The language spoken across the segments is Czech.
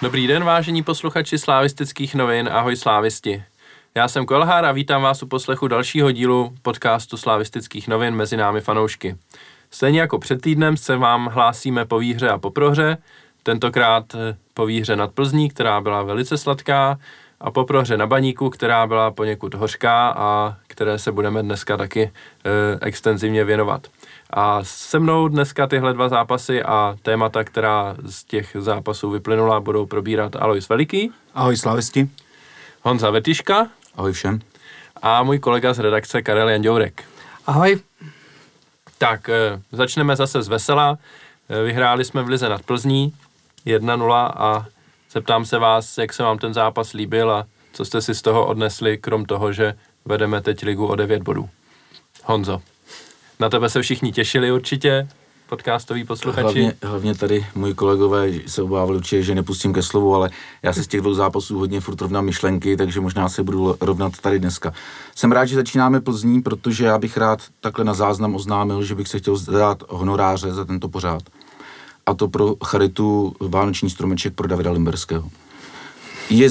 Dobrý den, vážení posluchači Slavistických novin, ahoj slávisti. Já jsem Kolhár a vítám vás u poslechu dalšího dílu podcastu Slavistických novin Mezi námi fanoušky. Stejně jako před týdnem se vám hlásíme po výhře a po prohře, tentokrát po výhře nad Plzní, která byla velice sladká, a po prohře na Baníku, která byla poněkud hořká a které se budeme dneska taky extenzivně věnovat. A se mnou dneska tyhle dva zápasy a témata, která z těch zápasů vyplynula, budou probírat Alois Veliký. Ahoj slavisti. Honza Vetyška. Ahoj všem. A můj kolega z redakce Karel Janďourek. Ahoj. Tak, začneme zase z vesela. Vyhráli jsme v lize nad Plzní 1-0 a zeptám se vás, jak se vám ten zápas líbil a co jste si z toho odnesli, krom toho, že vedeme teď ligu o 9 bodů. Honzo, na tebe se všichni těšili určitě, podcastoví posluchači. Hlavně tady moji kolegové se obávali určitě, že nepustím ke slovu, ale já se z těch dvou zápasů hodně furt rovnám myšlenky, takže možná se budu rovnat tady dneska. Jsem rád, že začínáme Plzní, protože já bych rád takhle na záznam oznámil, že bych se chtěl dát honoráře za tento pořád. A to pro charitu Vánoční stromeček pro Davida Limberského. Je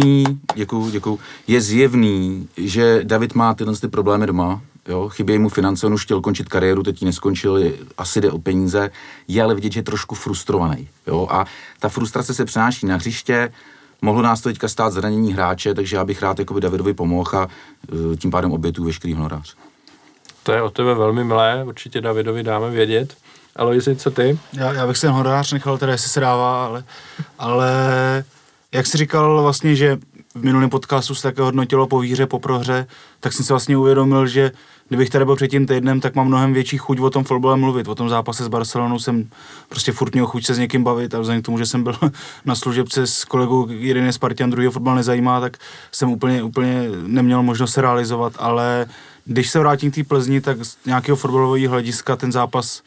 zjevný, že David má tyhle problémy doma, jo? Chybějí mu finance, on už chtěl končit kariéru, teď ji neskončil, asi jde o peníze, je ale vidět, že je trošku frustrovaný, jo? A ta frustrace se přenáší na hřiště, mohlo nás to teďka stát zranění hráče, takže já bych rád jakoby Davidovi pomohl a tím pádem obětuju veškerý honorář. To je od tebe velmi milé, určitě Davidovi dáme vědět. Aloisi, co ty? Já bych si ten honorář nechal teda, jestli se dává, ale jak jsi říkal vlastně, že v minulém podcastu se také hodnotilo po výhře, po prohře, tak jsem si vlastně uvědomil, že kdybych tady byl před tím týdnem, tak mám mnohem větší chuť o tom fotbale mluvit. O tom zápase s Barcelonou jsem prostě furt měl chuť se s někým bavit a vzhledem k tomu, že jsem byl na služebce s kolegou, jeden je Spartan, druhý fotbal nezajímá, tak jsem úplně neměl možnost se realizovat, ale když se vrátím k té Plzni, tak z nějakého fotbalového hlediska ten zápas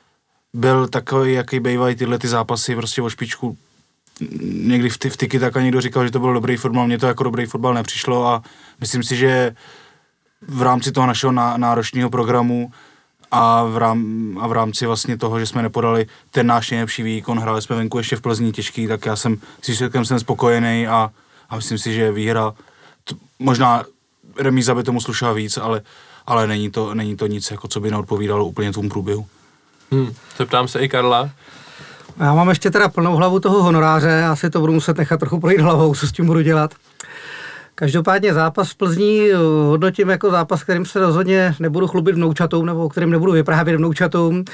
byl takový, jaký bývají tyhle ty zápasy prostě o špičku. Někdy v Tiki tak někdo říkal, že to byl dobrý fotbal, mně to jako dobrý fotbal nepřišlo a myslím si, že v rámci toho našeho náročného programu a v rámci vlastně toho, že jsme nepodali ten náš nejlepší výkon, hráli jsme venku ještě v Plzni těžký, tak já jsem s výsledkem jsem spokojený a myslím si, že výhra, možná remíza by tomu slušela víc, ale není to nic, jako co by neodpovídalo úplně tomu průběhu. Zeptám se i Karla. Já mám ještě teda plnou hlavu toho honoráře, asi to budu muset nechat trochu projít hlavou, co s tím budu dělat. Každopádně zápas v Plzní hodnotím jako zápas, kterým se rozhodně nebudu chlubit vnoučatům, nebo o kterým nebudu vyprávět vnoučatům.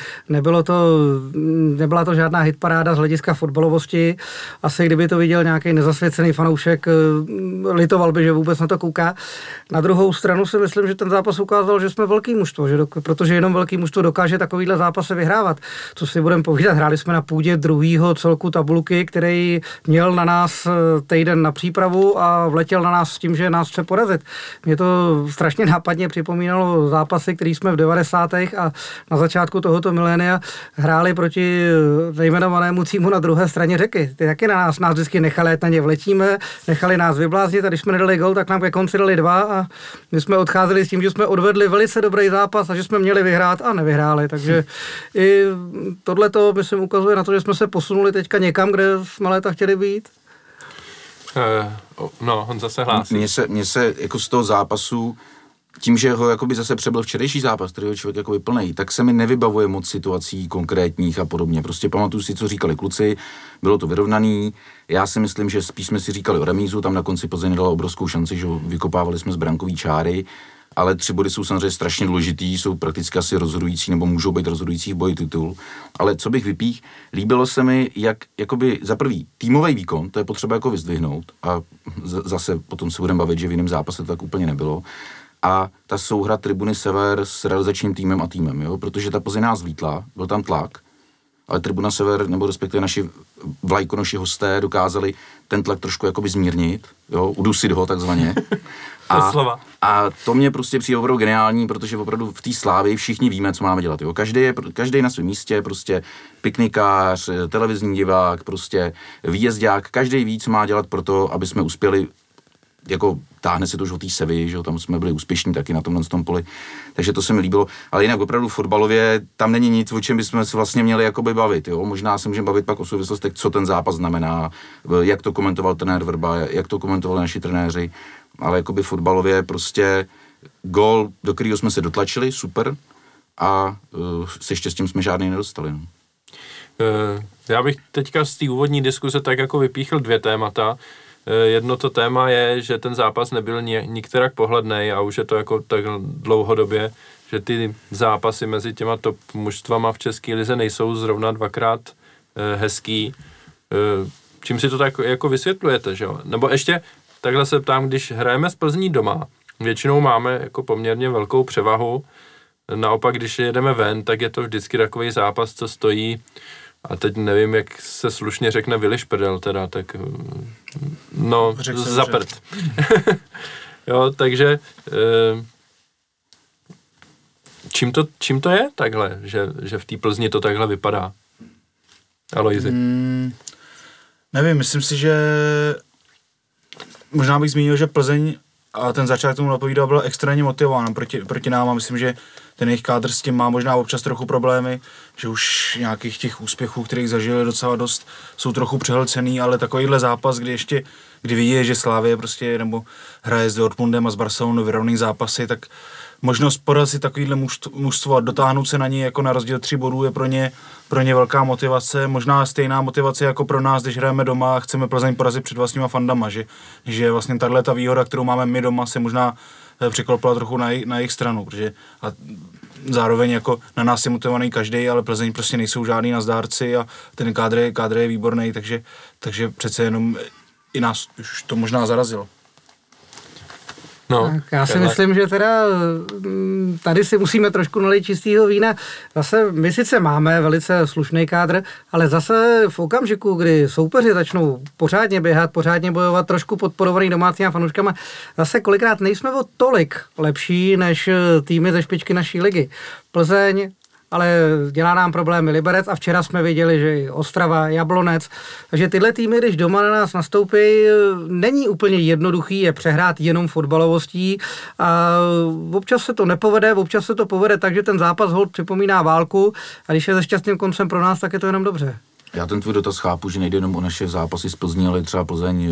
Nebyla to žádná hitparáda z hlediska fotbalovosti. Asi kdyby to viděl nějaký nezasvěcený fanoušek, litoval by, že vůbec na to kouká. Na druhou stranu si myslím, že ten zápas ukázal, že jsme velký mužstvo, protože jenom velký mužstvo dokáže takovýhle zápasy vyhrávat. Co si budeme povídat, hráli jsme na půdě druhého celku tabulky, který měl na nás týden na přípravu a vletěl na nás s tím, že nás chce porazit. Mě to strašně nápadně připomínalo zápasy, které jsme v 90. a na začátku tohoto milénia hráli proti nejmenovanému týmu na druhé straně řeky. Ty taky nás vždycky nechali, na ně vletíme, nechali nás vybláznit a když jsme nedali gol, tak nám ke konci dali 2 a my jsme odcházeli s tím, že jsme odvedli velice dobrý zápas a že jsme měli vyhrát a nevyhráli. Takže i tohleto myslím ukazuje na to, že jsme se posunuli teďka někam, kde jsme léta chtěli být. Honza se hlásí. Mně se jako z toho zápasu, tím, že ho jakoby zase přebyl včerejší zápas, který ho člověk jakoby plnej, tak se mi nevybavuje moc situací konkrétních a podobně. Prostě pamatuju si, co říkali kluci, bylo to vyrovnaný. Já si myslím, že spíš jsme si říkali o remízu, tam na konci Plzeň dala obrovskou šanci, že vykopávali jsme z brankový čáry, ale 3 body jsou samozřejmě strašně důležitý, jsou prakticky asi rozhodující, nebo můžou být rozhodující v boji titul. Ale co bych vypích, líbilo se mi, jak jakoby za prvý týmový výkon, to je potřeba jako vyzdvihnout a zase potom se budeme bavit, že v jiném zápase to tak úplně nebylo. A ta souhra Tribuny Sever s realizačním týmem a týmem, jo? Protože ta Plzeň nás vlítla, byl tam tlak, ale Tribuna Sever, nebo respektive naši vlajkonoši hosté dokázali ten tlak trošku jakoby zmírnit, jo? Udusit ho takzvaně. A to mě prostě přijde opravdu geniální, protože opravdu v té Slávii všichni víme, co máme dělat. Jo? Každý na svém místě, prostě piknikář, televizní divák, prostě výjezdák, každý ví, co má dělat pro to, aby jsme uspěli jako táhne se to už o té Sevilly, že jo, tam jsme byli úspěšní taky na tomhle tom poli, takže to se mi líbilo, ale jinak opravdu fotbalově tam není nic, o čem bychom se vlastně měli jakoby bavit, jo, možná se můžeme bavit pak o souvislostech, co ten zápas znamená, jak to komentoval trenér Vrba, jak to komentovali naši trenéři, ale jakoby fotbalově prostě gól, do kterého jsme se dotlačili, super, a se štěstím jsme žádný nedostali, no. Já bych teďka z té úvodní diskuse tak jako vypíchl 2 témata. Jedno to téma je, že ten zápas nebyl nikterak pohlednej a už je to jako tak dlouhodobě, že ty zápasy mezi těma top mužstvama v české lize nejsou zrovna 2krát hezký. Čím si to tak jako vysvětlujete, že jo? Nebo ještě takhle se ptám, když hrajeme z Plzní doma, většinou máme jako poměrně velkou převahu, naopak, když jedeme ven, tak je to vždycky takový zápas, co stojí, a teď nevím, jak se slušně řekne vylišprdel teda, tak no, zaprd. Jo, takže čím to je takhle, že v té Plzni to takhle vypadá? Alojzi. Nevím, myslím si, že možná bych zmínil, že Plzeň a ten začátek tomu napovídal, byl extrémně motivován proti nám a myslím, že ten jejich kádr s tím má možná občas trochu problémy, že už nějakých těch úspěchů, kterých zažili docela dost, jsou trochu přehlcený, ale takovýhle zápas, kdy vidí, že Slavie prostě nebo hraje s Dortmundem a s Barcelonou vyrovnaný zápasy, tak možnost porazit takovýhle mužstvo a dotáhnout se na ní jako na rozdíl 3 bodů je pro ně velká motivace, možná stejná motivace jako pro nás, když hrajeme doma a chceme Plzeň porazit před vlastníma fandama, že vlastně tato výhoda, kterou máme my doma, se možná překlopila trochu na jejich stranu, protože a zároveň jako na nás je motivovaný každý, ale Plzeň prostě nejsou žádný nazdárci a ten kádr je výborný, takže přece jenom i nás už to možná zarazilo. No, tak já si myslím, že teda tady si musíme trošku nalít čistého vína. Zase my sice máme velice slušný kádr, ale zase v okamžiku, kdy soupeři začnou pořádně běhat, pořádně bojovat, trošku podporovaný domácíma fanouškama, zase kolikrát nejsme o tolik lepší než týmy ze špičky naší ligy. Plzeň, ale dělá nám problémy Liberec a včera jsme viděli, že i Ostrava, Jablonec, takže tyhle týmy, když doma na nás nastoupí, není úplně jednoduchý je přehrát jenom fotbalovostí a občas se to nepovede, občas se to povede tak, že ten zápas holt připomíná válku a když je se šťastným koncem pro nás, tak je to jenom dobře. Já ten tvůj dotaz chápu, že nejde jenom o naše zápasy z Plzní, ale třeba Plzeň,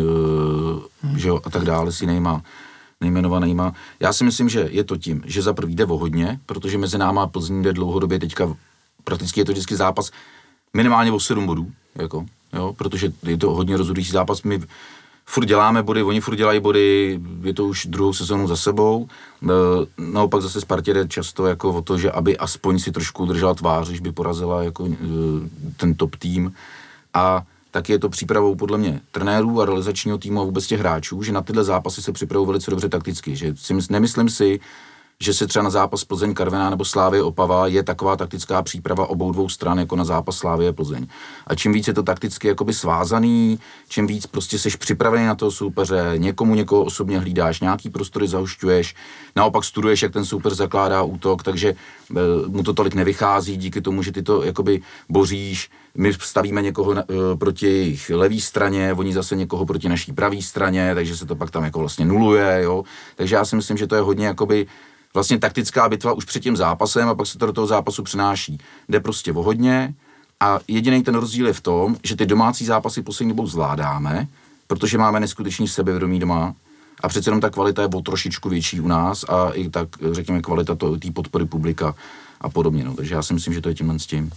že jo, a tak dále s jinýma nejmenovanýma. Já si myslím, že je to tím, že za prvý jde o hodně, protože mezi náma Plzní jde dlouhodobě teďka, prakticky je to vždycky zápas minimálně o 7 bodů, jako, jo, protože je to hodně rozhodující zápas. My furt děláme body, oni furt dělají body, je to už 2. sezonu za sebou. Naopak zase Spartě jde často jako o to, že aby aspoň si trošku udržela tvář, když by porazila jako ten top tým. A tak je to přípravou podle mě trenérů a realizačního týmu a vůbec těch hráčů, že na tyhle zápasy se připravují velice dobře takticky. Že nemyslím si, že se třeba na zápas Plzeň Karviná nebo Slavie Opava je taková taktická příprava obou dvou stran jako na zápas Slavie Plzeň. A čím víc je to takticky jakoby svázaný, čím víc prostě seš připravený na toho soupeře, někoho osobně hlídáš, nějaký prostory zahušťuješ, naopak studuješ, jak ten soupeř zakládá útok, takže mu to tolik nevychází díky tomu, že ty to jakoby boříš. My stavíme někoho proti jejich levý straně, oni zase někoho proti naší pravý straně, takže se to pak tam jako vlastně nuluje, jo. Takže já si myslím, že to je hodně jakoby vlastně taktická bitva už před tím zápasem a pak se to do toho zápasu přenáší. Jde prostě o hodně a jediný ten rozdíl je v tom, že ty domácí zápasy poslední dobou zvládáme, protože máme neskutečný sebevědomí doma a přece jenom ta kvalita je o trošičku větší u nás a i tak, řekněme, kvalita té podpory publika a podobně. No. Takže já si myslím, že to je tímhle s tím.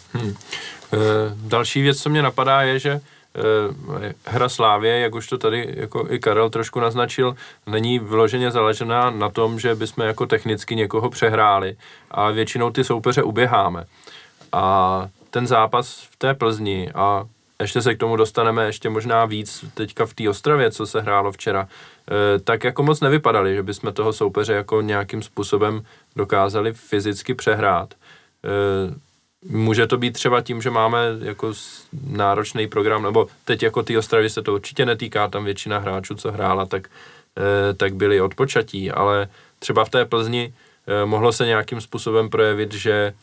Další věc, co mě napadá, je, že hra Slávie, jak už to tady jako i Karel trošku naznačil, není vyloženě založená na tom, že bychom jako technicky někoho přehráli a většinou ty soupeře uběháme. A ten zápas v té Plzni a ještě se k tomu dostaneme ještě možná víc teďka v té Ostravě, co se hrálo včera, tak jako moc nevypadali, že bychom toho soupeře jako nějakým způsobem dokázali fyzicky přehrát. Může to být třeba tím, že máme jako náročný program, nebo teď jako ty Ostravy se to určitě netýká, tam většina hráčů, co hrála, tak byli odpočatí, ale třeba v té Plzni mohlo se nějakým způsobem projevit, že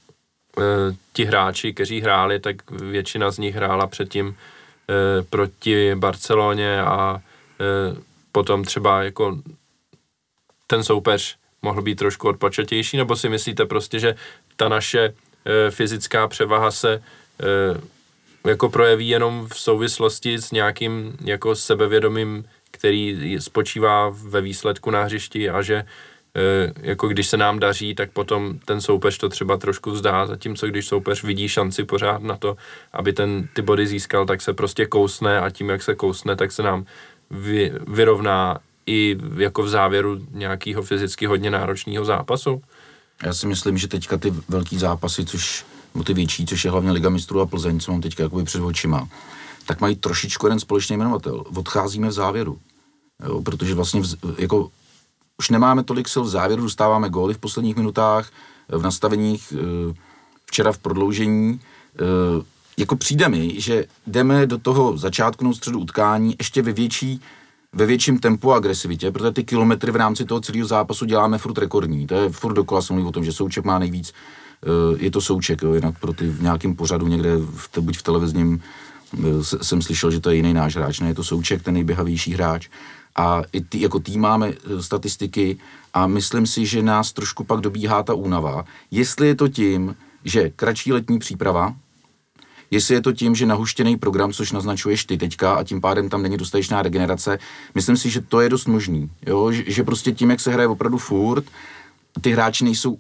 ti hráči, kteří hráli, tak většina z nich hrála předtím proti Barceloně a potom třeba jako ten soupeř mohl být trošku odpočatější, nebo si myslíte prostě, že ta naše fyzická převaha se jako projeví jenom v souvislosti s nějakým jako sebevědomím, který spočívá ve výsledku na hřišti a že jako když se nám daří, tak potom ten soupeř to třeba trošku vzdá, zatímco když soupeř vidí šanci pořád na to, aby ty body získal, tak se prostě kousne a tím, jak se kousne, tak se nám vyrovná i jako v závěru nějakého fyzicky hodně náročného zápasu. Já si myslím, že teďka ty velký zápasy, ty větší, což je hlavně Liga mistrů a Plzeň, co mám teďka jakoby před očima, tak mají trošičku jeden společný jmenovatel. Odcházíme v závěru. Jo, protože vlastně jako už nemáme tolik sil v závěru, dostáváme góly v posledních minutách, v nastaveních, včera v prodloužení. Jako přijde mi, že jdeme do toho začátku středu utkání ještě ve větším tempu a agresivitě, protože ty kilometry v rámci toho celého zápasu děláme furt rekordní. To je furt dokola se mluví o tom, že Souček má nejvíc, je to Souček, jo, jinak pro ty v nějakém pořadu někde, buď v televizním, jsem slyšel, že to je jiný náš hráč, ne, je to Souček, ten nejběhavější hráč. A i jako tým máme statistiky a myslím si, že nás trošku pak dobíhá ta únava. Jestli je to tím, že kratší letní příprava, jestli je to tím, že nahuštěný program, což naznačuješ ty teďka a tím pádem tam není dostatečná regenerace, myslím si, že to je dost možný. Jo? Že prostě tím, jak se hraje opravdu furt, ty hráči nejsou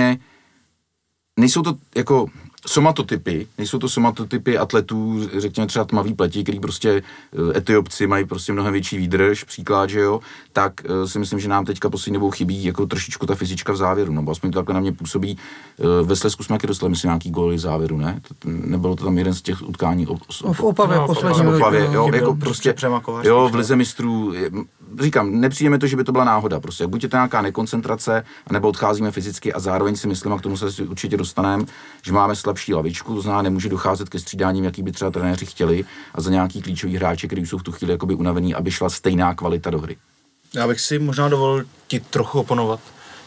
to jako nejsou to somatotypy atletů, řekněme třeba tmavý pleti, který prostě Etiopci mají prostě mnohem větší výdrž, příklad, že jo, tak si myslím, že nám teďka poslední dobou chybí jako trošičku ta fyzička v závěru, no, aspoň to takhle na mě působí. Ve Slezsku jsme taky dostali, myslím, nějaký góly v závěru, ne? Nebylo to tam jeden z těch utkání v Opavě, poslední. Jo, jako prostě, jo, v Lize mistrů, říkám, nepřijeme to, že by to byla náhoda, prostě buď je to nějaká nekoncentrace, anebo odcházíme fyzicky a zároveň si myslím, a k tomu se určitě dostaneme, že máme slabší lavičku, to znamená, nemůže docházet ke střídáním, jaký by třeba trenéři chtěli a za nějaký klíčový hráči, kteří jsou v tu chvíli jakoby unavení, aby šla stejná kvalita do hry. Já bych si možná dovolil ti trochu oponovat,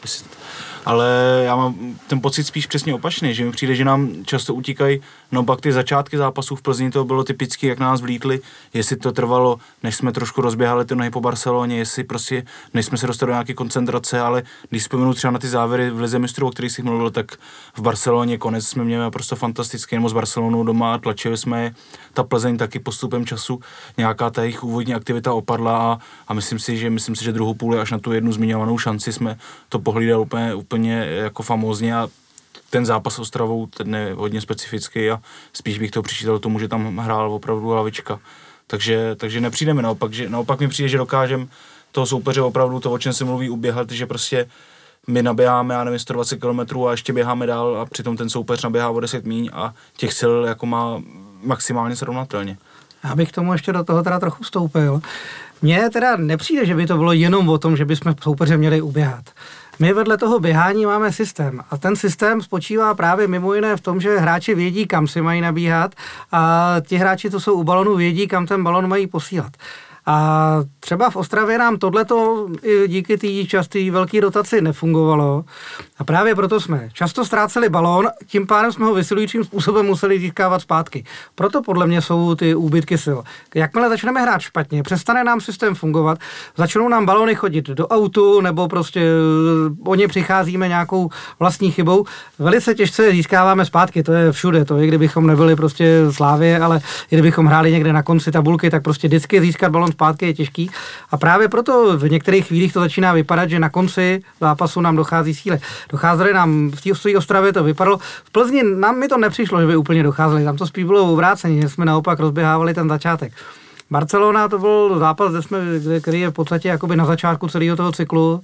ale já mám ten pocit spíš přesně opačný, že mi přijde, že nám často utíkají, no pak ty začátky zápasů v Plzni to bylo typicky, jak nás vlítli, jestli to trvalo, než jsme trošku rozběhali ty nohy po Barceloně, jestli prostě, než jsme se dostali do nějaké koncentrace, ale když vzpomenu třeba na ty závěry v Lize mistrů, o kterých jsi mluvil, tak v Barceloně konec jsme měli naprosto fantastický, nebo s Barcelonou doma, tlačili jsme je, ta Plzeň taky postupem času, nějaká ta jejich úvodní aktivita opadla a myslím si, že druhou půli až na tu jednu zmiňovanou šanci jsme to pohlídali úplně jako famózně a ten zápas s Ostravou ten je hodně specifický a spíš bych to přičítal tomu, že tam hrál opravdu lavička. Takže nepřijdeme, naopak mi přijde, že dokážeme toho soupeře opravdu to, o čem se mluví, uběhat, že prostě my naběháme, já nevím, 120 km a ještě běháme dál a přitom ten soupeř naběhá o 10 míň a těch sil jako má maximálně srovnatelně. Já bych tomu ještě do toho teda trochu vstoupil. Mně teda nepřijde, že by to bylo jenom o tom, že bychom soupeře měli uběhat. My vedle toho běhání máme systém a ten systém spočívá právě mimo jiné v tom, že hráči vědí, kam si mají nabíhat a ti hráči, co jsou u balonu, vědí, kam ten balon mají posílat. A třeba v Ostravě nám tohleto i díky té časté velké rotaci nefungovalo. A právě proto jsme často ztráceli balón, tím pádem jsme ho vysilujícím způsobem museli získávat zpátky. Proto podle mě jsou ty úbytky sil. Jakmile začneme hrát špatně, přestane nám systém fungovat, začnou nám balóny chodit do autu, nebo prostě o ně přicházíme nějakou vlastní chybou. Velice těžce je získáváme zpátky, to je všude. To i kdybychom nebyli prostě Slávě, ale i kdybychom hráli někde na konci tabulky, tak prostě vždycky získat balón zpátky je těžký. A právě proto v některých chvílích to začíná vypadat, že na konci zápasu nám dochází síly. Docházeli nám v té Ostravě, to vypadalo. V Plzni nám mi to nepřišlo, že by úplně docházeli. Tam to spíš bylo obráceně, že jsme naopak rozběhávali ten začátek. Barcelona to byl zápas, který je v podstatě jakoby na začátku celého toho cyklu.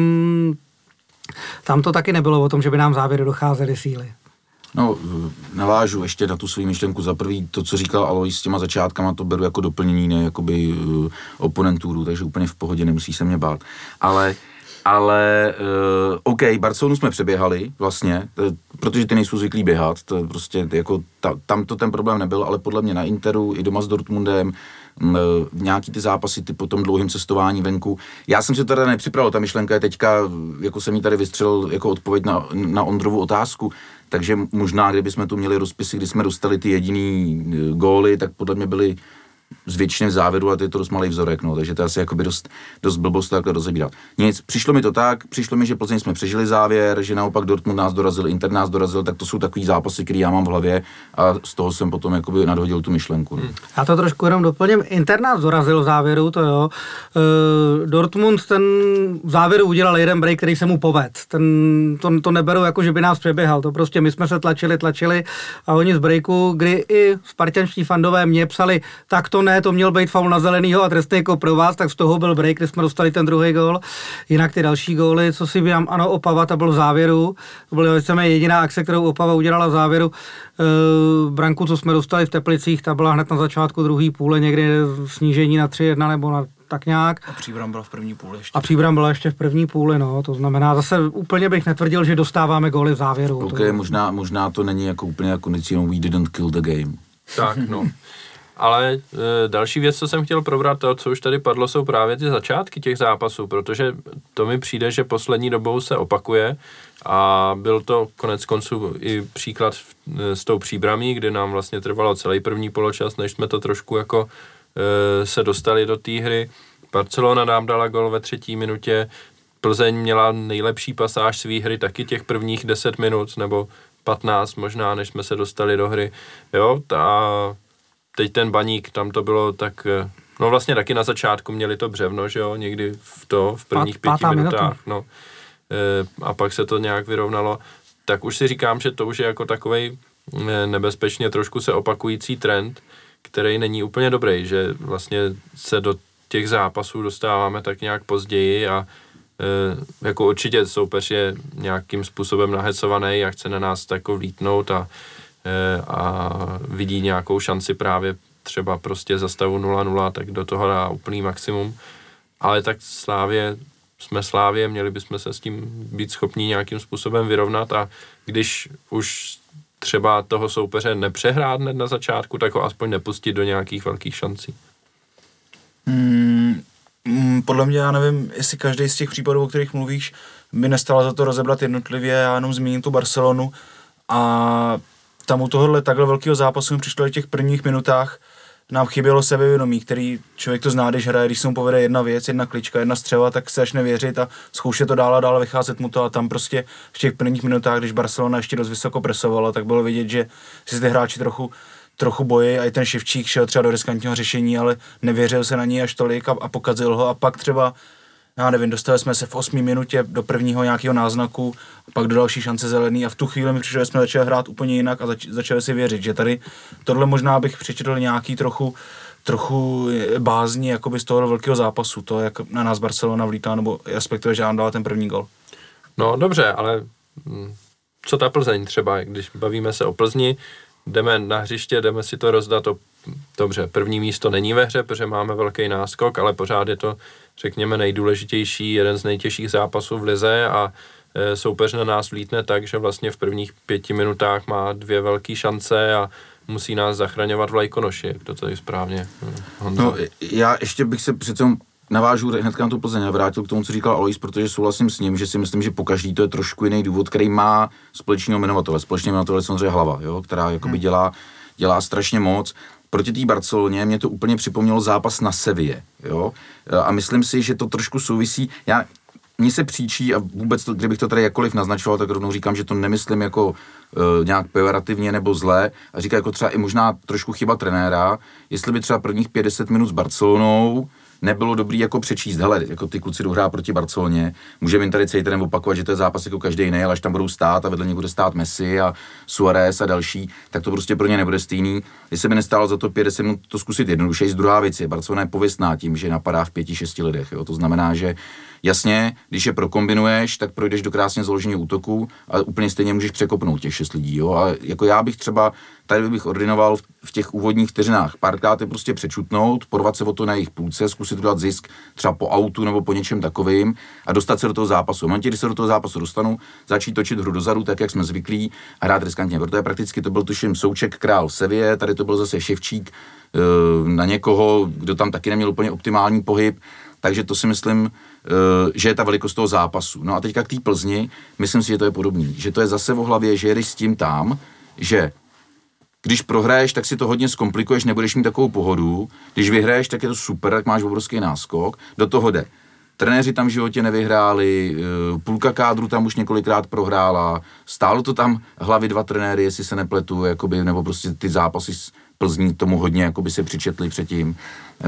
Tam to taky nebylo o tom, že by nám v závěru docházely síly. No, navážu ještě na tu svou myšlenku. Za prvý to, co říkal Alois s těma začátkama, to beru jako doplnění, ne jakoby oponentůru, takže úplně v pohodě, nemusí se mě bát. Ale OK, Barcelonu jsme přeběhali vlastně, protože ty nejsou zvyklí běhat, to prostě jako tam to ten problém nebyl, ale podle mě na Interu i doma s Dortmundem, nějaký ty zápasy, ty po tom dlouhém cestování venku. Já jsem si teda nepřipravil, ta myšlenka je teďka, jako jsem jí tady vystřelil jako odpověď na Ondrovu otázku, takže možná, kdybychom tu měli rozpisy, kdy jsme dostali ty jediný góly, tak podle mě byly z většiny v závěru a to je to dost malý vzorek, no, takže to je asi jakoby dost blbost takhle rozebírat. Nic, přišlo mi, že Plzeň jsme přežili závěr, že naopak Dortmund nás dorazil, Inter nás dorazil, tak to jsou takový zápasy, který já mám v hlavě a z toho jsem potom jakoby nadhodil tu myšlenku. No. Já to trošku jenom doplním. Inter nás dorazil v závěru, to jo. Dortmund ten v závěru udělal jeden break, který se mu povedl. To neberu jako, že by nás přeběhal, to prostě my jsme se tlačili a oni z breaku, kdy i spartanští fandové mě psali, tak to ne, to měl být faul na zelenýho a trestný jako pro vás, tak z toho byl break, kdy jsme dostali ten druhý gól. Jinak ty další góly, co si vím, ano, Opava, ta byl v závěru, to byla jediná akce, kterou Opava udělala v závěru. Branku, co jsme dostali v Teplicích, ta byla hned na začátku druhé půle, někdy snížení na 3-1 nebo na tak nějak. A Příbram byla v první půli ještě. A Příbram byla ještě v první půli, no, to znamená, zase úplně bych netvrdil, že dostáváme góly v závěru. Ok, možná to není jako úplně jako condition, we didn't kill the game. Tak, no. Ale další věc, co jsem chtěl probrat, to, co už tady padlo, jsou právě ty začátky těch zápasů, protože to mi přijde, že poslední dobou se opakuje a byl to konec konců i příklad s tou Příbramí, kdy nám vlastně trvalo celý první poločas, než jsme to trošku jako se dostali do té hry. Barcelona nám dala gol ve 3. minutě, Plzeň měla nejlepší pasáž své hry taky těch prvních 10 minut, nebo 15 možná, než jsme se dostali do hry. Jo, a teď ten Baník, tam to bylo tak, no vlastně taky na začátku měli to břevno, že jo, někdy v prvních 5 minutách, no. A pak se to nějak vyrovnalo. Tak už si říkám, že to už je jako takovej nebezpečně trošku se opakující trend, který není úplně dobrý, že vlastně se do těch zápasů dostáváme tak nějak později a jako určitě soupeř je nějakým způsobem nahecovaný a chce na nás tako vlítnout a vidí nějakou šanci právě třeba prostě za stavu 0-0, tak do toho dá úplný maximum. Ale tak jsme Slávě, měli bychom se s tím být schopni nějakým způsobem vyrovnat a když už třeba toho soupeře nepřehrát hned na začátku, tak ho aspoň nepustit do nějakých velkých šancí. Podle mě, já nevím, jestli každý z těch případů, o kterých mluvíš, by nestalo za to rozebrat jednotlivě, já jenom zmíním tu Barcelonu a tam u tohohle takhle velkého zápasu mi přišlo v těch prvních minutách, nám chybělo sebevědomí, který člověk to zná, když hraje, když se mu povede jedna věc, jedna klička, jedna střeva, tak se začne věřit a zkoušet to dál a dál, vycházet mu to a tam prostě v těch prvních minutách, když Barcelona ještě dost vysoko presovala, tak bylo vidět, že si ty hráči trochu bojí a i ten Ševčík šel třeba do riskantního řešení, ale nevěřil se na něj až tolik a pokazil ho a pak třeba, já nevím, dostali jsme se v 8 minutě do prvního nějakého náznaku, a pak do další šance zelený a v tu chvíli mi přišlo, že jsme začali hrát úplně jinak a začali si věřit, že tady tohle možná bych přečetl nějaký trochu bázní jakoby z toho velkého zápasu, to jak na nás Barcelona vlítá, nebo respektive, že nám dala ten první gol. No dobře, ale co ta Plzeň třeba, když bavíme se o Plzni, jdeme na hřiště, jdeme si to rozdat, dobře, první místo není ve hře, protože máme velký náskok, ale pořád je to, řekněme, nejdůležitější, jeden z nejtěžších zápasů v lize a soupeř na nás vlítne tak, že vlastně v prvních 5 minutách má 2 velké šance a musí nás zachraňovat vlajkonoši, jak to tady správně, Honzo. No, já ještě bych se přece navážu hnedka na tu Plzeň a vrátil k tomu, co říkal Alois, protože souhlasím s ním, že si myslím, že pokaždý to je trošku jiný důvod, který má společného jmenovatele. Společný jmenovatel je samozřejmě hlava, jo, která jakoby dělá strašně moc. Proti té Barceloně mě to úplně připomnělo zápas na Seville, jo, a myslím si, že to trošku souvisí, mně se příčí a vůbec, kdybych to tady jakkoliv naznačoval, tak rovnou říkám, že to nemyslím jako nějak pejorativně nebo zlé a říká jako třeba i možná trošku chyba trenéra, jestli by třeba prvních 50 minut s Barcelonou nebylo dobrý jako přečíst, hele, jako ty kluci jdou hrát proti Barceloně, můžeme jim tady celý den opakovat, že to je zápas jako každý jiný, ale až tam budou stát a vedle nich bude stát Messi a Suarez a další, tak to prostě pro ně nebude stejný. Jestli by nestálo za to 50 minut to zkusit jednodušeji, druhá věc je, Barcelona je pověstná tím, že napadá v 5-6 lidech, jo? To znamená, že jasně, když je prokombinuješ, tak projdeš do krásně založeného útoku a úplně stejně můžeš překopnout těch 6 lidí, jo? A jako já bych třeba, tady bych ordinoval v těch úvodních vteřinách párkrát je prostě přečutnout, porvat se o to na jejich půlce, zkusit udělat zisk třeba po autu nebo po něčem takovým a dostat se do toho zápasu. V momentě, kdy se do toho zápasu dostanu, začít točit hru dozadu, tak jak jsme zvyklí a hrát riskantně. Protože prakticky to byl tuším Souček král v Sevě, tady to byl zase Ševčík na někoho, kdo tam taky neměl úplně optimální pohyb. Takže to si myslím, že je ta velikost toho zápasu. No a teďka k té Plzni, myslím si, že to je podobný. Že to je zase v hlavě, že jedeš s tím tam, že když prohraješ, tak si to hodně zkomplikuješ, nebudeš mít takovou pohodu. Když vyhraješ, tak je to super, tak máš obrovský náskok. Do toho jde. Trenéři tam v životě nevyhráli, půlka kádru tam už několikrát prohrála, stálo to tam hlavy 2 trenéry, jestli se nepletu, jakoby, nebo prostě ty zápasy s Plzní tomu hodně jakoby se přičetli předtím.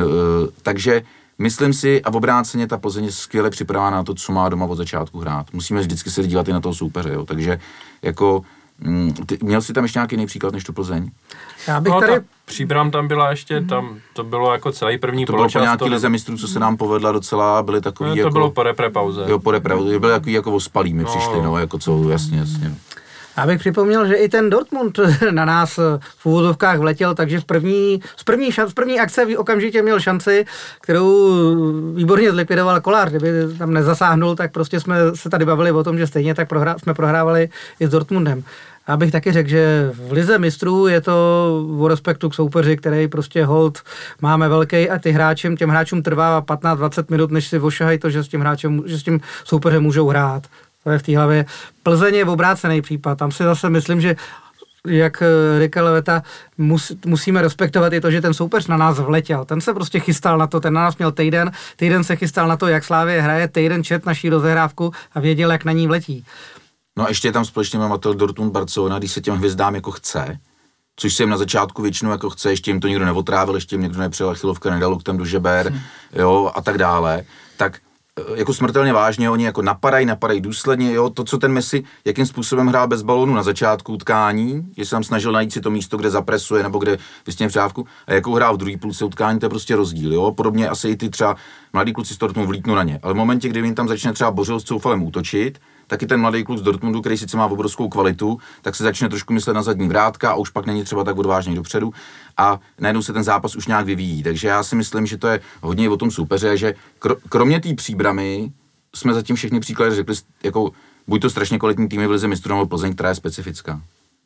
Takže myslím si, a v obráceně ta Plzeň je skvěle připravená na to, co má doma od začátku hrát. Musíme vždycky se dívat i na toho soupeře, jo. Takže jako měl jsi tam ještě nějaký jiný příklad než tu Plzeň? Já bych tady... Příbram tam byla ještě, tam to bylo jako celý první poločas. To bylo po nějaký lize mistrů, co se nám povedla docela, byly takový to jako... bylo po repre-pauze. Jo, po repre-pauze, byly takový jako ospalí mi přišli, no, jako co, jasně. Já bych připomněl, že i ten Dortmund na nás v úvozovkách vletěl, takže z první akce okamžitě měl šanci, kterou výborně zlikvidoval Kolář. Kdyby tam nezasáhnul, tak prostě jsme se tady bavili o tom, že stejně tak jsme prohrávali i s Dortmundem. Já bych taky řekl, že v lize mistrů je to o respektu k soupeři, který prostě hold máme velký a těm hráčům trvá 15-20 minut, než si ošahají to, že s tím soupeřem můžou hrát. To je v té hlavě. Plzeň je obrácený případ. Tam si zase myslím, že jak říkal Leveta, musíme respektovat i to, že ten soupeř na nás vletěl. Ten se prostě chystal na to, ten na nás měl týden se chystal na to, jak Slavie hraje, týden čet naší rozehrávku a věděl, jak na ní vletí. No a ještě je tam společně matel Dortmund Barcelona, když se těm hvězdám jako chce, což se jim na začátku většinou jako chce, ještě jim to nikdo neotrávil, ještě jim někdo nepřijel chylovka, nedal tam do žeber, jo, a tak dále, tak jako smrtelně vážně, oni jako napadají důsledně, jo, to, co ten Messi, jakým způsobem hrál bez balónu na začátku utkání, že se tam snažil najít si to místo, kde zapresuje, nebo kde vystěne přávku, a jakou hrál v druhé půlce utkání, to je prostě rozdíl, jo, podobně asi i ty třeba mladí kluci z Dortmundu vlítnou na ně, ale v momentě, kdy jim tam začne třeba Bořil s Coufalem útočit, taky ten mladý kluk z Dortmundu, který sice má obrovskou kvalitu, tak se začne trošku myslet na zadní vrátka a už pak není třeba tak odvážný dopředu a najednou se ten zápas už nějak vyvíjí. Takže já si myslím, že to je hodně o tom soupeře, že kromě té Příbramy jsme zatím všechny příklady řekli, jako buď to strašně kvalitní týmy v lize mistrů nebo Plzeň, která je specifická.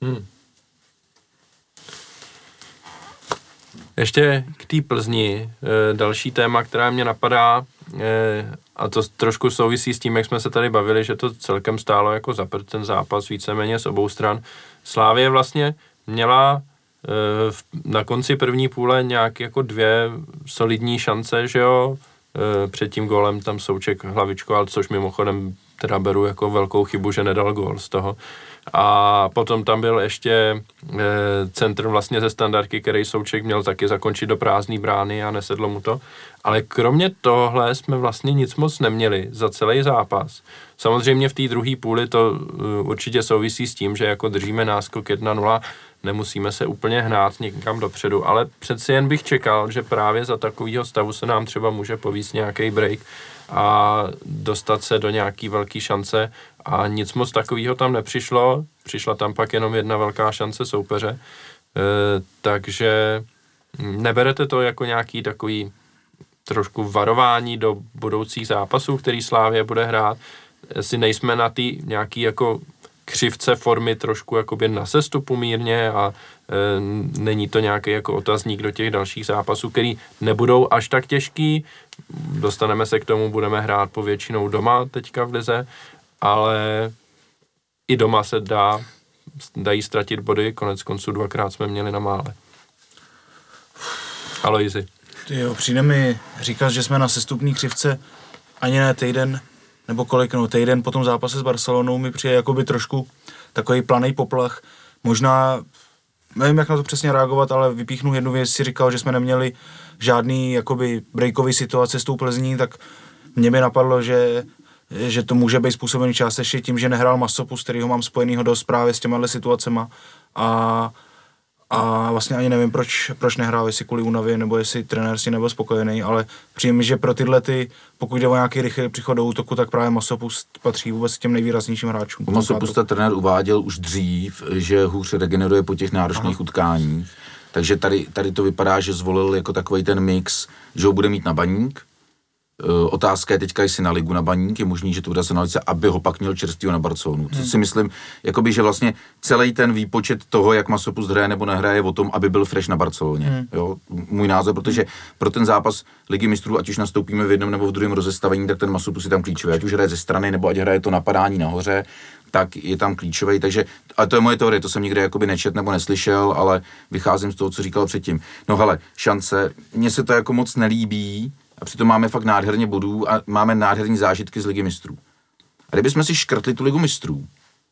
Ještě k té Plzni, další téma, která mě napadá, a to trošku souvisí s tím, jak jsme se tady bavili, že to celkem stálo jako zaprt ten zápas víceméně z obou stran. Slávie vlastně měla na konci první půle nějak jako 2 solidní šance, že jo, před tím gólem tam Souček hlavičkoval, což mimochodem teda beru jako velkou chybu, že nedal gól z toho. A potom tam byl ještě centr vlastně ze standardky, který Souček měl taky zakončit do prázdné brány a nesedlo mu to. Ale kromě tohle jsme vlastně nic moc neměli za celý zápas. Samozřejmě v té druhé půli to určitě souvisí s tím, že jako držíme náskok 1-0, nemusíme se úplně hnát někam dopředu, ale přeci jen bych čekal, že právě za takového stavu se nám třeba může povíct nějaký break a dostat se do nějaký velký šance a nic moc takového tam nepřišlo. Přišla tam pak jenom jedna velká šance soupeře, takže neberete to jako nějaký takový trošku varování do budoucích zápasů, který Slavia bude hrát, jestli nejsme na ty nějaký jako křivce formy trošku jakoby na sestupu mírně a není to nějaký jako otazník do těch dalších zápasů, který nebudou až tak těžký. Dostaneme se k tomu, budeme hrát povětšinou doma teďka v lize, ale i doma se dají ztratit body, konec konců 2krát jsme měli na mále. Alojzi. Jo, přijde mi říkat, že jsme na sestupní křivce ani ne týden, nebo kolik, no týden po tom zápase s Barcelonou mi přijde jakoby trošku takový planej poplach. Možná, nevím, jak na to přesně reagovat, ale vypíchnu jednu věc, si říkal, že jsme neměli žádný jakoby breakový situace s tou Plzní, tak mě by napadlo, že to může být způsobený částečně tím, že nehrál Masopust, který ho mám spojenýho dost právě s těmahle situacema a vlastně ani nevím, proč nehrál, jestli kvůli únavě, nebo jestli trenér si nebyl spokojený, ale přijde mi, že pro tyhle pokud jde o nějaký rychlý příchod do útoku, tak právě Masopust patří vůbec k těm nejvýraznějším hráčům. Masopusta trenér uváděl už dřív, že hůř regeneruje po těch náročných utkáních, takže tady to vypadá, že zvolil jako takový ten mix, že ho bude mít na baník, Otázka je teďka, jestli na ligu na Baník, je možný, že to bude na lice, aby ho pak měl čerstvýho na Barcelonu. Co si myslím, jakoby, že vlastně celý ten výpočet toho, jak Masopust hraje nebo nehraje, je o tom, aby byl fresh na Barceloně. Jo? Můj názor, protože pro ten zápas Ligy mistrů, ať už nastoupíme v jednom nebo v druhém rozestavení, tak ten Masopust je tam klíčový. Ať už hraje ze strany, nebo ať hraje to napadání nahoře, tak je tam klíčový. Takže, a to je moje teorie, to jsem nikdy jakoby nečet nebo neslyšel, ale vycházím z toho, co říkal předtím. No hele, šance, mně se to jako moc nelíbí, a přitom máme fakt nádherně bodů a máme nádherní zážitky z Ligy mistrů. A kdybychom si škrtli tu Ligu mistrů,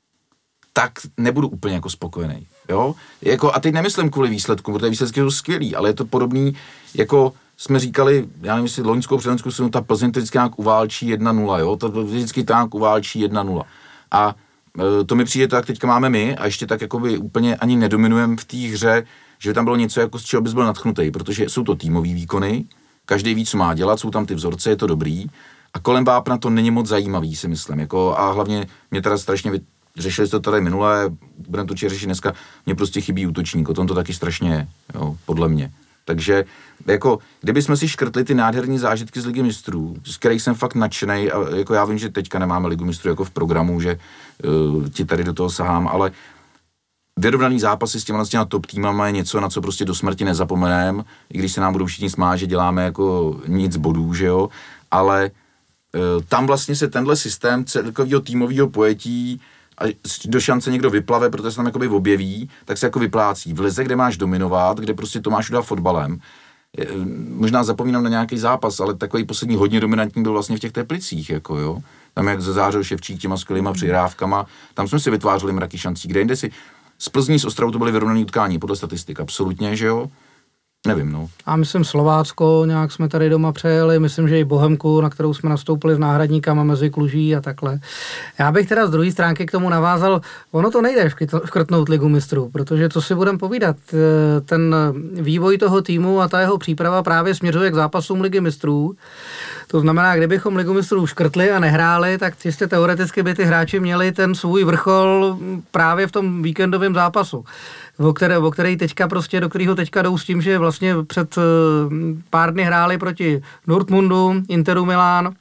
tak nebudu úplně jako spokojený. Jo? Jako, a teď nemyslím kvůli výsledku, protože výsledky jsou skvělý, ale je to podobný, jako jsme říkali, já nevím, jestli loňskou předloňskou sezónu, ta Plzeň vždycky nějak uválčí 1-0, jo? To vždycky nějak uválčí 1-0. A to mi přijde tak, teďka máme my a ještě tak jakoby úplně ani nedominujeme v té hře, že tam bylo něco, jako z čeho bys byl nadchnutý, protože jsou to týmový výkony, každý ví, co má dělat, jsou tam ty vzorce, je to dobrý. A kolem vápna to není moc zajímavý, si myslím. Jako, a hlavně mě teda strašně, řešili jste to tady minule, budeme to řešit dneska, mě prostě chybí útočník, o tom to taky strašně je, jo, podle mě. Takže jako, kdybychom si škrtli ty nádherní zážitky z Ligy mistrů, z kterých jsem fakt nadšenej, a jako já vím, že teďka nemáme Ligu mistrů jako v programu, že ti tady do toho sahám, ale vyrovnaný zápasy s těma top týmama je něco, na co prostě do smrti nezapomeneme, i když se nám budou všichni smát, že děláme jako nic bodů, že jo, ale tam vlastně se tenhle systém celkového týmového pojetí a do šance někdo vyplave, protože se tam jakoby objeví, tak se jako vyplácí. V lize, kde máš dominovat, kde prostě to máš udělat fotbalem. Možná zapomínám na nějaký zápas, ale takový poslední hodně dominantní byl vlastně v těch Teplicích, jako jo. Tam jak zazářil Ševčík těma skvělýma přihrávkama, tam jsme si vytvářeli mraky šancí, kde jinde si z Plzní, z Ostravou to byly vyrovnaný utkání, podle statistik, absolutně, že jo? Nevím, no. A myslím Slovácko, nějak jsme tady doma přejeli, myslím, že i Bohemku, na kterou jsme nastoupili s náhradníkama mezi Kluží a takhle. Já bych teda z druhé stránky k tomu navázal, ono to nejde škrtnout Ligu mistrů, protože co si budeme povídat, ten vývoj toho týmu a ta jeho příprava právě směřuje k zápasům Ligy mistrů. To znamená, kdybychom Ligu mistrů škrtli a nehráli, tak čistě teoreticky by ty hráči měli ten svůj vrchol právě v tom víkendovém zápasu, do kterého teďka jdou s tím, že vlastně před pár dny hráli proti Dortmundu, Interu Milán,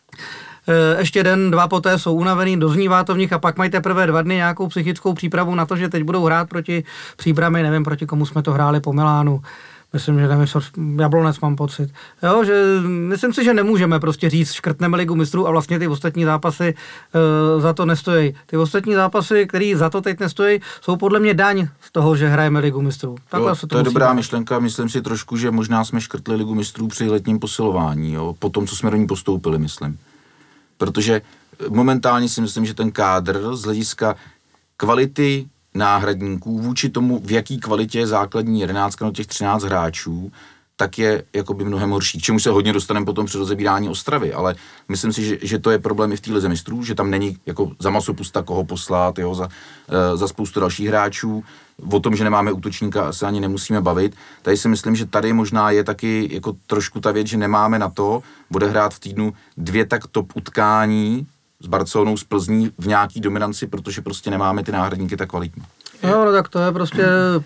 ještě den, dva poté jsou unavený, doznívá to v nich a pak mají teprve 2 dny nějakou psychickou přípravu na to, že teď budou hrát proti Příbrami, nevím, proti komu jsme to hráli po Milánu. Myslím, že nevím, Jablonec mám pocit. Jo, že myslím si, že nemůžeme prostě říct, škrtneme Ligu mistrů a vlastně ty ostatní zápasy za to nestojí. Ty ostatní zápasy, které za to teď nestojí, jsou podle mě daň z toho, že hrajeme Ligu mistrů. Jo, to je dobrá myšlenka, myslím si trošku, že možná jsme škrtli Ligu mistrů při letním posilování, jo, po tom, co jsme do ní postoupili, myslím. Protože momentálně si myslím, že ten kádr z hlediska kvality náhradníků vůči tomu, v jaký kvalitě je základní 11 no těch 13 hráčů, tak je jakoby mnohem horší. K čemu se hodně dostaneme potom při rozebírání Ostravy, ale myslím si, že to je problém i v té lize mistrů, že tam není jako za Masopusta koho poslat, jo, za spoustu dalších hráčů. O tom, že nemáme útočníka, se ani nemusíme bavit. Tady si myslím, že tady možná je taky jako trošku ta věc, že nemáme na to odehrát v týdnu 2 tak top utkání s Barcelonou, s Plzní v nějaký dominanci, protože prostě nemáme ty náhradníky tak kvalitní. No tak to je prostě,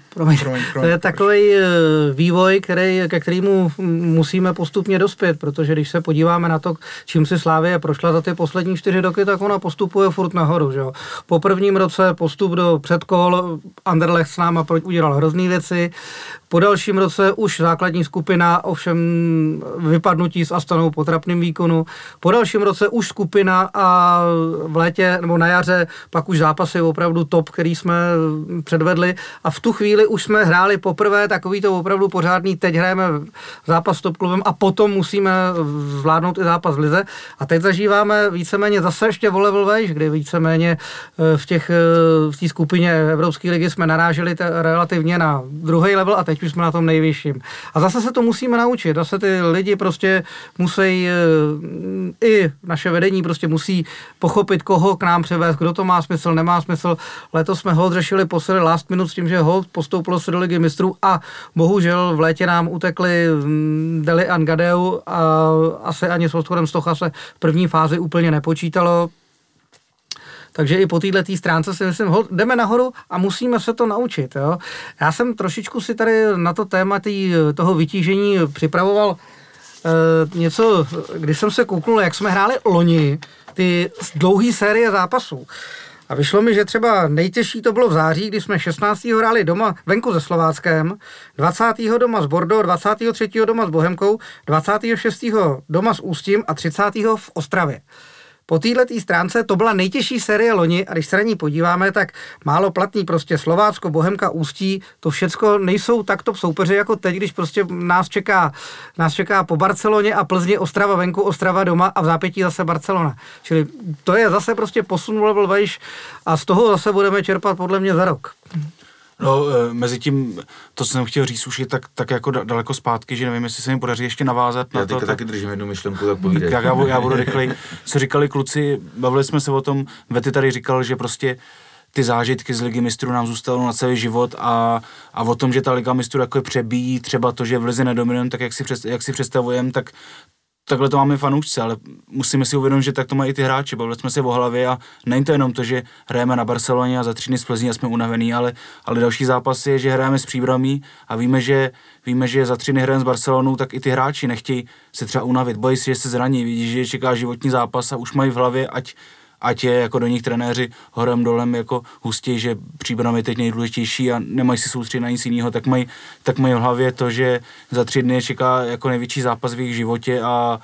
to je takový vývoj, ke kterému musíme postupně dospět, protože když se podíváme na to, čím si Slavia prošla za ty poslední 4 roky, tak ona postupuje furt nahoru. Že jo? Po prvním roce postup do předkol, Anderlecht s náma udělal hrozný věci, po dalším roce už základní skupina, ovšem vypadnutí s Astanou po trapným výkonu, po dalším roce už skupina a v létě nebo na jaře pak už zápasy opravdu top, který jsme předvedli a v tu chvíli už jsme hráli poprvé takový to opravdu pořádný, teď hrajeme zápas s top klubem a potom musíme zvládnout i zápas v lize a teď zažíváme víceméně zase ještě o level vejš, kdy víceméně v té skupině Evropské ligy jsme naráželi relativně na druhý level a teď už jsme na tom nejvyšším. A zase se to musíme naučit, zase ty lidi prostě musí, i naše vedení prostě musí pochopit, koho k nám převést, kdo to má smysl, nemá smysl. Letos jsme hold řešili poslední last minute s tím, že hold postoupilo se do ligy mistrů a bohužel v létě nám utekli Deli a Gadeu a asi ani s odchodem Stocha se v první fázi úplně nepočítalo. Takže i po této stránce si myslím, jdeme nahoru a musíme se to naučit. Jo? Já jsem trošičku si tady na to téma toho vytížení připravoval něco, když jsem se kouknul, jak jsme hráli loni, ty dlouhé série zápasů. A vyšlo mi, že třeba nejtěžší to bylo v září, kdy jsme 16. hráli doma venku se Slováckem, 20. doma s Bordeaux, 23. doma s Bohemkou, 26. doma s Ústím a 30. v Ostravě. Po této stránce to byla nejtěžší série loni a když se na ní podíváme, tak málo platný prostě Slovácko, Bohemka, Ústí, to všecko nejsou tak top soupeři jako teď, když prostě nás čeká po Barceloně a Plzni, Ostrava venku, Ostrava doma a v zápětí zase Barcelona. Čili to je zase prostě posun level vejš a z toho zase budeme čerpat podle mě za rok. No, mezi tím, to jsem chtěl říct už je tak jako daleko zpátky, že nevím, jestli se mi podaří ještě navázat na to. Já taky držím jednu myšlenku, tak povídej. Já budu rychlej. Co říkali kluci, bavili jsme se o tom, Vety tady říkal, že prostě ty zážitky z Ligy mistrů nám zůstanou na celý život a o tom, že ta Liga mistrů jako je přebíjí, třeba to, že v lize nedominujeme, tak jak si představujeme, tak takhle to máme fanoušci, ale musíme si uvědomit, že tak to mají i ty hráči. Bavili jsme se o hlavě a není to jenom to, že hrajeme na Barceloně a za 3 dny z Plzní a jsme unavený, ale další zápas je, že hrajeme s Příbramí a víme, že za 3 dny hrajeme s Barcelonou, tak i ty hráči nechtějí se třeba unavit, bojí se, že se zraní, vidí, že je čeká životní zápas a už mají v hlavě, ať je jako do nich trenéři horem dolem jako hustí, že Příbram je teď nejdůležitější a nemají si soustředit na nic jiného, tak mají v hlavě to, že za 3 dny čeká jako největší zápas v jejich životě a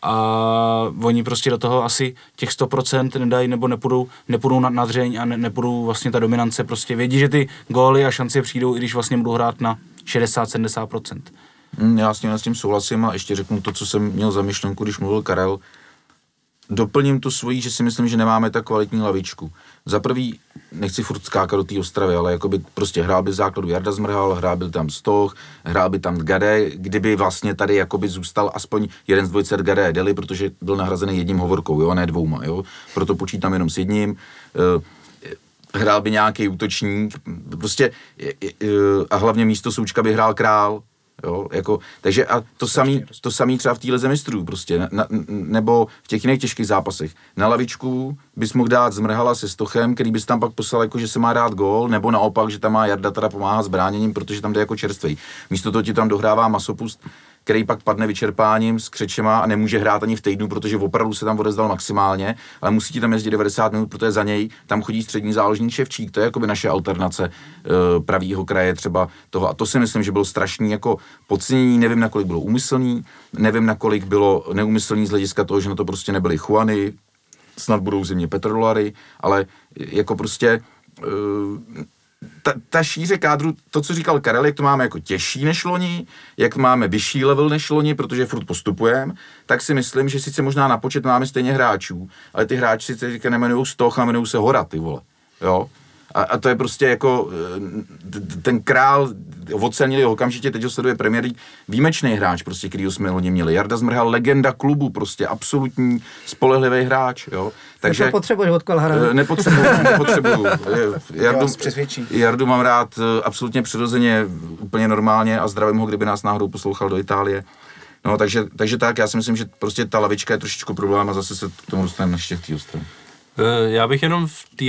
oni prostě do toho asi těch 100% nedají nebo nepůjdou na dřeň a nepůjdou vlastně ta dominance, prostě vědí, že ty góly a šance přijdou, i když vlastně budou hrát na 60-70%. Já s tím souhlasím a ještě řeknu to, co jsem měl za myšlenku, když mluvil Karel. Doplním to svojí, že si myslím, že nemáme tak kvalitní lavičku. Za prvý, nechci furt skákat do té Ostravy, ale jakoby prostě hrál by v základu Jarda Zmrhal, hrál by tam Stoch, hrál by tam Gade, kdyby vlastně tady jakoby zůstal aspoň jeden z dvojcer Gade Deli, protože byl nahrazený jedním Hovorkou, jo, a ne 2, jo. Proto počítám jenom s jedním. Hrál by nějaký útočník, prostě a hlavně místo Součka by hrál Král. Jo, jako, takže a to samý třeba v té lize mistrů prostě, nebo v těch jiných těžkých zápasech. Na lavičku bys mohl dát Zmrhala se Stochem, který bys tam pak poslal jako, že se má dát gól, nebo naopak, že tam má Jarda teda pomáhat s bráněním, protože tam jde jako čerstvej. Místo toho ti tam dohrává Masopust, který pak padne vyčerpáním s křečema a nemůže hrát ani v týdnu, protože opravdu se tam odezdal maximálně, ale musí ti tam jezdit 90 minut, protože za něj tam chodí střední záložník Ševčík, to je jakoby naše alternace pravýho kraje třeba toho. A to si myslím, že bylo strašný jako podcenění, nevím, nakolik bylo úmyslný, nevím, nakolik bylo neúmyslný z hlediska toho, že na to prostě nebyly Juany, snad budou zimě petrodolary, ale jako prostě ta šíře kádru, to, co říkal Karel, jak to máme jako těžší než loni, jak máme vyšší level než loni, protože furt postupujeme, tak si myslím, že sice možná na počet máme stejně hráčů, ale ty hráči sice teďka nemenujou Stoch a jmenujou se Hora, ty vole, jo. A to je prostě jako ten Král, ocenili ho okamžitě, teď ho sleduje Premier League, výjimečný hráč, prostě, který jsme loni měli. Jarda Zmrhal, legenda klubu, prostě absolutní spolehlivý hráč, jo. Takže to potřebuješ od Kolhara. Nepotřebuju. Jardu mám rád absolutně přirozeně, úplně normálně a zdravím ho, kdyby nás náhodou poslouchal do Itálie. No, takže tak, já si myslím, že prostě ta lavička je trošičku problém a zase se k tomu dostaneme na štěstí ostrovy. Já bych jenom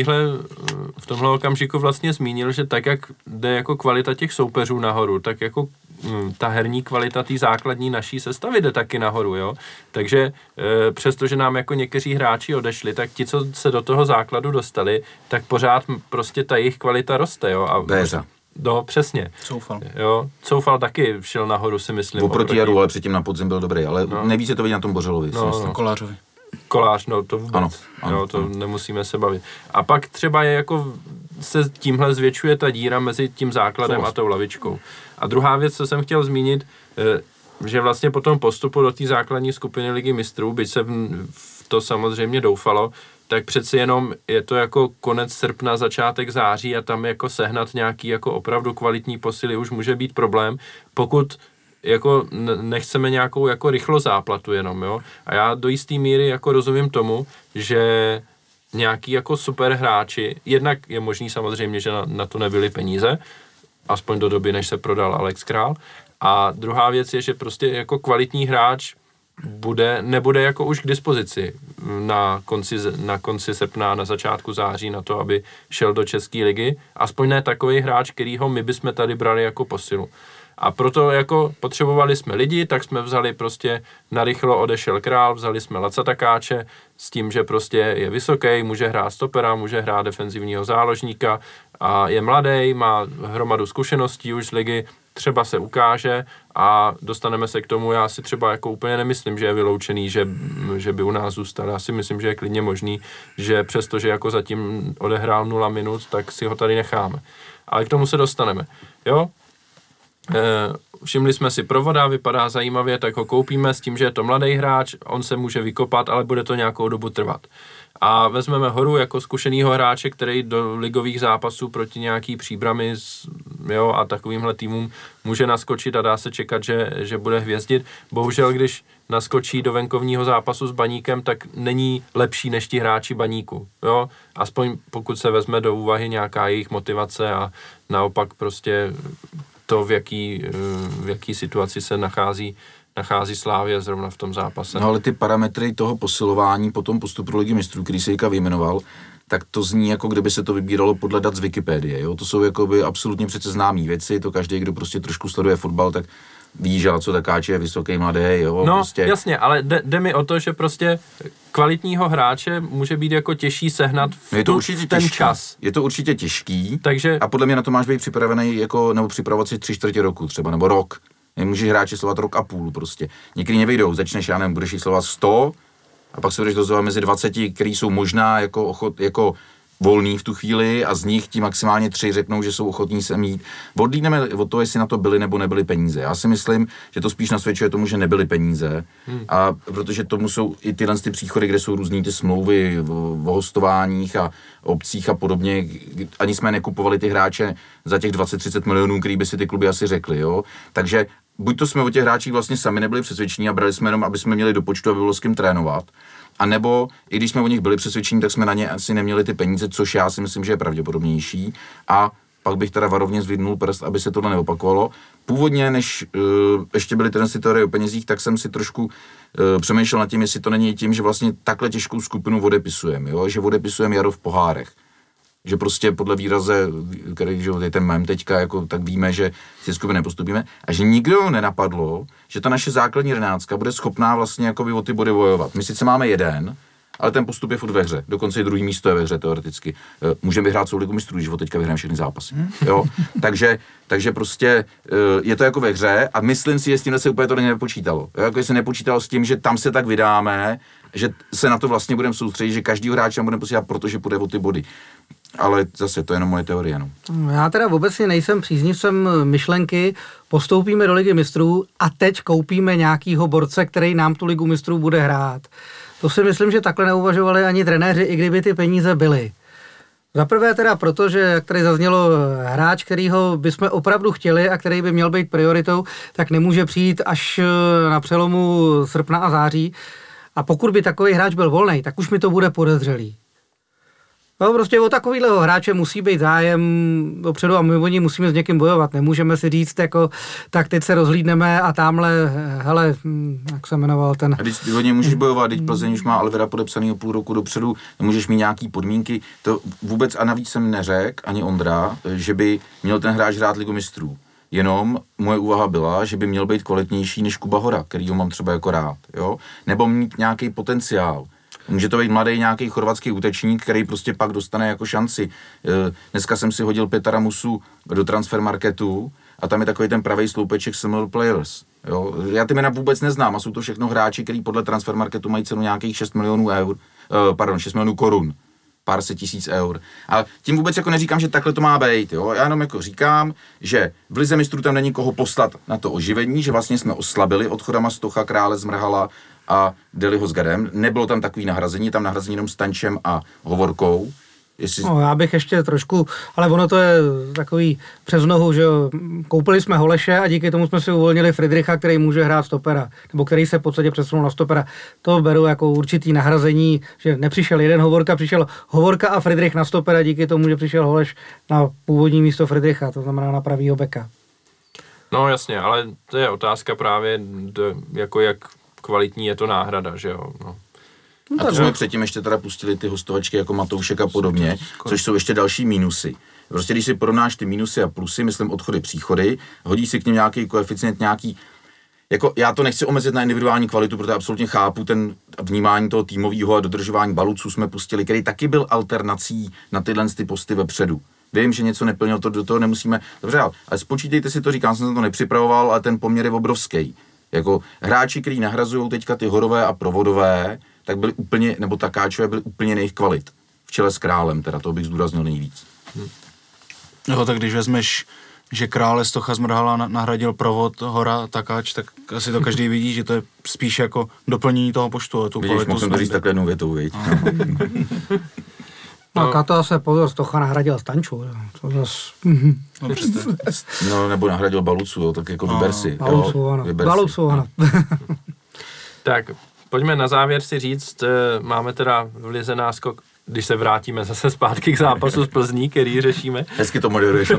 v tomhle okamžiku vlastně zmínil, že tak, jak jde jako kvalita těch soupeřů nahoru, tak jako ta herní kvalita té základní naší sestavy jde taky nahoru, jo. Takže přestože nám jako někteří hráči odešli, tak ti, co se do toho základu dostali, tak pořád prostě ta jejich kvalita roste, jo. A Béřa. No, přesně. Coufal taky šel nahoru, si myslím. Oproti Jaru, ale předtím na podzim byl dobrý, ale nejvíc se to vidí na tom Bořelovi. Kolářovi. Kolář, no to vůbec, ano, nemusíme se bavit. A pak třeba je jako se tímhle zvětšuje ta díra mezi tím základem a tou lavičkou. A druhá věc, co jsem chtěl zmínit, že vlastně po tom postupu do té základní skupiny Ligy mistrů, byť se v to samozřejmě doufalo, tak přeci jenom je to jako konec srpna, začátek září a tam jako sehnat nějaký jako opravdu kvalitní posily už může být problém, pokud jako nechceme nějakou jako rychlozáplatu jenom, jo. A já do jistý míry jako rozumím tomu, že nějaký jako super hráči, jednak je možný samozřejmě, že na to nebyly peníze, aspoň do doby, než se prodal Alex Král. A druhá věc je, že prostě jako kvalitní hráč nebude jako už k dispozici na konci srpna, na začátku září na to, aby šel do České ligy. Aspoň ne takový hráč, kterýho my bychom tady brali jako posilu. A proto jako potřebovali jsme lidi, tak jsme vzali prostě narychlo odešel Král, vzali jsme Laca Takáče s tím, že prostě je vysoký, může hrát stopera, může hrát defenzivního záložníka a je mladý, má hromadu zkušeností už z ligy, třeba se ukáže a dostaneme se k tomu. Já si třeba jako úplně nemyslím, že je vyloučený, že by u nás zůstal. Já si myslím, že je klidně možný, že přestože jako zatím odehrál 0 minut, tak si ho tady necháme. Ale k tomu se dostaneme. Jo? Všimli jsme si Provoda, vypadá zajímavě, tak ho koupíme s tím, že je to mladý hráč, on se může vykopat, ale bude to nějakou dobu trvat. A vezmeme Horu jako zkušenýho hráče, který do ligových zápasů proti nějaký Příbrami a takovýmhle týmům může naskočit a dá se čekat, že bude hvězdit. Bohužel, když naskočí do venkovního zápasu s Baníkem, tak není lepší než ti hráči Baníku. Jo? Aspoň pokud se vezme do úvahy nějaká jejich motivace a naopak prostě to, v jaký situaci se nachází Slávě zrovna v tom zápase. No ale ty parametry toho posilování po tom postupu Ligy mistrů, který se Jika vyjmenoval, tak to zní, jako kdyby se to vybíralo podle dat z Wikipedie. Jo? To jsou jakoby absolutně přece známý věci, to každý, kdo prostě trošku sleduje fotbal, tak ví, že Laco Takáč je vysoký, mladý, jo. No prostě. Jasně, ale jde mi o to, že prostě kvalitního hráče může být jako těžší sehnat v ten čas. Je to určitě těžký. Takže a podle mě na to máš být připravený jako, nebo připravovat si 3/4 roku třeba, nebo rok. Nemůžeš hráči slovat 1,5 roku prostě. Někdy nevyjdou, začneš, já nevím, budeš jich slovat 100 a pak se budeš dozvat mezi 20, který jsou možná jako volný v tu chvíli a z nich ti maximálně 3 řeknou, že jsou ochotní se mít. Odlídneme od toho, jestli na to byly nebo nebyly peníze. Já si myslím, že to spíš nasvědčuje tomu, že nebyly peníze. A protože tomu jsou i tyhle ty příchody, kde jsou různý ty smlouvy o hostováních a obcích a podobně. Ani jsme nekupovali ty hráče za těch 20-30 milionů, který by si ty kluby asi řekli, jo. Takže buď to jsme o těch hráčích vlastně sami nebyli přesvědčení a brali jsme jenom, aby jsme měli do počtu, aby bylo s kým trénovat. A nebo, i když jsme o nich byli přesvědčení, tak jsme na ně asi neměli ty peníze, což já si myslím, že je pravděpodobnější. A pak bych teda varovně zvednul prst, aby se tohle neopakovalo. Původně, než ještě byly ty teorie o penězích, tak jsem si trošku přemýšlel nad tím, jestli to není tím, že vlastně takhle těžkou skupinu odepisujeme, jo? Že odepisujeme jaro v pohárech. Že prostě podle výraze, který je ten mém teďka, jako, tak víme, že si skupiny nepostupíme a že nikdo nenapadlo, že ta naše základní jedenáctka bude schopná vlastně jakoby o ty body bojovat. My sice máme jeden, ale ten postup je furt ve hře. Dokonce i druhý místo je ve hře teoreticky. Můžeme vyhrát celou Ligu mistrů, když od teďka vyhrajeme všechny zápasy. Jo? Takže prostě je to jako ve hře a myslím si, že s tímhle se úplně to nepočítalo. Jo? Jako se nepočítalo s tím, že tam se tak vydáme, že se na to vlastně budeme soustředit, že každý hráč tam budeme posílat, protože půjde o ty body. Ale zase to je jenom moje teorie. No. Já teda obecně nejsem příznivcem myšlenky, postoupíme do Ligy mistrů a teď koupíme nějakýho borce, který nám tu Ligu mistrů bude hrát. To si myslím, že takhle neuvažovali ani trenéři, i kdyby ty peníze byly. Za prvé teda proto, že jak tady zaznělo, hráč, kterýho bychom opravdu chtěli a který by měl být prioritou, tak nemůže přijít až na přelomu srpna a září. A pokud by takový hráč byl volný, tak už mi to bude podezřelý. No prostě o takovýhleho hráče musí být zájem dopředu a my o ní musíme s někým bojovat. Nemůžeme si říct, jako, tak teď se rozhlídneme a tamhle, hele, jak se jmenoval ten... A když hodně můžeš bojovat, teď Plzeň už má Alvera podepsanýho půl roku dopředu, můžeš mít nějaký podmínky, to vůbec a navíc jsem neřekl, ani Ondra, že by měl ten hráč hrát Ligu mistrů. Jenom moje úvaha byla, že by měl být kvalitnější než Kuba Hora, kterýho mám třeba jako rád, jo? Nebo mít nějaký potenciál. Může to být mladý nějaký chorvatský útečník, který prostě pak dostane jako šanci. Dneska jsem si hodil Petra Musu do Transfermarketu a tam je takový ten pravý sloupeček Similar Players. Jo? Já ty jména vůbec neznám a jsou to všechno hráči, kteří podle Transfermarketu mají cenu nějakých 6 milionů korun. Pár set tisíc eur. A tím vůbec jako neříkám, že takhle to má být. Jo? Já jenom jako říkám, že v Lize mistrů tam není koho poslat na to oživení, že vlastně jsme oslabili odchodama Stocha, Krále, Zmrhala a Deliho s Gadem. Nebylo tam takový nahrazení, tam nahrazení jenom Stančem a Hovorkou. No, já bych ještě trošku, ale ono to je takový přes nohu, že koupili jsme Holeše a díky tomu jsme si uvolnili Friedricha, který může hrát stopera, nebo který se v podstatě přesunul na stopera. To beru jako určitý nahrazení, že nepřišel jeden Hovorka, přišel Hovorka a Friedrich na stopera, díky tomu, že přišel Holeš na původní místo Friedricha, to znamená na pravýho beka. No jasně, ale to je otázka právě, jako jak kvalitní je to náhrada, že jo, no. A to jsme předtím ještě teda pustili ty hostovačky jako Matoušek a podobně, což jsou ještě další mínusy. Prostě když si porovnáš ty minusy a plusy, myslím odchody, příchody, hodí si k něm nějaký koeficient, nějaký, jako já to nechci omezit na individuální kvalitu, protože absolutně chápu ten vnímání toho týmového a dodržování balů, co jsme pustili, který taky byl alternací na tyhle ty posty vepředu. Vím, že něco neplnilo, to do toho nemusíme, dobře, ale spočítejte si to, říkám, jsem se to nepřipravoval, ale ten poměr je obrovský. Jako hráči, kteří nahrazují teďka ty horové a provodové, tak byli úplně, nebo takáčové byli úplně nejich kvalit. V čele s Králem, teda to bych zdůraznil nejvíc. No tak když vezmeš, že Krále Stocha Zmrhala nahradil provod, Hora, takáč, tak asi to každý vidí, že to je spíš jako doplnění toho počtu. Tu vidíš, mohl jsem to říct takhle jednou větou, viď? No, Kato se pozor, Stocha nahradil Stanču. To zas... No, nebo nahradil Balucu, jo, tak jako vyber si. Balucu, ano. Balucu, ano. Tak, pojďme na závěr si říct, máme teda v lize náskok, když se vrátíme zase zpátky k zápasu z Plzní, který řešíme. Hezky to moderuješ.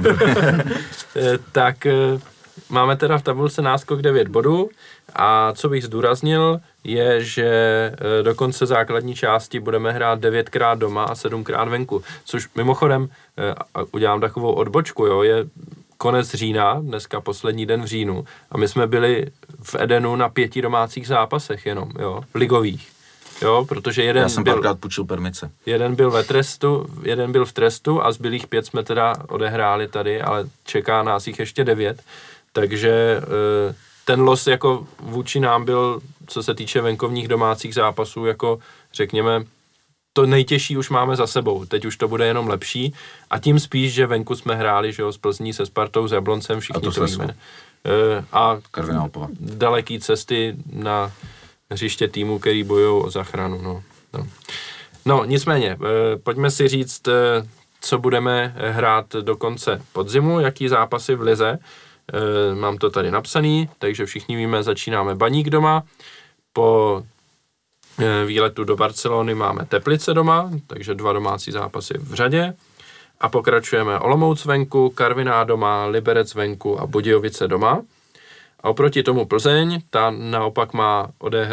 Tak máme teda v tabulce náskok 9 bodů a co bych zdůraznil, je, že do konce základní části budeme hrát 9krát doma a 7krát venku, což mimochodem, udělám takovou odbočku, jo, je konec října, dneska poslední den v říjnu a my jsme byli v Edenu na 5 domácích zápasech jenom, jo, ligových. Jo, protože já jsem párkrát půjčil permice. Jeden byl v trestu a zbylých 5 jsme teda odehráli tady, ale čeká nás jich ještě 9, takže ten los jako vůči nám byl, co se týče venkovních domácích zápasů, jako řekněme, to nejtěžší už máme za sebou, teď už to bude jenom lepší a tím spíš, že venku jsme hráli, že jo, s Plzní, se Spartou, s Jabloncem, všichni to víme. A daleký cesty na hřiště týmu, který bojují o záchranu. No, nicméně, pojďme si říct, co budeme hrát do konce podzimu, jaký zápasy v lize. Mám to tady napsaný, takže všichni víme, začínáme Baník doma, po výletu do Barcelony máme Teplice doma, takže 2 domácí zápasy v řadě a pokračujeme Olomouc venku, Karviná doma, Liberec venku a Budějovice doma. A oproti tomu Plzeň, ta naopak má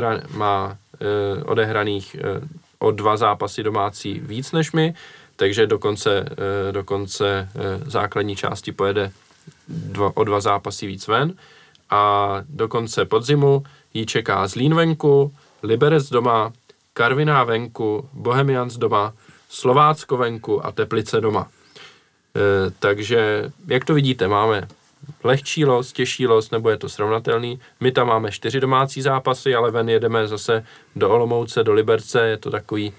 odehraných o 2 zápasy domácí víc než my, takže do konce základní části pojede o 2 zápasy víc ven. A do konce podzimu jí čeká Zlín venku, Liberec doma, Karviná venku, Bohemians doma, Slovácko venku a Teplice doma. Takže, jak to vidíte, máme lehčí los, těžší los, nebo je to srovnatelný. My tam máme 4 domácí zápasy, ale ven jedeme zase do Olomouce, do Liberce, je to takový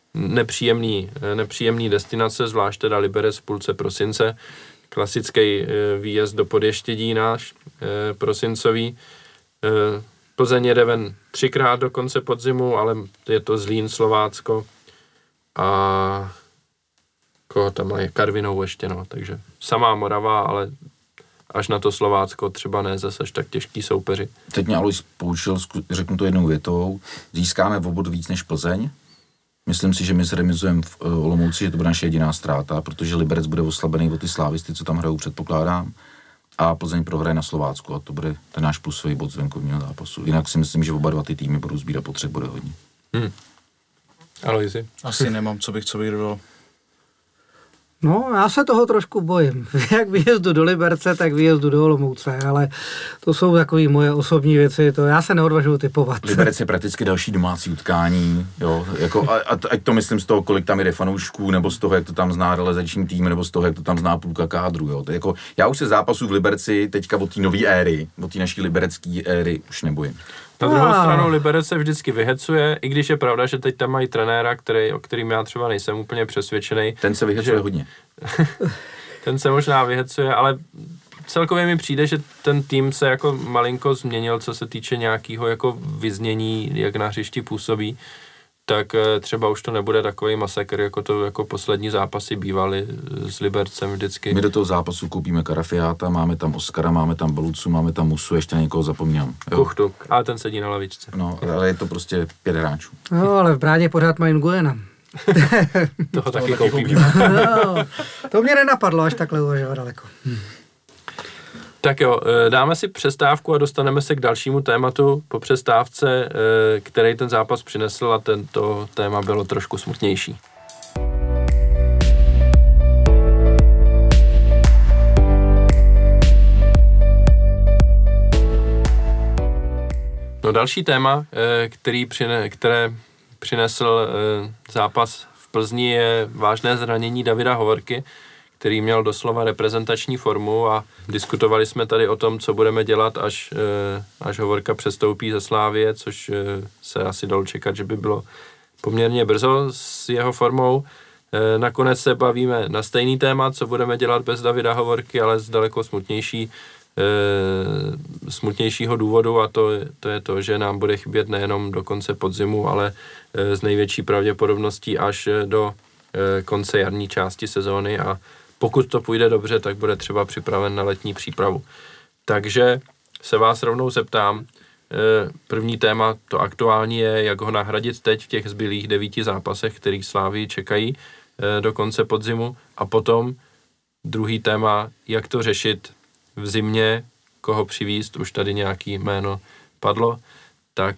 nepříjemný destinace, zvlášť teda Liberec v půlce prosince. Klasický výjezd do Podještědí náš, prosincový. Plzeň jede ven 3krát do konce podzimu, ale je to Zlín, Slovácko a koho tam je Karvinou ještě, no, takže samá Morava, ale až na to Slovácko třeba ne zase až tak těžký soupeři. Teď mě Alois poučil, řeknu to jednou větou, získáme v obod víc než Plzeň. Myslím si, že my se remizujeme v Olomouci, že to bude naše jediná ztráta, protože Liberec bude oslabený o ty slávisty, co tam hrajou, předpokládám. A Plzeň prohraje na Slovácku a to bude ten náš plusový bod z venkovního zápasu. Jinak si myslím, že oba 2 ty týmy budou sbírat po 3 body hodně. Aloisi? Asi nemám, co bych dodal. No, já se toho trošku bojím. Jak výjezdu do Liberce, tak výjezdu do Olomouce, ale to jsou takové moje osobní věci, to já se neodvažuji typovat. Liberec je prakticky další domácí utkání, jo, jako, ať to myslím z toho, kolik tam jde fanoušků, nebo z toho, jak to tam zná realizační tým, nebo z toho, jak to tam zná půlka kádru, jo. To je jako, já už se zápasů v Liberci teďka od té nové éry, od té naší liberecké éry už nebojím. Na druhou stranu Liberec se vždycky vyhecuje, i když je pravda, že teď tam mají trenéra, o kterým já třeba nejsem úplně přesvědčený. Ten se vyhecuje hodně. Ten se možná vyhecuje, ale celkově mi přijde, že ten tým se jako malinko změnil, co se týče nějakého jako vyznění, jak na hřišti působí, tak třeba už to nebude takový masakr, jako to jako poslední zápasy bývaly s Libercem vždycky. My do toho zápasu koupíme Karafiáta, máme tam Oskara, máme tam Balucu, máme tam Musu, ještě na někoho zapomínám. Kuchtu, ale ten sedí na lavičce. No, ale je to prostě 5 hráčů. No, ale v bráně pořád mají Nguyena. Toho taky koupíme. No, to mě nenapadlo až takhle uvažovat daleko. Tak jo, dáme si přestávku a dostaneme se k dalšímu tématu po přestávce, který ten zápas přinesl a tento téma bylo trošku smutnější. No další téma, které přinesl zápas v Plzni, je vážné zranění Davida Hovorky, který měl doslova reprezentační formu a diskutovali jsme tady o tom, co budeme dělat, až Hovorka přestoupí ze Slávie, což se asi dalo čekat, že by bylo poměrně brzo s jeho formou. Nakonec se bavíme na stejný téma, co budeme dělat bez Davida Hovorky, ale z daleko smutnějšího důvodu, a to je to, že nám bude chybět nejenom do konce podzimu, ale s největší pravděpodobností až do konce jarní části sezóny, a pokud to půjde dobře, tak bude třeba připraven na letní přípravu. Takže se vás rovnou zeptám, první téma, to aktuální je, jak ho nahradit teď v těch zbylých 9 zápasech, který Slávii čekají do konce podzimu, a potom druhý téma, jak to řešit v zimě, koho přivízt, už tady nějaký jméno padlo, tak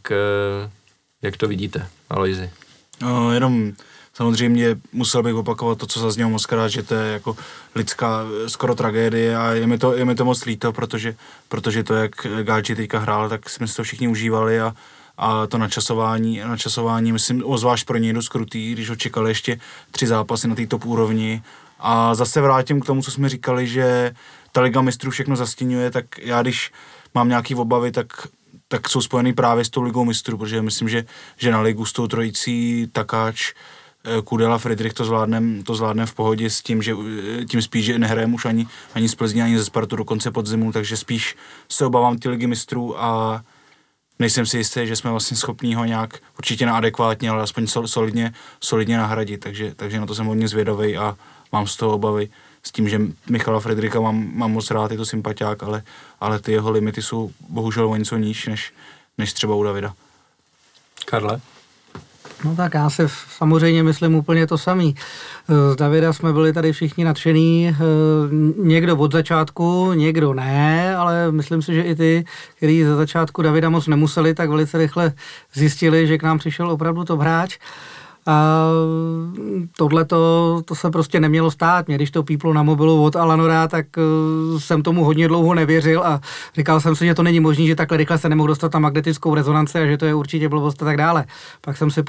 jak to vidíte, Alojzi? No, jenom samozřejmě musel bych opakovat to, co zaznělo mockrát, že to je jako lidská skoro tragédie, a je mi to moc líto, protože to, jak Gáči teďka hrál, tak jsme si to všichni užívali, a to načasování, myslím, zvlášť pro něj dost krutý, když ho čekali ještě 3 zápasy na té top úrovni. A zase vrátím k tomu, co jsme říkali, že ta Liga mistrů všechno zastěňuje, tak já, když mám nějaký obavy, tak jsou spojený právě s tou Ligou mistrů, protože myslím, že na ligu s tou trojicí Takáč, Kudela, Friedrich to zvládnem v pohodě, s tím, že tím spíš, že nehrajeme už ani z Plzně, ani ze Spartu do konce podzimu, takže spíš se obávám ty Ligy mistrů a nejsem si jistý, že jsme vlastně schopní ho nějak určitě neadekvátně, ale aspoň solidně nahradit, takže na to jsem hodně zvědavej a mám z toho obavy. S tím, že Michala Friedricha mám moc rád, je to sympatiák, ale ty jeho limity jsou bohužel o něco níž, než třeba u Davida. Karle? No tak já si samozřejmě myslím úplně to samý. Z Davida jsme byli tady všichni nadšený, někdo od začátku, někdo ne, ale myslím si, že i ty, kteří za začátku Davida moc nemuseli, tak velice rychle zjistili, že k nám přišel opravdu top hráč. A tohle to se prostě nemělo stát. Mě, když to píplo na mobilu od Alanora, tak jsem tomu hodně dlouho nevěřil a říkal jsem si, že to není možné, že takhle rychle se nemohl dostat na magnetickou rezonanci a že to je určitě blbost a tak dále. Pak jsem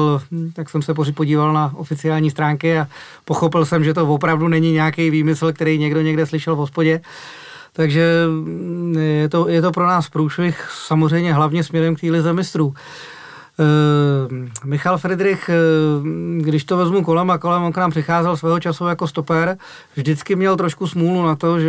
se podíval na oficiální stránky a pochopil jsem, že to opravdu není nějaký výmysl, který někdo někde slyšel v hospodě. Takže je to pro nás průšvih, samozřejmě hlavně směrem k té lize mistrů. Michal Friedrich, když to vezmu kolem, on k nám přicházel svého času jako stoper, vždycky měl trošku smůlu na to, že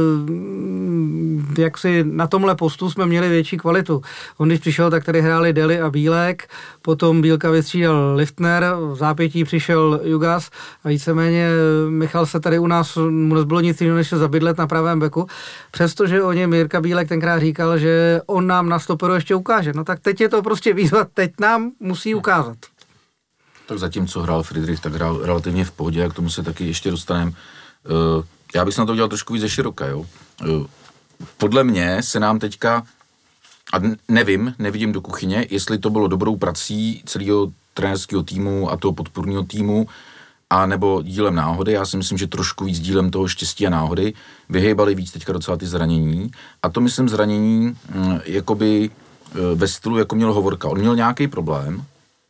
jaksi na tomhle postu jsme měli větší kvalitu. On když přišel, tak tady hráli Deli a Bílek, potom Bílka vystřídal Liftner, v zápětí přišel Jugas a víceméně Michal se tady u nás, mu nezbylo nic jiného, než se zabydlet na pravém beku, přestože o něm Jirka Bílek tenkrát říkal, že on nám na stoperu ještě ukáže. No tak teď je to prostě výzva, teď nám musí ukázat. Tak zatím, co hrál Friedrich, tak hrál relativně v pohodě a k tomu se taky ještě dostaneme. Já bych se na to udělal trošku víc ze široka, jo. Podle mě se nám teďka, a nevidím do kuchyně, jestli to bylo dobrou prací celého trenérského týmu a toho podpůrného týmu, a nebo dílem náhody. Já si myslím, že trošku víc dílem toho štěstí a náhody. Vyhejbali víc teďka docela ty zranění. A to myslím zranění jakoby ve stylu, jako měl Hovorka. On měl nějaký problém,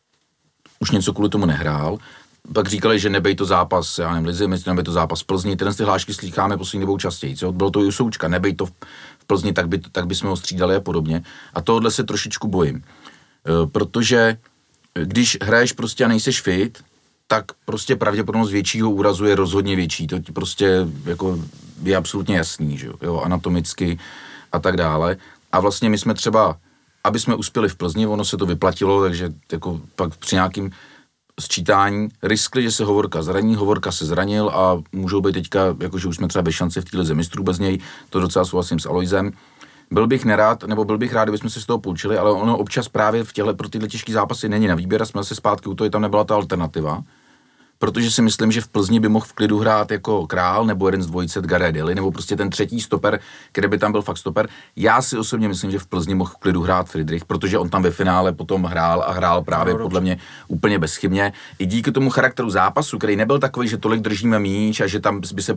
už něco kvůli tomu nehrál, pak říkali, že nebej to zápas, já nevím, lize, nebej to zápas v Plzni, ty hlášky slýcháme poslední dobou častěji, co? Bylo to i u Součka, nebej to v Plzni, tak by jsme ho střídali a podobně. A tohle se trošičku bojím, protože když hraješ prostě a nejseš fit, tak prostě pravděpodobnost většího úrazu je rozhodně větší, to prostě jako je absolutně jasný, že jo, anatomicky a tak dále. A vlastně my jsme třeba, aby jsme uspěli v Plzni, ono se to vyplatilo, takže jako pak při nějakým sčítání riskli, že se Hovorka zraní, Hovorka se zranil a můžou být teďka, jakože už jsme třeba bez šance v té lize mistrů bez něj, to docela souhlasím s Alojzem. Byl bych rád, kdybychom se z toho poučili, ale ono občas právě pro tyhle těžké zápasy není na výběr a jsme zase zpátky u toho, tam nebyla ta alternativa. Protože si myslím, že v Plzni by mohl v klidu hrát jako Král nebo jeden z dvojice Gare Deli, nebo prostě ten třetí stoper, který by tam byl fakt stoper. Já si osobně myslím, že v Plzni mohl v klidu hrát Friedrich, protože on tam ve finále potom hrál právě podle mě úplně bezchybně. I díky tomu charakteru zápasu, který nebyl takový, že tolik držíme míč a že tam by se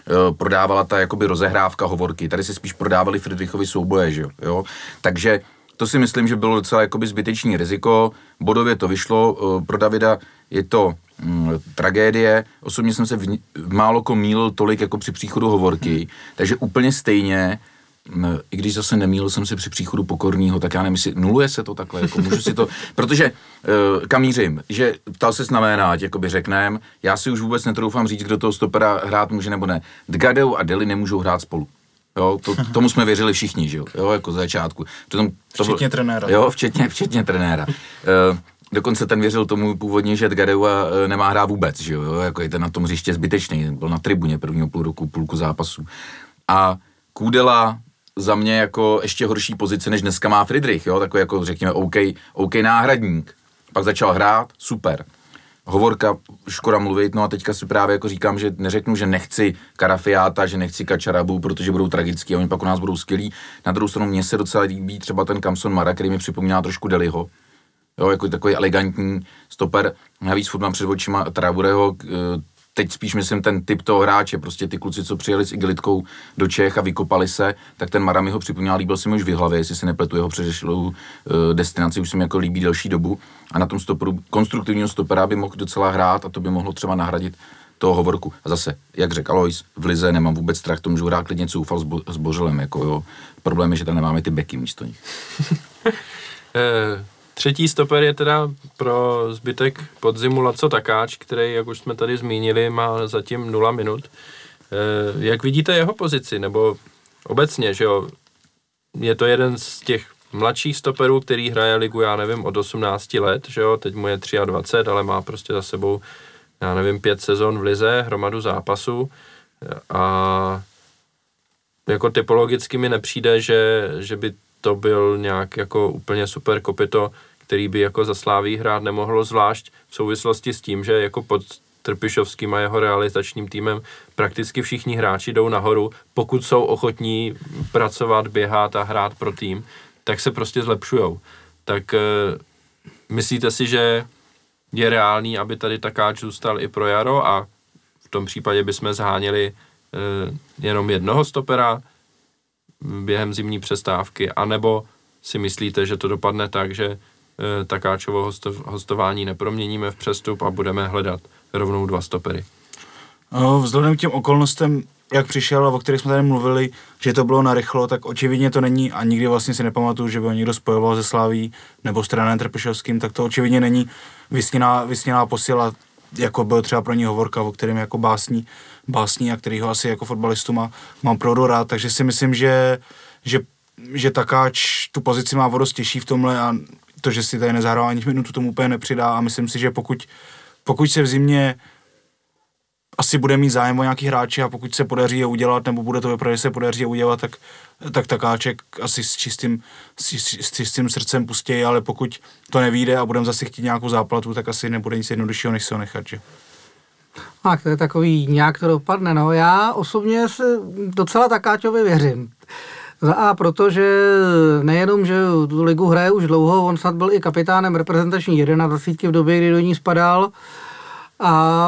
prodávala ta jakoby rozehrávka Hovorky. Tady se spíš prodávaly Friedrichovy souboje, že jo. Takže To si myslím, že bylo docela jakoby zbytečný riziko. Bodově to vyšlo, pro Davida je to tragédie. Osobně jsem se v málo mýlil tolik jako při příchodu Hovorky, takže úplně stejně, i když zase nemýlil jsem se při příchodu Pokornýho, tak já nevím, jestli nuluje se to takhle, jako můžu si to, protože kam mířím, že ptal ses na jména, ať jakoby řeknem, já si už vůbec netroufám říct, kdo toho stopera hrát může nebo ne. Dgadeu a Deli nemůžou hrát spolu. Jo, tomu jsme věřili všichni, že jo, jako z začátku. Včetně trenéra. Jo, včetně trenéra. Dokonce ten věřil tomu původně, že Dgadeu nemá hrát vůbec, že jo, jako je ten na tom hřiště zbytečný, byl na tribuně prvního půlku zápasu. A Kůdela za mě jako ještě horší pozice, než dneska má Friedrich, jo, takový jako řekněme OK náhradník. Pak začal hrát, super. Hovorka, škoda mluvit, no a teďka si právě jako říkám, že neřeknu, že nechci Karafiáta, že nechci Kačarabu, protože budou tragický a oni pak u nás budou skvělí. Na druhou stranu mně se docela líbí třeba ten Kamson Mara, který mi připomíná trošku Deliho. Jo, jako takový elegantní stoper, navíc furt mám před očima Traoreho, teď spíš myslím ten typ toho hráče, prostě ty kluci, co přijeli s igelitkou do Čech a vykopali se, tak ten Mara mi ho připomínal, líbil se mi už v Jihlavě, jestli se nepletu jeho předešlou destinaci, už se mi jako líbí delší dobu a na tom stoperu, konstruktivního stopera by mohl docela hrát a to by mohlo třeba nahradit toho Hovorku. A zase, jak řekl Alois, v lize nemám vůbec strach, to můžu hrát klidně Coufal s Bořelem, jako jo. Problém je, že tam nemáme ty beky místo nich. Třetí stoper je teda pro zbytek podzimu Laco Takáč, který, jak už jsme tady zmínili, má zatím 0 minut. Jak vidíte jeho pozici, nebo obecně, že jo, je to jeden z těch mladších stoperů, který hraje ligu, já nevím, od 18 let, že jo, teď mu je 23, ale má prostě za sebou, já nevím, 5 sezon v lize, hromadu zápasů a jako typologicky mi nepřijde, že by to byl nějak jako úplně super kopyto, který by jako za Sláví hrát nemohlo, zvlášť v souvislosti s tím, že jako pod Trpišovským a jeho realizačním týmem prakticky všichni hráči jdou nahoru, pokud jsou ochotní pracovat, běhat a hrát pro tým, tak se prostě zlepšujou. Tak myslíte si, že je reálný, aby tady Takáč zůstal i pro jaro a v tom případě bychom zháněli jenom jednoho stopera během zimní přestávky, anebo si myslíte, že to dopadne tak, že Takáčovo hostování neproměníme v přestup a budeme hledat rovnou 2 stopery? Vzhledem k těm okolnostem, jak přišel a o kterých jsme tady mluvili, že to bylo narychlo, tak očividně to není a nikdy vlastně si nepamatuju, že by ho někdo spojoval se Slaví nebo s trenérem Trpišovským, tak to očividně není vysněná posila, jako byl třeba pro ní Hovorka, o kterém jako básní a kterýho asi jako fotbalistu mám prodo rád, takže si myslím, že Takáč tu pozici má o dost těžší v tomhle a to, že si tady nezahrál ani minutu, tomu úplně nepřidá a myslím si, že pokud se v zimě asi bude mít zájem o nějaký hráči a pokud se podaří je udělat, nebo bude to vypadat, že se podaří je udělat, tak Takáček asi s čistým srdcem pustí, ale pokud to nevyjde a budeme zase chtít nějakou záplatu, tak asi nebude nic jednoduššího, než se ho nechat, že? Tak to je takový, nějak to dopadne, no. Já osobně se docela Takáčovi věřím. Protože nejenom, že tu ligu hraje už dlouho, on snad byl i kapitánem reprezentační 21 v době, kdy do ní spadal. A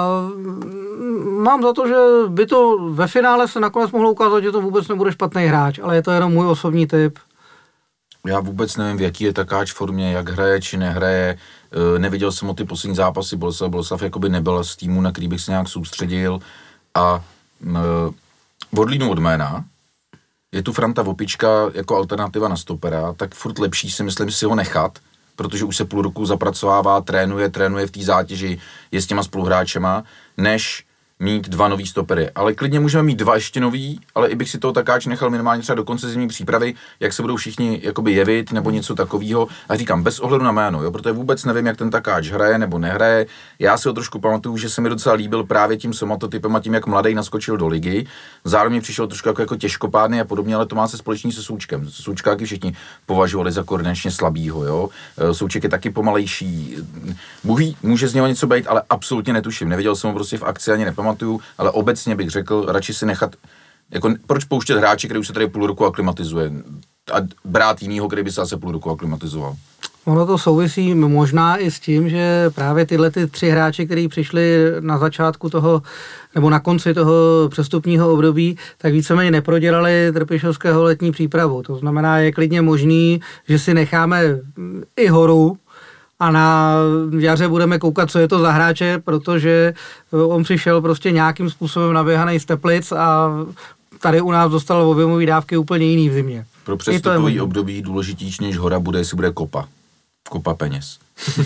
mám za to, že by to ve finále se nakonec mohlo ukázat, že to vůbec nebude špatný hráč, ale je to jenom můj osobní tip. Já vůbec nevím, v jaký je Takáč formě, jak hraje či nehraje. Neviděl jsem o ty poslední zápasy, Boleslav jakoby nebyl z týmu, na který bych se nějak soustředil. A odlídnu od jména, je tu Franta Vopička jako alternativa na stopera, tak furt lepší si myslím si ho nechat, protože už se půl roku zapracovává, trénuje v té zátěži, je s těma spoluhráčema, než mít 2 nový stopery. Ale klidně můžeme mít 2 ještě nový, ale i bych si toho Takáč nechal minimálně třeba do konce zimní přípravy, jak se budou všichni jakoby jevit nebo něco takového. A říkám, bez ohledu na jméno, jo, protože vůbec nevím, jak ten Takáč hraje nebo nehraje. Já si ho trošku pamatuju, že se mi docela líbil právě tím somatotypem a tím, jak mladý naskočil do ligy. Zároveň přišel trošku jako těžkopádný a podobně, ale to má se společný se Součkem. Součkáky všichni považovali za koordinačně slabýho, jo. Souček je taky pomalejší. Buhý, může z něho něco být, ale absolutně netuším. Neviděl jsem ho prostě v akci ani nepamatuju, ale obecně bych řekl, radši si nechat, jako proč pouštět hráče, který už se tady půl roku aklimatizuje a brát jinýho, který by se zase půl roku aklimatizoval. Ono to souvisí možná i s tím, že právě tyhle ty 3 hráči, kteří přišli na začátku toho, nebo na konci toho přestupního období, tak víceméně neprodělali Trpišovského letní přípravu. To znamená, je klidně možný, že si necháme i Horu a na jaře budeme koukat, co je to za hráče, protože on přišel prostě nějakým způsobem naběhaný z Teplic a tady u nás dostal objemové dávky úplně jiný v zimě. Pro přestupový období důležitější než Hora bude, jestli bude kopa peněz.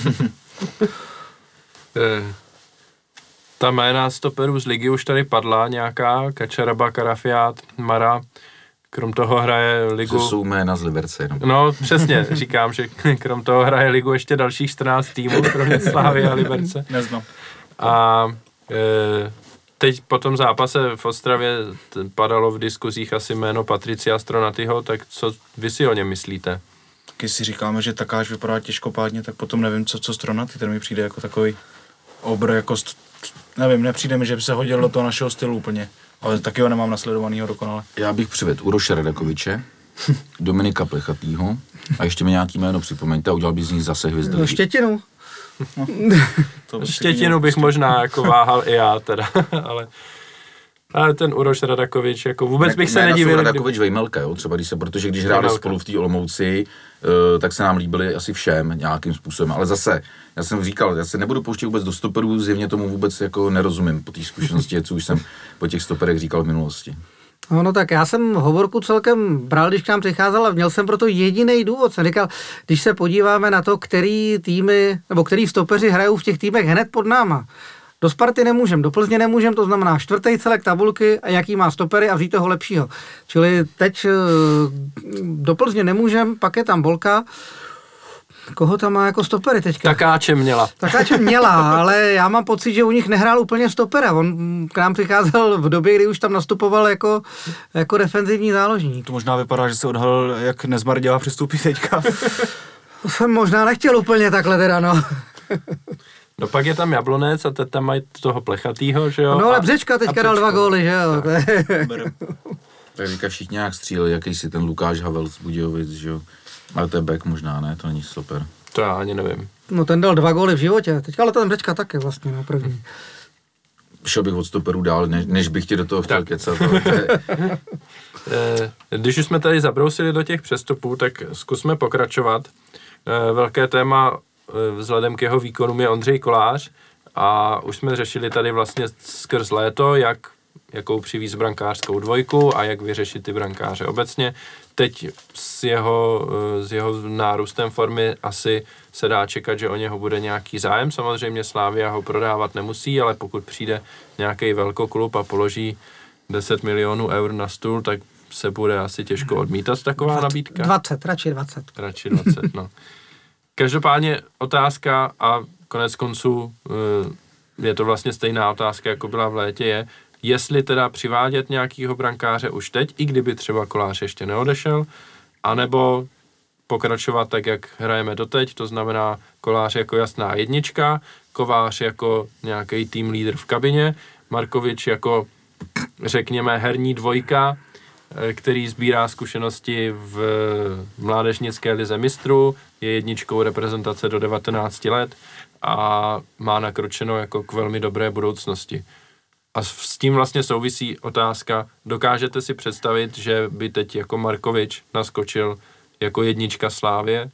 Ta jména stoperů z ligy už tady padla nějaká, Kačaraba, Karafiát, Mara, krom toho hraje ligu... To jsou jména z Liberce. No přesně, říkám, že krom toho hraje ligu ještě dalších 14 týmů, kromě Slávy a Liberce. Neznám. A teď po tom zápase v Ostravě padalo v diskuzích asi jméno Patricia Stronatyho, tak co vy si o něm myslíte? Taky si říkáme, že Takáč vypadá těžkopádně, tak potom nevím, co Stronatý, ten mi přijde jako takový obr, jako nevím, nepřijde mi, že by se hodil do toho našeho stylu úplně, ale taky ho nemám nasledovanýho dokonale. Já bych přivedl Uroše Radakoviče, Dominika Plechatýho a ještě mi nějaký jméno připomeňte a udělal by z nich zase hvězdy. Štětinu. No, Štětinu bych možná jako váhal i já teda, ale ten Uroš Radakovič, jako vůbec bych se nedivil. Radakovič Vejmelka, jo, třeba protože když hráli spolu v té Olomouci, tak se nám líbili asi všem nějakým způsobem, ale zase, já jsem říkal, já se nebudu pouštět vůbec do stoperů, zjevně tomu vůbec jako nerozumím po té zkušenosti, co už jsem po těch stoperech říkal v minulosti. No tak já jsem Hovorku celkem bral, když k nám přicházel a měl jsem proto jediný důvod. Jsem říkal, když se podíváme na to, který týmy, nebo který stopeři hrajou v těch týmech hned pod náma. Do Sparty nemůžem, do Plzně nemůžem, to znamená 4. celek tabulky a jaký má stopery a vzít toho lepšího. Čili teď do Plzně nemůžem, pak je tam Bolka. Koho tam má jako stopery teďka? Takáče měla, ale já mám pocit, že u nich nehrál úplně stopera. On k nám přicházel v době, kdy už tam nastupoval jako defenzivní záložník. To možná vypadá, že se odhalil, jak Nezmardělá přestupí teďka. To jsem možná nechtěl úplně takhle teda, no. No pak je tam Jablonec a teď tam mají toho Plechatýho, že jo? No ale Břečka teďka dal 2 góly, že jo? Tak říká všichni nějak stříleli, jakýsi ten Lukáš Havel z Budějovic, že jo? Ale to je back možná, ne? To není super. To já ani nevím. No ten dal 2 góly v životě, teďka ale ten Břečka taky vlastně, no první. Šel bych od stoperů dál, než bych ti do toho chtěl kecat. Když už jsme tady zabrousili do těch přestupů, tak zkusme pokračovat. Velké téma vzhledem k jeho výkonům je Ondřej Kolář a už jsme řešili tady vlastně skrz léto, jakou přivízt brankářskou dvojku a jak vyřešit ty brankáře obecně. Teď s jeho nárůstem formy asi se dá čekat, že o něho bude nějaký zájem. Samozřejmě Slavia ho prodávat nemusí, ale pokud přijde nějaký velkoklub a položí 10 milionů eur na stůl, tak se bude asi těžko odmítat taková nabídka. 20, radši 20. Radši 20, no. Každopádně otázka a konec konců je to vlastně stejná otázka, jako byla v létě, je, jestli teda přivádět nějakýho brankáře už teď, i kdyby třeba Kolář ještě neodešel, anebo pokračovat tak, jak hrajeme doteď, to znamená Kolář jako jasná jednička, Kovář jako nějaký tým lídr v kabině, Markovič jako, řekněme, herní dvojka, který sbírá zkušenosti v mládežnické lize mistrů, je jedničkou reprezentace do 19 let a má nakročeno jako k velmi dobré budoucnosti. A s tím vlastně souvisí otázka, dokážete si představit, že by teď jako Markovič naskočil jako jednička Slávie?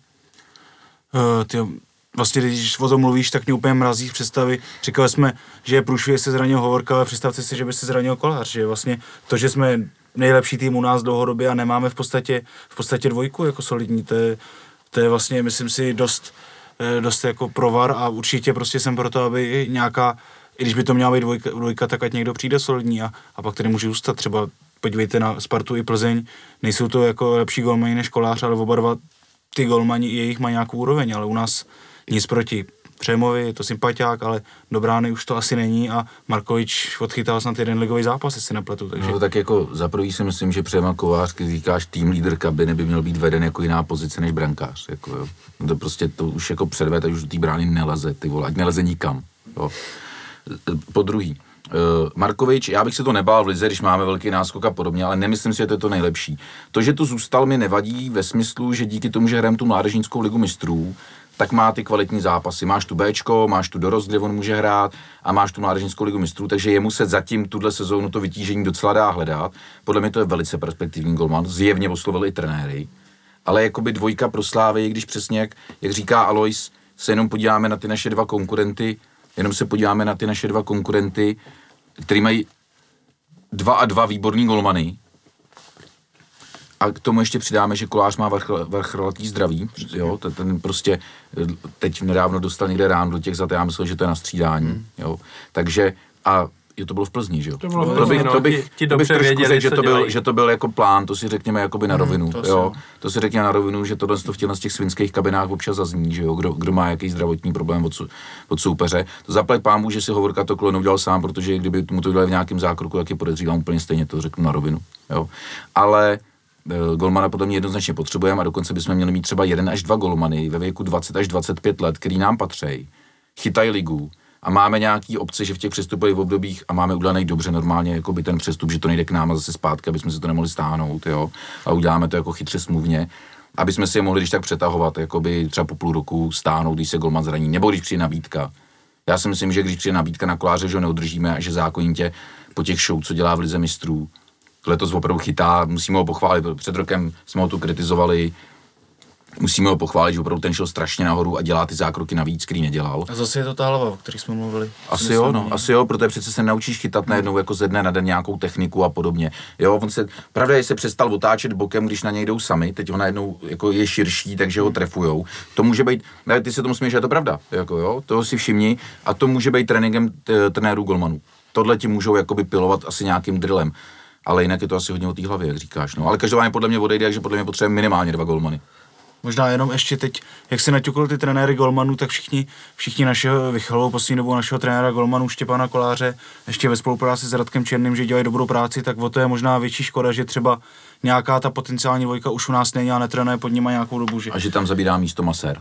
Vlastně, když o tom mluvíš, tak mě úplně mrazí v představy. Říkali jsme, že je průšvih, se zranil Hovorka, ale představte si, že by se zranil Kolář. Že vlastně to, že jsme nejlepší tým u nás dlouhodobě a nemáme v podstatě dvojku jako solidní, to je vlastně, myslím si, dost jako provar a určitě prostě jsem pro to, aby nějaká, i když by to měla být dvojka, tak ať někdo přijde solidní a pak tady může zůstat. Třeba podívejte na Spartu i Plzeň, nejsou to jako lepší golmani než Kolář, ale oba dva ty golmani jejich mají nějakou úroveň, ale u nás nic proti Přemovi, je to sympatiák, ale do brány už to asi není a Markovič odchytal snad jeden ligový zápas, jestli nepletu. Takže... No tak jako za prvý si myslím, že Přema Kovář, když říkáš tým lídr kabiny, by měl být veden jako jiná pozice než brankář. Jako, jo. To prostě to už jako předved, už do té brány neleze, ty vole, ať neleze nikam. Jo. Po druhý, Markovič, já bych se to nebál v lize, když máme velký náskok a podobně, ale nemyslím si, že to je to nejlepší. To, že tu zůstal, mi nevadí ve smyslu, že díky tomu, že hrajeme tu mládežnickou ligu mistrů, tak má ty kvalitní zápasy. Máš tu Bčko, máš tu dorost, kde on může hrát a máš tu mládežnickou ligu mistrů, takže jemu se zatím tuhle sezónu to vytížení docela dá hledat. Podle mě to je velice perspektivní golman, zjevně oslovil i trenéry. Ale jakoby dvojka pro Slávy, když přesně, jak říká Alois, se jenom podíváme na ty naše dva konkurenty, který mají 2 výborný golmany. A k tomu ještě přidáme, že Kolář má vrch relativní zdraví, jo, ten prostě teď nedávno dostal někde ráno do těch zad, já myslel, že to je na střídání, jo, takže a to bylo v Plzni, že jo? To bych věděli, že to byl jako plán, to si řekněme jakoby na rovinu, jo. To si řekněme na rovinu, že tohle to v těch svinských kabinách občas zazní, že jo, kdo má jaký zdravotní problém od soupeře. To zaplať pámu, že si Hovorka to koleno udělal sám, protože kdyby mu to udělali v nějakém zákroku, tak je podezřívám úplně stejně, to řeknu na rovinu, jo. Ale golmana podle mě jednoznačně potřebujeme a dokonce bychom měli mít třeba 1 až 2 golmany ve věku 20 až 25 let, který nám patří, chytají ligu a máme nějaký obce, že v těch přestupových obdobích a máme udělaný dobře normálně jakoby ten přestup, že to nejde k nám a zase zpátky, aby jsme si to nemohli stáhnout, jo, a uděláme to jako chytře smluvně, aby jsme si je mohli když tak přetahovat, jakoby třeba po půl roku stáhnout, když se golman zraní, nebo když přijde nabídka. Já si myslím, že když přijde nabídka na Koláře, že ho neudržíme a že zákonitě po těch show, co dělá v lize mistrů, letos opravdu chytá, musíme ho pochválit, před rokem jsme ho tu kritizovali, musíme ho pochválit, že opravdu ten šel strašně nahoru a dělá ty zákroky navíc, který nedělal. A zase je to ta hlava, o který jsme mluvili. Asi jo, protože přece se naučíš chytat najednou jako ze dne na den nějakou techniku a podobně. Jo, pravda je, že se přestal otáčet bokem, když na něj jdou sami, teď ho najednou jako je širší, takže ho trefujou. To může být, ne, ty se tomu směješ, že je to pravda, jako jo, toho si všimni a to může být tréninkem trenérů golmanů. Tohle ti můžou jakoby pilovat asi nějakým drillem. Ale jinak je to asi hodně o té hlavě, jak říkáš. No. Ale každopádně podle mě odejde, takže podle mě potřebujeme minimálně 2 golmany. Možná jenom ještě teď, jak si naťukl ty trenéry golmanů, tak všichni našeho vychalovou poslední dobu našeho trenéra golmanů Štěpána Koláře, ještě ve spolupráci s Radkem Černým, že dělají dobrou práci, tak o to je možná větší škoda, že třeba nějaká ta potenciální dvojka už u nás není a netrénuje pod nima nějakou dobu. Že? A že tam zabírá místo masér.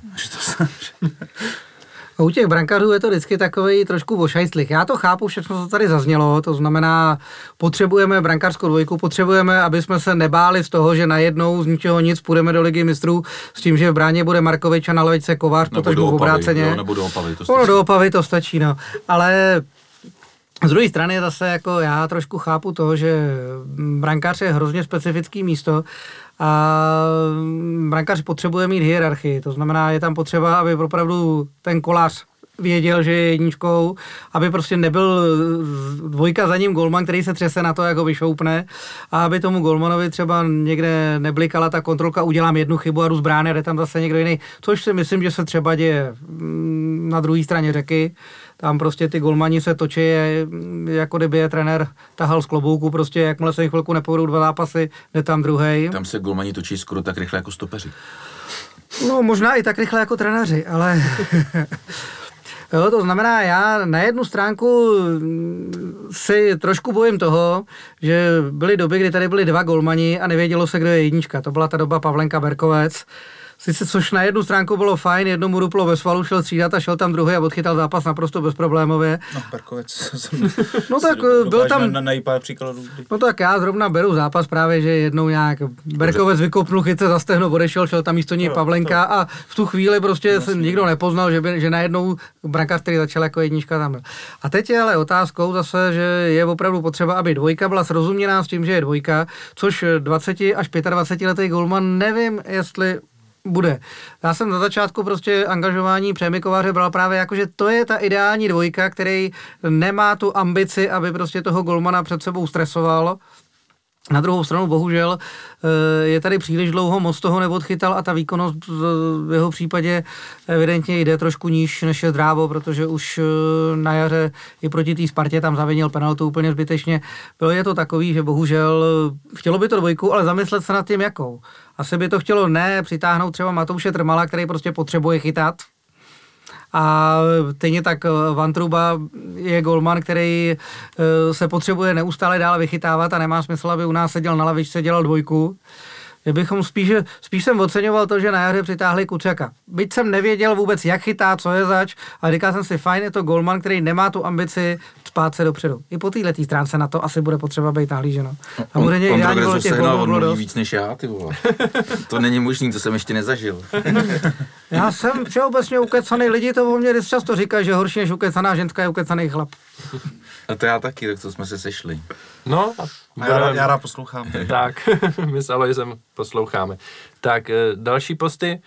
A u těch brankářů je to vždycky takový trošku ošajstlich. Já to chápu, všechno, co tady zaznělo, to znamená, potřebujeme brankářskou dvojku, potřebujeme, aby jsme se nebáli z toho, že najednou z ničeho nic půjdeme do Ligy mistrů s tím, že v bráně bude Markovič a na lavičce Kovář, potažmo obráceně. Nebo do Opavy, do Opavy to stačí, no. Ale z druhé strany zase jako já trošku chápu to, že brankář je hrozně specifický místo a brankář potřebuje mít hierarchii, to znamená, je tam potřeba, aby opravdu ten Kolář věděl, že je jedničkou, aby prostě nebyl dvojka za ním golman, který se třese na to, jak ho vyšoupne a aby tomu golmanovi třeba někde neblikala ta kontrolka, udělám jednu chybu a jdu z brány a jde tam zase někdo jiný, což si myslím, že se třeba děje na druhé straně řeky. Tam prostě ty golmani se točí, jako kdyby je trenér tahal z klobouku, prostě jakmile se chvilku nepovedou 2 zápasy, jde tam druhej. Tam se golmani točí skoro tak rychle jako stopeři. No možná i tak rychle jako trenéři, ale jo, to znamená, já na jednu stránku si trošku bojím toho, že byly doby, kdy tady byly 2 golmani a nevědělo se, kdo je jednička. To byla ta doba Pavlenka Berkovec. Sice, což na jednu stránku bylo fajn, jednomu ruplo ve svalu, šel střídat a šel tam druhý a odchytal zápas naprosto bezproblémově. No, Berkovec. No tak byl tam... Na pár příkladů. No tak já zrovna beru zápas právě, že jednou nějak Berkovec vykopnul chytce za stehno, odešel, šel tam místo něj Pavlenka a v tu chvíli prostě se nikdo nepoznal, že najednou brankář, který začal jako jednička tam byl. A teď je ale otázkou zase, že je opravdu potřeba, aby dvojka byla srozuměná s tím, že je dvojka, což 20 až 25 letý golman nevím, jestli bude. Já jsem na začátku prostě angažování Přemy Kováře bral právě jako, že to je ta ideální dvojka, který nemá tu ambici, aby prostě toho golmana před sebou stresoval. Na druhou stranu bohužel je tady příliš dlouho, moc toho neodchytal a ta výkonnost v jeho případě evidentně jde trošku níž, než je zdrávo, protože už na jaře i proti té Spartě tam zavinil penaltu úplně zbytečně. Bylo je to takový, že bohužel chtělo by to dvojku, ale zamyslet se nad tím jakou. Asi by to chtělo ne přitáhnout třeba Matouše Trmala, který prostě potřebuje chytat. A stejně tak Vantruba je golman, který se potřebuje neustále dále vychytávat a nemá smysl, aby u nás seděl na lavičce, dělal dvojku. Spíš jsem oceňoval to, že na jaře přitáhli Kuciaka. Byť jsem nevěděl vůbec, jak chytá, co je zač, ale říkal jsem si, fajn, je to golman, který nemá tu ambici spát se dopředu. I po této stránce na to asi bude potřeba být nahlíženo. Samozřejmě ideální bylo těch gólů bylo dost. Víc než já, ty vole. To není možný, to jsem ještě nezažil. Já jsem všeobecně ukecaný, lidi to o mě často říkají, že horší než ukecaná ženská je ukecaný chlap. A to já taky, tak to jsme se sešli. No, A já rád poslouchám. Tak, my s Aloisem posloucháme. Tak, další posty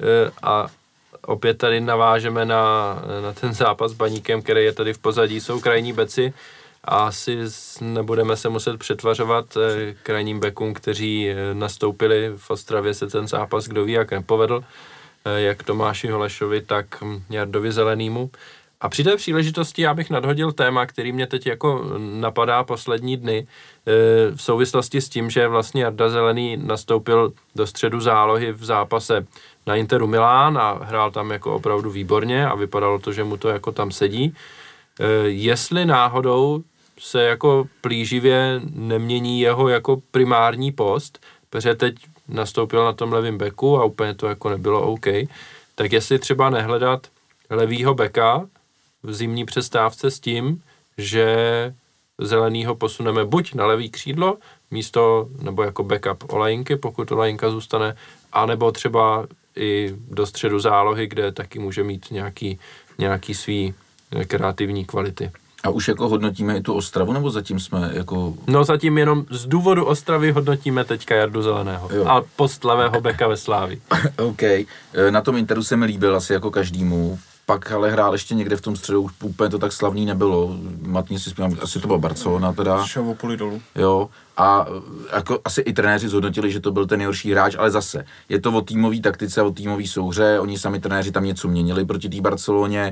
a opět tady navážeme na ten zápas s Baníkem, který je tady v pozadí, jsou krajní beci a asi nebudeme se muset přetvařovat krajním bekům, kteří nastoupili v Ostravě, se ten zápas, kdo ví, jak nepovedl, jak Tomáši Holešovi, tak Jardovi Zelenýmu. A při té příležitosti já bych nadhodil téma, který mě teď jako napadá poslední dny v souvislosti s tím, že vlastně Jarda Zelený nastoupil do středu zálohy v zápase na Interu Milán a hrál tam jako opravdu výborně a vypadalo to, že mu to jako tam sedí. Jestli náhodou se jako plíživě nemění jeho jako primární post, protože teď nastoupil na tom levém beku a úplně to jako nebylo OK, tak jestli třeba nehledat levýho beka v zimní přestávce s tím, že Zelenýho posuneme buď na levý křídlo, místo, nebo jako backup Olajinky, pokud Olajinka zůstane, anebo třeba i do středu zálohy, kde taky může mít nějaký svý kreativní kvality. A už jako hodnotíme i tu Ostravu, nebo zatím jsme jako... No zatím jenom z důvodu Ostravy hodnotíme teďka Jardu Zeleného. Jo. A post levého beka ve Slávii. OK. Na tom Interu se mi líbil asi jako každému. Pak ale hrál ještě někde v tom středu, už úplně to tak slavný nebylo. Matně si vzpomínám, asi to byla Barcelona teda. Šel o půli dolů. Jo. A jako asi i trenéři zhodnotili, že to byl ten nejhorší hráč, ale zase je to o týmové taktice, o týmové souhře. Oni sami trenéři tam něco měnili proti té Barceloně.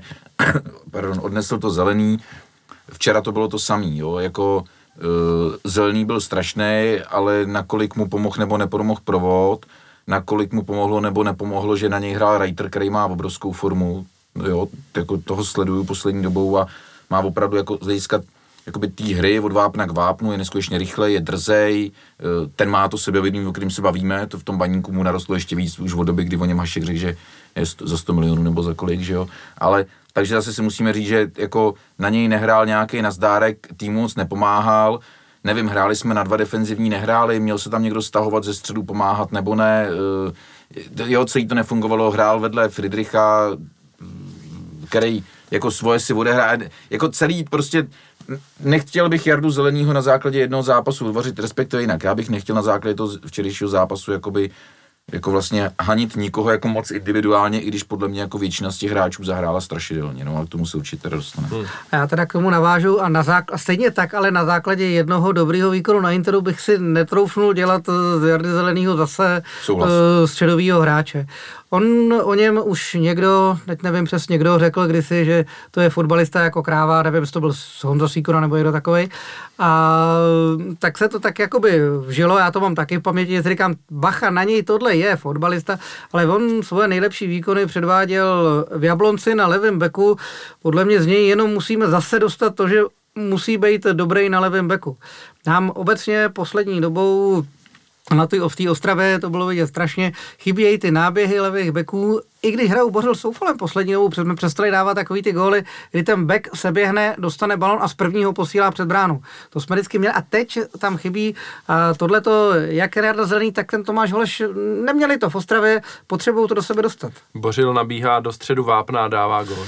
Odnesl to Zelený. Včera to bylo to samý, jo, jako Zelený byl strašný, ale nakolik mu pomohl nebo nepomohl provod, nakolik mu pomohlo nebo nepomohlo, že na něj hrál Reiter, který má obrovskou formu, jo, jako toho sleduju poslední dobou a má opravdu jako z hlediska jakoby té hry od vápna k vápnu, je neskutečně rychle, je drzej, ten má to sebevědomí, o kterém se bavíme, to v tom Baníku mu narostlo ještě víc už od doby, kdy o něm Hašek řekl, že je za 100 milionů nebo za kolik, že jo, ale takže zase si musíme říct, že jako na něj nehrál nějaký nazdárek, týmu moc nepomáhal, nevím, hráli jsme na 2 defenzivní, nehráli, měl se tam někdo stahovat ze středu, pomáhat nebo ne, jo, celý to nefungovalo, hrál vedle Friedricha, který jako svoje si odehraje, jako celý prostě, nechtěl bych Jardu Zelenýho na základě jednoho zápasu odvařit, respektive jinak, já bych nechtěl na základě toho včerejšího zápasu jakoby jako vlastně hanit nikoho jako moc individuálně, i když podle mě jako většina z těch hráčů zahrála strašidelně, no a k tomu se určitě dostane. A já teda k tomu navážu a stejně tak, ale na základě jednoho dobrýho výkonu na Interu bych si netroufnul dělat z Jardy Zelenýho zase středovýho hráče. O něm už někdo, teď nevím přesně kdo, řekl kdysi, že to je fotbalista jako kráva, nevím, jestli to byl Honza Sýkora nebo někdo takovej. A tak se to tak jakoby vžilo, já to mám taky v paměti, že si říkám, bacha, na něj tohle je fotbalista, ale on svoje nejlepší výkony předváděl v Jablonci na levém beku. Podle mě z něj jenom musíme zase dostat to, že musí být dobrý na levém beku. Nám obecně poslední dobou v té Ostravě to bylo vidět strašně, chybějí ty náběhy levých beků, i když hrajou Bořil Soufalem poslední dobou, jsme přestali dávat takový ty góly, kdy ten bek se běhne, dostane balon a z prvního posílá před bránu. To jsme vždycky měli a teď tam chybí a tohleto, jak Jarda Zelený, tak ten Tomáš Holeš, neměli to v Ostravě, potřebují to do sebe dostat. Bořil nabíhá do středu vápna a dává góly.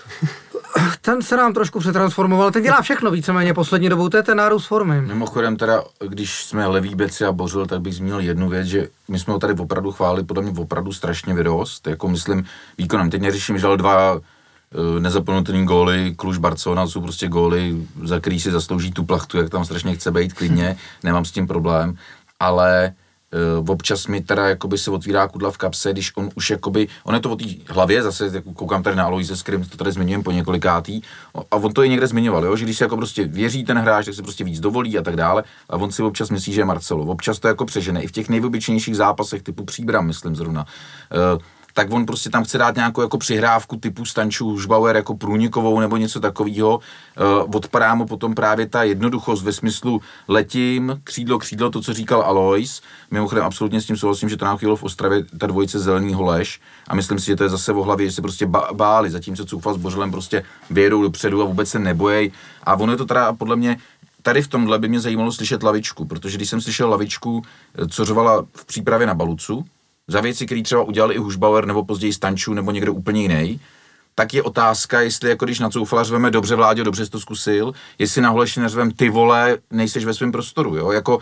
Ten se nám trošku přetransformoval, ten dělá všechno víceméně poslední dobou, to je ten nárůst formy. Mimochodem teda, když jsme levý beci a Bořil, tak bych zmínil jednu věc, že my jsme ho tady opravdu chválili, podle mě opravdu strašně vyrost, jako myslím výkonem. Teď neřeším, že dal 2 nezapomenutelný góly, Kluž Barcelona, jsou prostě góly, za který si zaslouží tu plachtu, jak tam strašně chce být klidně, nemám s tím problém, ale občas mi teda jakoby se otvírá kudla v kapse, když on už jakoby, on je to o té hlavě, zase jako koukám tady na Aloise, s kterým to tady zmiňujeme po několikátý, a on to i někde zmiňoval, jo? Že když se jako prostě věří ten hráč, tak se prostě víc dovolí a tak dále, a on si občas myslí, že je Marcelo, občas to jako přežene, i v těch nejobyčejnějších zápasech typu Příbram, myslím zrovna. tak on prostě tam chce dát nějakou jako přihrávku typu Stanču Hušbauer jako průnikovou nebo něco takového. Odpadá mu potom právě ta jednoduchost ve smyslu letím, křídlo, to, co říkal Alois. Mimochodem absolutně s tím souhlasím, že to nám chvílo v Ostravě ta dvojice Zelený Holeš a myslím si, že to je zase o hlavě, že se prostě báli, zatímco Coufal s Bořilem prostě vyjedou dopředu a vůbec se nebojej. A ono je to teda podle mě, tady v tomhle by mě zajímalo slyšet Lavičku, protože když jsem slyšel Lavičku, co řovala v přípravě na Balucu, za věci, které třeba udělali i Hušbauer nebo později Stanču nebo někdo úplně jiný, tak je otázka, jestli jako když na Coufala řveme dobře Vláďo, dobře jsi to zkusil, jestli na Holeši neřvem ty vole, nejseš ve svém prostoru, jo, jako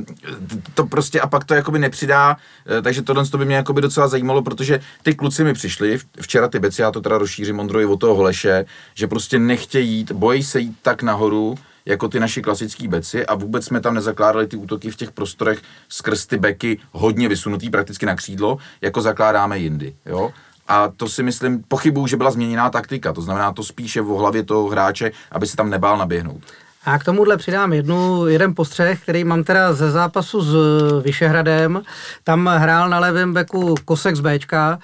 to prostě a pak to jakoby nepřidá, takže tohle by mě jakoby docela zajímalo, protože ty kluci mi přišli, včera ty beci, já to teda rozšířím Ondroji od toho Holeše, že prostě nechtějí jít, bojí se jít tak nahoru, jako ty naši klasický beci a vůbec jsme tam nezakládali ty útoky v těch prostorech skrz ty beky hodně vysunutý prakticky na křídlo, jako zakládáme jindy, jo. A to si myslím, pochybuju, že byla změněná taktika, to znamená to spíše v hlavě toho hráče, aby se tam nebál naběhnout. A k tomuhle přidám jeden postřeh, který mám teda ze zápasu s Vyšehradem. Tam hrál na levém beku Kosek z Bčka,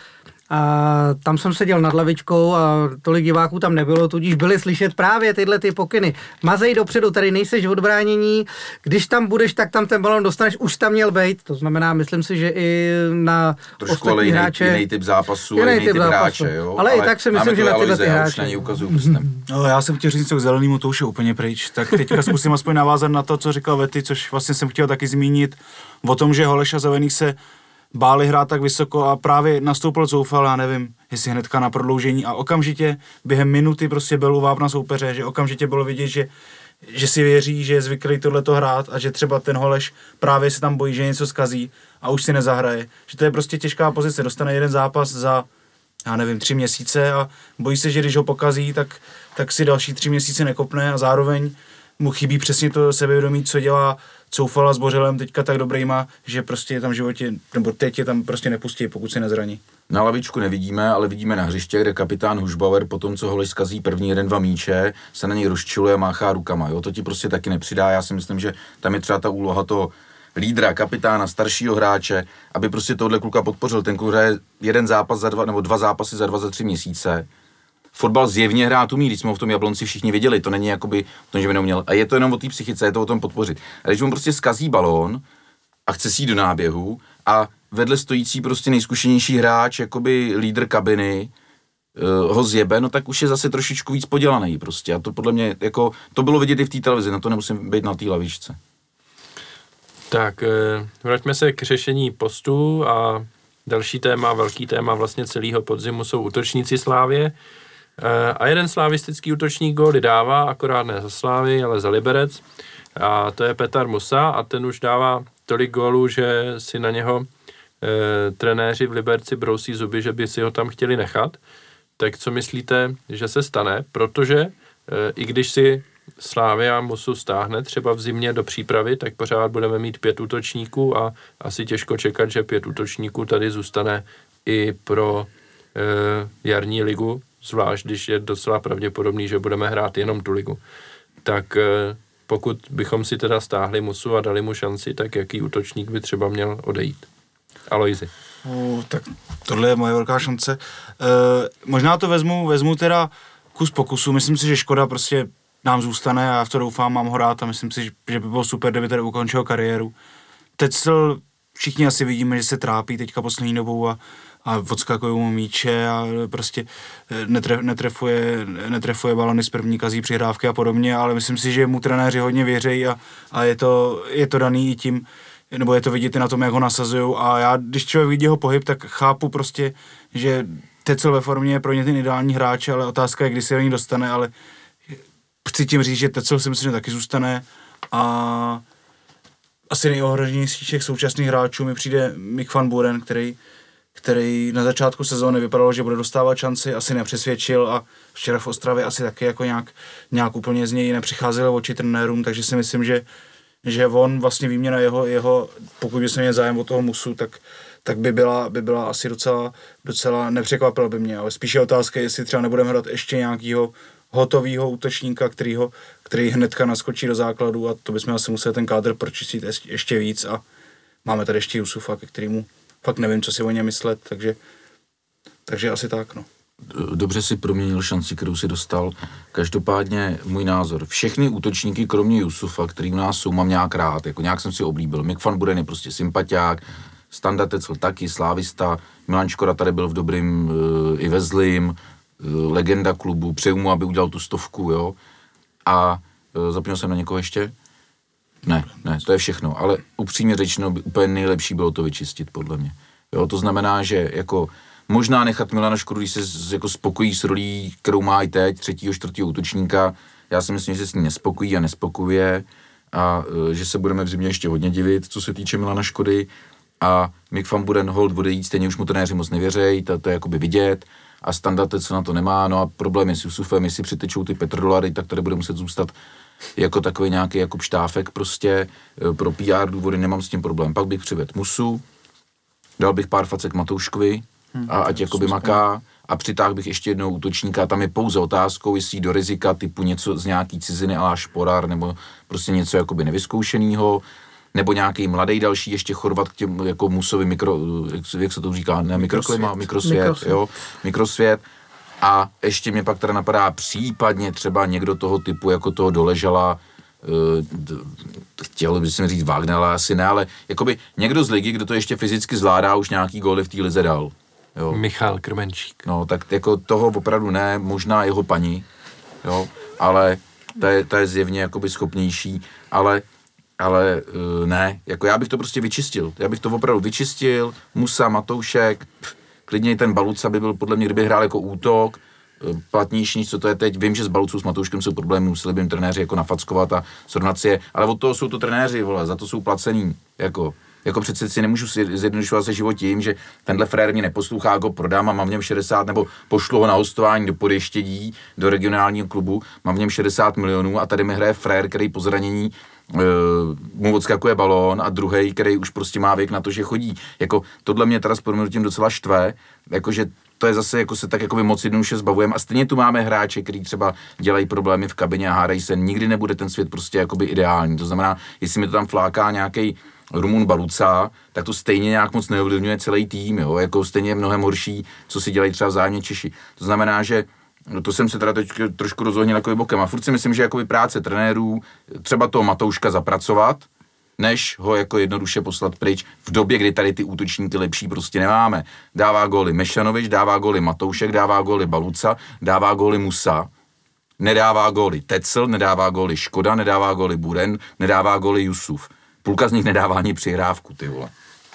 a tam jsem seděl nad lavičkou a tolik diváků tam nebylo, tudíž byly slyšet právě tyhle ty pokyny. Mazej dopředu, tady nejseš v odbránění, když tam budeš, tak tam ten balon dostaneš, už tam měl bejt, to znamená, myslím si, že i na trošku ostatní hráče. Jiný typ zápasu, jiný typ hráče, jo. Ale i tak si myslím, že na tyhle ty hráče. Na ně ukazuju prstem. No, já jsem chtěl říct něco k Zelenému, to už je úplně pryč. Tak teďka zkusím aspoň navázat na to, co říkal Vety, což vlastně jsem chtěl taky zmínit, o tom, že Holeš a Zelený se báli hrát tak vysoko a právě nastoupil Coufal, já nevím, jestli hnedka na prodloužení a okamžitě během minuty prostě byl u vápna soupeře, že okamžitě bylo vidět, že si věří, že je zvyklý tohleto hrát a že třeba ten Holeš právě se tam bojí, že něco zkazí a už si nezahraje. Že to je prostě těžká pozice, dostane jeden zápas za, já nevím, 3 měsíce a bojí se, že když ho pokazí, tak si další 3 měsíce nekopne a zároveň mu chybí přesně to sebevědomí, co dělá Coufala s Bořilem teďka tak dobrýma, že prostě je tam v životě, nebo teď je tam prostě nepustí, pokud se nezraní. Na lavičku nevidíme, ale vidíme na hřiště, kde kapitán Hušbauer po tom, co Holeš zkazí první 1-2 míče, se na něj rozčiluje a máchá rukama. Jo? To ti prostě taky nepřidá. Já si myslím, že tam je třeba ta úloha toho lídra, kapitána, staršího hráče, aby prostě tohle kluka podpořil. Ten kluk hraje jeden zápas za 2 nebo 2 zápasy za 2, za 3 měsíce. Fotbal zjevně hrát umí, když jsme ho v tom Jablonci všichni viděli, to není jakoby to, že by neuměl. A je to jenom o té psychice, je to o tom podpořit. A když mu prostě zkazí balón a chce si jít do náběhu a vedle stojící prostě nejzkušenější hráč, jakoby lídr kabiny, ho zjebe, no tak už je zase trošičku víc podělaný prostě. A to podle mě, jako, to bylo vidět i v té televizi, na to nemusím být na té lavičce. Tak, vraťme se k řešení postu a další téma, velký téma vlastně celého podzimu jsou útočníci Slávě. A jeden slavistický útočník góly dává, akorát ne za Slávy, ale za Liberec. A to je Petar Musa a ten už dává tolik gólů, že si na něho trenéři v Liberci brousí zuby, že by si ho tam chtěli nechat. Tak co myslíte, že se stane? Protože i když si Slavia Musu stáhne třeba v zimě do přípravy, tak pořád budeme mít 5 útočníků a asi těžko čekat, že 5 útočníků tady zůstane i pro jarní ligu, zvlášť když je docela pravděpodobný, že budeme hrát jenom tu ligu. Tak pokud bychom si teda stáhli Musu a dali mu šanci, tak jaký útočník by třeba měl odejít? Aloisi. Tak tohle je moje velká šance. Možná to vezmu teda kus po kusu. Myslím si, že Škoda prostě nám zůstane a já v to doufám, mám ho rád a myslím si, že by bylo super, kdyby tady ukončil kariéru. Teď všichni asi vidíme, že se trápí teďka poslední dobou a odskakují mu míče a prostě netrefuje balony z první, kazí přihrávky a podobně, ale myslím si, že mu trenéři hodně věří a je to daný i tím, nebo je to vidět i na tom, jak ho nasazujou a já, když člověk vidí jeho pohyb, tak chápu prostě, že Tecel ve formě je pro ně ten ideální hráč, ale otázka je, kdy se do ní dostane, ale chci tím říct, že Tecel si myslím, že taky zůstane a asi nejohroženější těch současných hráčů mi přijde Mick van Buren, který na začátku sezóny vypadalo, že bude dostávat šanci, asi nepřesvědčil a včera v Ostravě asi taky jako nějak úplně z něj nepřicházelo oči trenérům, takže si myslím, že on vlastně výměna jeho pokud by se měl zájem o toho Musu, tak by byla asi docela nepřekvapila by mě, ale spíše otázka, jestli třeba nebudeme hrát ještě nějakýho hotovýho útočníka, který hnedka naskočí do základu a to bychom asi museli ten kádr pročistit ještě víc a máme tady ještě Jusufa, ke kterému fakt nevím, co si o něm myslet, takže Takže asi tak, no. Dobře si proměnil šanci, kterou si dostal. Každopádně můj názor. Všechny útočníky, kromě Jusufa, který u nás jsou, mám nějak rád. Jako nějak jsem si oblíbil. Mick van Buren je prostě sympatiák, Standa Tecl taky, slávista, Milan Škoda tady byl v dobrým i ve zlým, legenda klubu, přeju mu, aby udělal tu 100, jo. A zapomněl jsem na někoho ještě? Ne, to je všechno, ale upřímně řečeno, úplně nejlepší bylo to vyčistit, podle mě. Jo, to znamená, že jako možná nechat Milana Škodu, když se jako spokojí s rolí, kterou má i teď, 3., 4. útočníka, já si myslím, že se s ní nespokojí a nespokojuje a že se budeme v zimě ještě hodně divit, co se týče Milana Škody a Mick van Buren hold odejít, stejně už mu trenéři moc nevěřejí, to je jakoby vidět a Standa Tecl na to nemá, no a problém je s Jusufem, jestli přitečou ty petrodolary, tak tady bude muset zůstat jako takový nějaký Jakub Štáfek prostě pro PR důvody, nemám s tím problém. Pak bych přivedl Musu, dal bych pár facek Matouškovi a ať jakoby maká a přitáhl bych ještě jednou útočníka. Tam je pouze otázkou, jestli do rizika typu něco z nějaký ciziny a Šporar nebo prostě něco jakoby nevyzkoušenýho nebo nějaký mladý další ještě Chorvat k těm jako Musovi jak se to říká, ne mikroklima, mikrosvět. A ještě mě pak teda napadá případně třeba někdo toho typu, jako toho Doležala, chtěl bych říct Wagner, ale asi ne, ale jakoby někdo z ligy, kdo to ještě fyzicky zvládá, už nějaký góly v té lize dal. Jo. Michal Krmenčík. No, tak jako toho opravdu ne, možná jeho paní, jo, ale ta je zjevně jakoby schopnější, ale ne, jako já bych to prostě vyčistil, Musa, Matoušek, klidně i ten Baluca by byl podle mě, kdyby hrál jako útok, platnější, než co to je teď. Vím, že s Balucou, s Matouškem jsou problémy, museli by jim trenéři jako nafackovat a srovnat si je, ale od toho jsou to trenéři, vole, za to jsou placení, jako přece si nemůžu zjednodušovat se život tím, že tenhle frér mě neposlouchá, jako prodám a mám v něm 60, nebo pošlu ho na hostování do Podještědí, do regionálního klubu, mám v něm 60 milionů a tady mi hraje frér, který po zranění mu odskakuje balón a druhej, který už prostě má věk na to, že chodí. Jako tohle mě teda s prominutím docela štve, jakože to je zase, jako se tak jakoby moc jednoduše zbavujeme a stejně tu máme hráče, který třeba dělají problémy v kabině a hádají se, nikdy nebude ten svět prostě jakoby ideální. To znamená, jestli mi to tam fláká nějaký Rumun Baluca, tak to stejně nějak moc neovlivňuje celý tým, jo, jako stejně je mnohem horší, co si dělají třeba vzájemně Češi. To znamená, že to jsem se teda teď trošku rozohnil jakoby bokem a furt si myslím, že jakoby práce trenérů, třeba toho Matouška zapracovat, než ho jako jednoduše poslat pryč v době, kdy tady ty útočníky lepší prostě nemáme. Dává góly Mešanovič, dává góly Matoušek, dává góly Baluca, dává góly Musa, nedává góly Tecl, nedává góly Škoda, nedává góly Buren, nedává góly Jusuf. Půlka z nich nedává ani přihrávku, ty vole.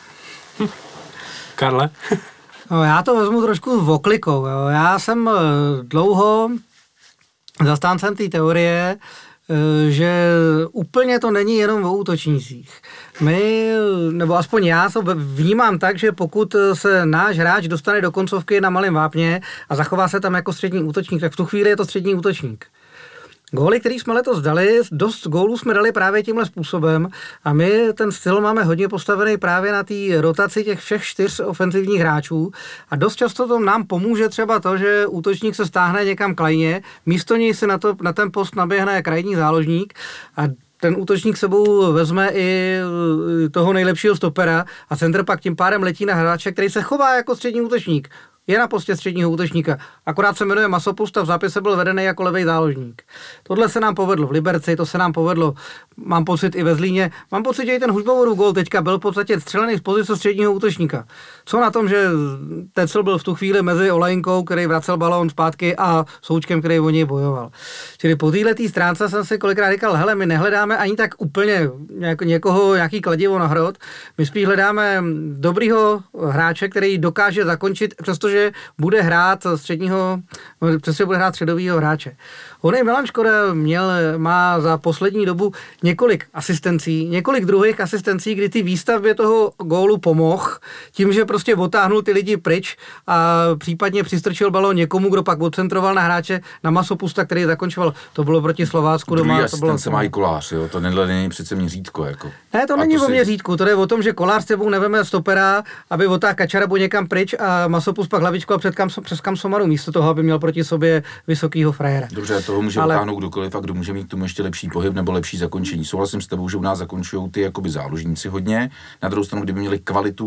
Karle? No, já to vezmu trošku v oklikou. Jo. Já jsem dlouho zastáncem té teorie, že úplně to není jenom o útočnících. My, nebo aspoň já to vnímám tak, že pokud se náš hráč dostane do koncovky na malém vápně a zachová se tam jako střední útočník, tak v tu chvíli je to střední útočník. Góly, který jsme letos dali, dost gólů jsme dali právě tímhle způsobem a my ten styl máme hodně postavený právě na té rotaci těch všech 4 ofenzivních hráčů a dost často to nám pomůže třeba to, že útočník se stáhne někam krajně, místo něj se na ten post naběhne krajní záložník a ten útočník sebou vezme i toho nejlepšího stopera a center pak tím pádem letí na hráče, který se chová jako střední útočník. Je na postě středního útočníka. Akorát se jmenuje Masopust a v zápise byl vedený jako levý záložník. Tohle se nám povedlo v Liberci, to se nám povedlo, mám pocit i ve Zlíně. Mám pocit, že i ten Hušbovorův gól teďka byl v podstatě střelený z pozice středního útočníka. Co na tom, že Tecl byl v tu chvíli mezi Olajnkou, který vracel balón zpátky, a Součkem, který o něj bojoval. Čili po této stránce jsem si kolikrát říkal, hele, my nehledáme ani tak úplně někoho, nějaký kladivo na hrot, my spíš hledáme dobrýho hráče, který dokáže zakončit, přestože bude hrát středovýho hráče. Onej Milan Škoda má za poslední dobu několik druhých asistencí, kdy ty výstavbě toho gólu pomohl tím, že prostě otáhnul ty lidi pryč a případně přistrčil balón někomu, kdo pak odcentroval na hráče, na Masopusta, který zakončoval. To bylo proti Slovácku doma. To bylo se má i Kolář, jo? To není přece měřítko. Jako. Ne, to není o měřítku, to je o tom, že Kolář s sebou neveme stopera, aby otáhl Kačarabu někam pryč a Masopust pak hlavičkoval přes Kamsomaru, místo toho, aby měl proti sobě vysokýho frajera. Dobře, toho může utáhnout kdokoliv a kdo může mít k tomu ještě lepší pohyb nebo lepší zakončení. Souhlasím s tebou, že u nás zakončují ty jakoby záložníci hodně. Na druhou stranu, kdyby měli kvalitu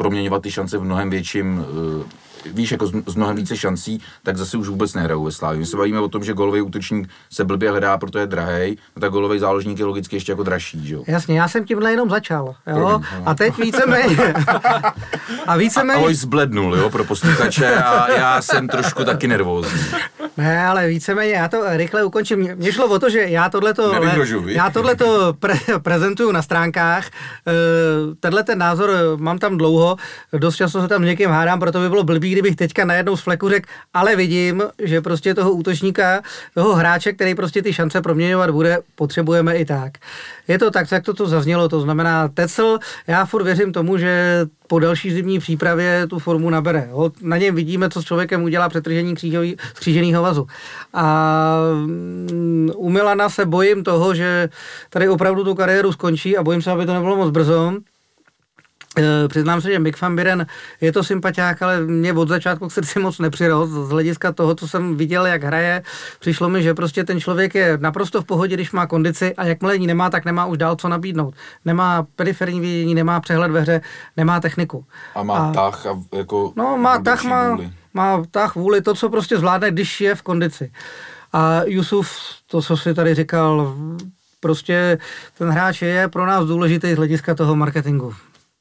proměňovat ty šance v mnohem větším, víš, jako z mnohem více šancí, tak zase už vůbec nehrajou ve Slávii. My se bavíme o tom, že gólový útočník se blbě hledá, protože je drahej, no tak gólový záložník je logicky ještě jako dražší, že jo? Jasně, já jsem tímhle jenom začal, jo, a teď víceméně. A Alois zblednul, jo, pro posluchače a já jsem trošku taky nervózní. Ne, ale víceméně, já to rychle ukončím. Mně šlo o to, že já tohleto prezentuju na stránkách. Tenhle ten názor mám tam dlouho, dost často se tam s někým hádám, proto by bylo blbý, kdybych teďka najednou z fleku řekl, ale vidím, že prostě toho útočníka, toho hráče, který prostě ty šance proměňovat bude, potřebujeme i tak. Je to tak, jak to zaznělo, to znamená Tecl, já furt věřím tomu, že po další zimní přípravě tu formu nabere. Na něm vidíme, co s člověkem udělá přetržení skříženého vazu. A u Milana se bojím toho, že tady opravdu tu kariéru skončí a bojím se, aby to nebylo moc brzo. Přiznám se, že Mick van Buren je to sympatiák, ale mě od začátku k srdci moc nepřirost. Z hlediska toho, co jsem viděl, jak hraje, přišlo mi, že prostě ten člověk je naprosto v pohodě, když má kondici a jakmile ji nemá, tak nemá už dál co nabídnout. Nemá periferní vidění, nemá přehled ve hře, nemá techniku. A má tah a jako... No, má tah, vůli, to, co prostě zvládne, když je v kondici. A Jusuf, to, co si tady říkal, prostě ten hráč je pro nás důležitý z hlediska toho marketingu.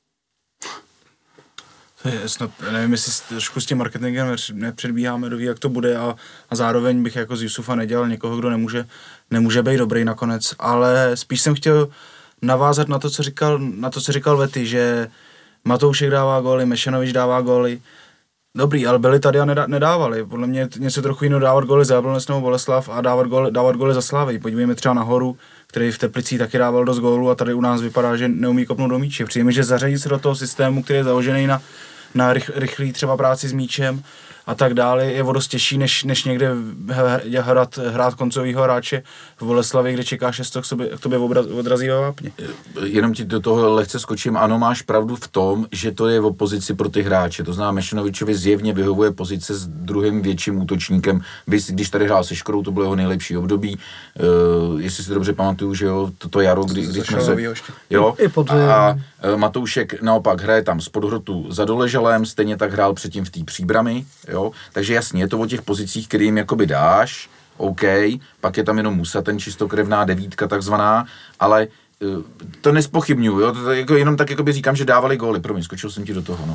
Snad, nevím, jestli trošku s tím marketingem nepředbíháme, doví, jak to bude a zároveň bych jako z Jusufa nedělal někoho, kdo nemůže být dobrý nakonec, ale spíš jsem chtěl navázat na to, co říkal Vety, že Matoušek dává góly, Mešanovič dává góly, dobrý, ale byli tady a nedávali. Podle mě něco trochu jiného dávat góly za Jablonec nebo Boleslav a dávat góly za Slávy. Podívejme třeba na Horu, který v Teplicích taky dával dost gólů a tady u nás vypadá, že neumí kopnout do míče. Přijde mi, že zařadit se do toho systému, který je založený na rychlý třeba práci s míčem a tak dále, je o dost těžší, než někde hrát koncovýho hráče v Boleslavi, kde čekáš, že to k tobě odrazí ve vápně. Jenom ti do toho lehce skočím, ano, máš pravdu v tom, že to je v opozici pro ty hráče, to znamená Mešanovičovi zjevně vyhovuje pozice s druhým větším útočníkem, když tady hrál se Škodou, to bylo jeho nejlepší období, jestli si dobře pamatuju, že jo, to jaro, kdy jsme se... Jo, a Matoušek naopak hraje tam z Podhrotu za Doležalem, stejně tak hrál předtím v té Příbrami, jo, takže jasně, je to o těch pozicích, který jim jakoby dáš, OK, pak je tam jenom Musa, ten čistokrevná devítka takzvaná, ale to nespochybňuju, jo, to jako, jenom tak jakoby říkám, že dávali góly, promiň, skočil jsem ti do toho, no.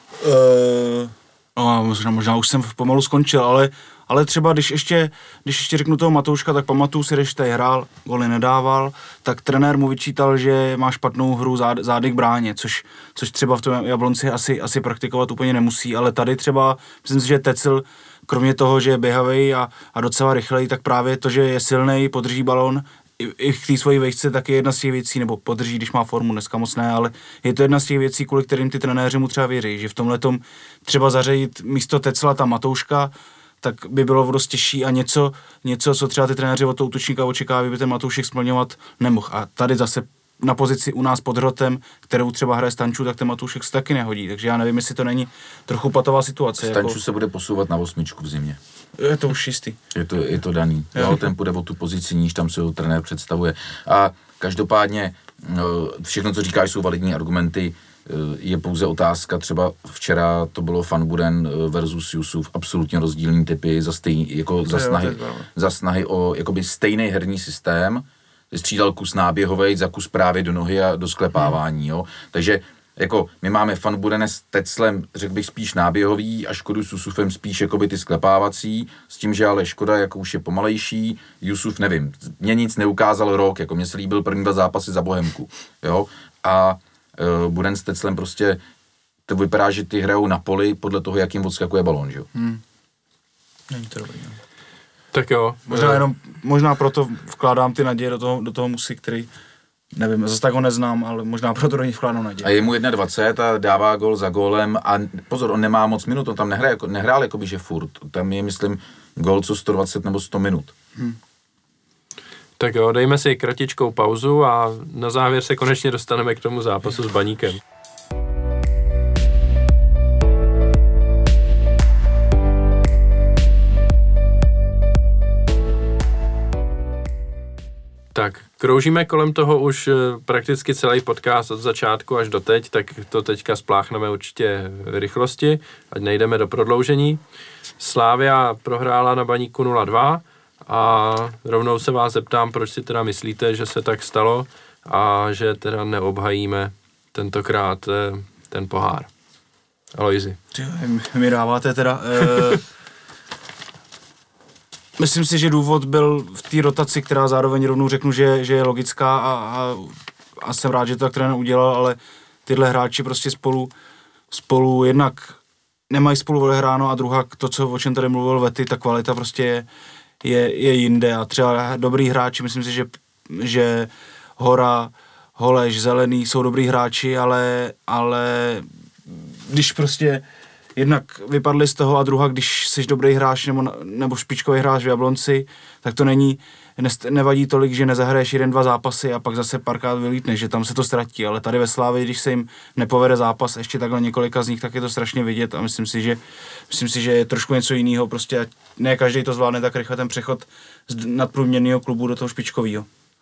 Možná už jsem pomalu skončil, ale třeba když ještě řeknu toho Matouška, tak pamatuju si, když tady hrál, góly nedával, tak trenér mu vyčítal, že má špatnou hru zády k bráně, což třeba v tom Jablonci asi praktikovat úplně nemusí, ale tady třeba, myslím si, že Tecl, kromě toho, že je běhavej a docela rychlej, tak právě to, že je silnej, podrží balon, i k té svojí vejšce, tak je jedna z těch věcí, nebo podrží, když má formu, dneska moc ne, ale je to jedna z těch věcí, kvůli kterým ty trenéři mu třeba věří, že v tomhletom třeba zařadit místo Tecla ta Matouška, tak by bylo dost těžší a něco, co třeba ty trenéři od toho útočníka očekávají, by ten Matoušek splňovat nemohl. A tady zase na pozici u nás pod Hrotem, kterou třeba hraje Stanču, tak ten Matoušek se taky nehodí. Takže já nevím, jestli to není trochu patová situace. Stanču jako... se bude posouvat na 8 v zimě. Je to už jistý. Je to daný. Jo, ten půjde o tu pozici níž, tam se ho trenér představuje. A každopádně všechno, co říkáš, jsou validní argumenty. Je pouze otázka, třeba včera to bylo Van Buren versus Jusuf, absolutně rozdílný typy za snahy o jakoby stejný herní systém. Střídal kus náběhovej za kus právě do nohy a do sklepávání, jo. Takže jako my máme Van Burene s Teclem, řekl bych spíš náběhový a Škodu s Jusufem spíš jakoby ty sklepávací, s tím, že ale Škoda jako už je pomalejší, Jusuf nevím, mě nic neukázal rok, jako mně se líbil první 2 zápasy za Bohemku, jo. A Buren s Teclem prostě to vypadá, že ty hrajou na poli podle toho, jak jim odskakuje balón, že jo. Není to dobrý, no. Tak jo. Možná proto vkládám ty naděje do toho Musy, který, nevím, zase tak ho neznám, ale možná proto do ní vkládám naděje. A je mu 21 a dává gól za gólem a pozor, on nemá moc minut, on tam nehrál jakoby, že furt. Tam je, myslím, gól co 120 nebo 100 minut. Tak jo, dejme si kratičkou pauzu a na závěr se konečně dostaneme k tomu zápasu s Baníkem. Tak, kroužíme kolem toho už prakticky celý podcast od začátku až do teď, tak to teďka spláchneme určitě v rychlosti, ať nejdeme do prodloužení. Slavia prohrála na Baníku 0-2 a rovnou se vás zeptám, proč si teda myslíte, že se tak stalo a že teda neobhajíme tentokrát ten pohár. Alojzi. Mi dáváte teda... Myslím si, že důvod byl v té rotaci, která zároveň rovnou řeknu, že je logická a jsem rád, že to tak trenér udělal, ale tyhle hráči prostě spolu jednak nemají spolu odehráno a druhá to, o čem tady mluvil Vety, ta kvalita prostě je jinde a třeba dobrý hráči, myslím si, že Hora, Holeš, Zelený jsou dobrý hráči, ale když prostě jednak vypadli z toho a druhá, když jsi dobrý hráč nebo špičkový hráč v Jablonci, tak to nevadí tolik, že nezahraješ 1-2 zápasy a pak zase párkrát vylítneš, že tam se to ztratí, ale tady ve Slavii, když se jim nepovede zápas, ještě takhle několika z nich, tak je to strašně vidět a myslím si, že je trošku něco jiného, prostě ne každý to zvládne tak rychle ten přechod z nadprůměrného klubu do toho špičkového.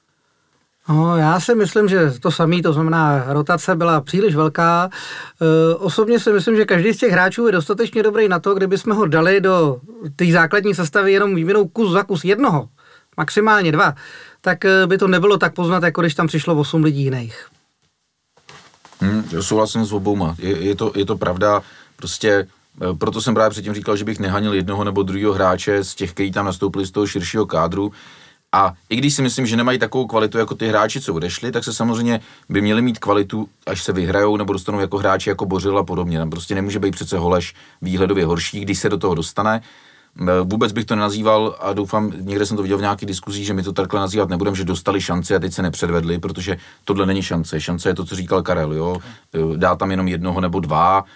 No, já si myslím, že to samé, to znamená, rotace byla příliš velká. Osobně si myslím, že každý z těch hráčů je dostatečně dobrý na to, kdyby jsme ho dali do té základní sestavy jenom výměnou kus za kus jednoho, maximálně 2, tak by to nebylo tak poznat, jako když tam přišlo 8 lidí jiných. Souhlasím s obouma. Je to pravda, prostě proto jsem právě předtím říkal, že bych nehanil jednoho nebo druhého hráče z těch, kteří tam nastoupili z toho širšího kádru. A i když si myslím, že nemají takovou kvalitu jako ty hráči, co odešli, tak se samozřejmě by měli mít kvalitu, až se vyhrajou nebo dostanou jako hráči jako Bořil a podobně. Tam prostě nemůže být přece Holeš výhledově horší, když se do toho dostane. Vůbec bych to nenazýval a doufám, někde jsem to viděl v nějaký diskuzí, že my to takhle nazývat nebudeme, že dostali šanci a teď se nepředvedli, protože tohle není šance. Šance je to, co říkal Karel, jo. Dá tam jenom jednoho nebo 2.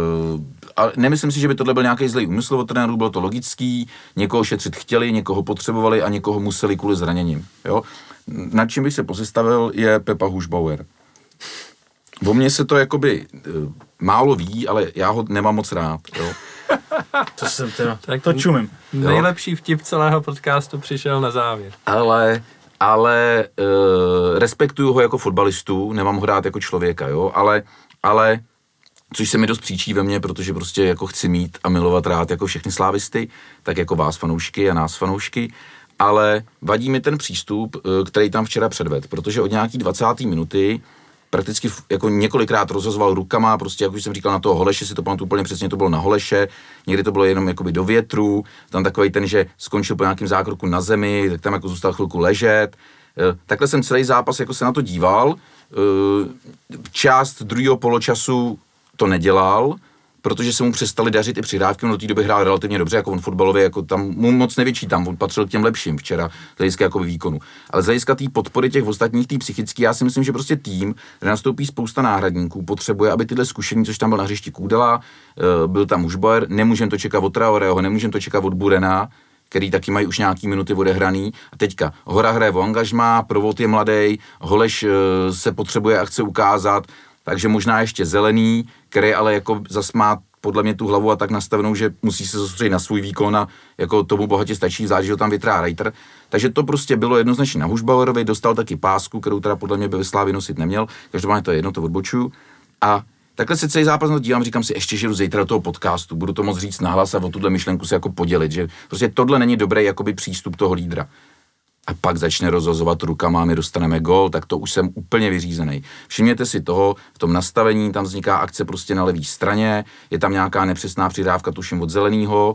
A nemyslím si, že by tohle byl nějaký zlý úmysl od trenérů, bylo to logický, někoho šetřit chtěli, někoho potřebovali a někoho museli kvůli zraněním, jo. Nad čím bych se pozastavil je Pepa Husbauer. O mně se to jakoby málo ví, ale já ho nemám moc rád, jo. To jsem teda, to čumím. Nejlepší vtip celého podcastu přišel na závěr. Ale respektuju ho jako fotbalistu, nemám ho rád jako člověka, jo, ale což se mi dost příčí ve mně, protože prostě jako chci mít a milovat rád jako všechny slávisty, tak jako vás fanoušky a nás fanoušky, ale vadí mi ten přístup, který tam včera předvedl, protože od nějaký 20. minuty prakticky jako několikrát rozhozoval rukama, prostě jak už jsem říkal na toho Holeše, si to pamatuju úplně přesně, to bylo na Holeše, někdy to bylo jenom jakoby do větru, tam takový ten, že skončil po nějakém zákroku na zemi, tak tam jako zůstal chvilku ležet. Takhle jsem celý zápas jako se na to díval, část druhého poločasu to nedělal, protože se mu přestali dařit i přihrávky, on do té doby hrál relativně dobře, jako on fotbalově, jako tam mu moc nevyčítám, on patřil k těm lepším včera, z hlediska jako výkonu. Ale z hlediska té podpory těch ostatních, tý psychický, já si myslím, že prostě tým, kde nastoupí spousta náhradníků, potřebuje, aby tyhle zkušení, což tam byl na hřišti Kůdela, byl tam Husbauer, nemůžeme to čekat od Traoreho, nemůžeme to čekat od Burena, který taky mají už nějaký minuty odehraný. A teďka Hora hraje o angažmá, Provod je mladý, Holeš se potřebuje a chce ukázat, takže možná ještě Zelený, který ale jako zas má podle mě tu hlavu a tak nastavenou, že musí se soustředit na svůj výkon a jako tomu bohatě stačí vzát, že ho tam vytrá Reiter. Takže to prostě bylo jednoznačně na Husbauerovi, dostal taky pásku, kterou teda podle mě by ve Slávii nosit neměl, každopádně to je jedno, to odbočuju. A takhle se celý zápas na to dívám, říkám si, ještě že jdu zítra do toho podcastu, budu to moc říct nahlas a o tuhle myšlenku se jako podělit, že prostě tohle není dobrý jakoby přístup toho lídra. A pak začne rozhazovat rukama a my dostaneme gól, tak to už jsem úplně vyřízený. Všimněte si toho, v tom nastavení tam vzniká akce prostě na levé straně, je tam nějaká nepřesná přihrávka, tuším od Zelenýho,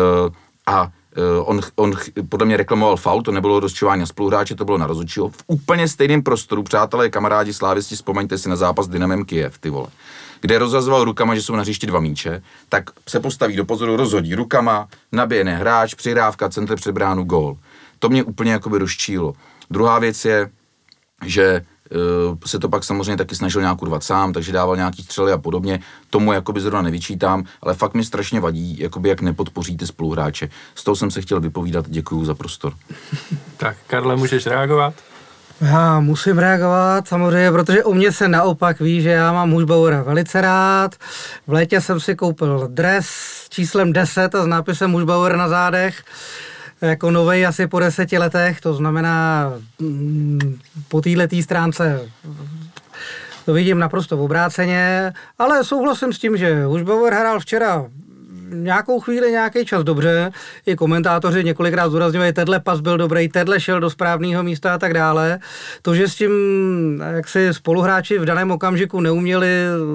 on podle mě reklamoval faul, to nebylo rozčování na spoluhráče, to bylo na rozhodčího. V úplně stejném prostoru, přátelé, kamarádi, slávisti, vzpomeňte si na zápas s Dynamem Kyjev, ty vole, kde rozhazoval rukama, že jsou na hřišti 2 míče, tak se postaví do pozoru, rozhodí rukama, naběhne hráč, přihrávka, centr před bránu, gól. To mě úplně jakoby rozčílo. Druhá věc je, že se to pak samozřejmě taky snažil nějak urvat sám, takže dával nějaký střely a podobně. Tomu jakoby zrovna nevyčítám, ale fakt mi strašně vadí, jakoby jak nepodpoříte spoluhráče. Z toho jsem se chtěl vypovídat, děkuju za prostor. Tak, Karle, můžeš reagovat? Já musím reagovat samozřejmě, protože u mě se naopak ví, že já mám Husbauera velice rád. V létě jsem si koupil dres s číslem 10 a s nápisem Husbauer na zádech. jako novej asi po 10 letech, to znamená po této stránce to vidím naprosto obráceně, ale souhlasím s tím, že Hušbauer hrál včera nějakou chvíli, nějaký čas dobře. I komentátoři několikrát zdůrazňují, tenhle pas byl dobrý, tenhle šel do správného místa a tak dále. To, že s tím jaksi spoluhráči v daném okamžiku neuměli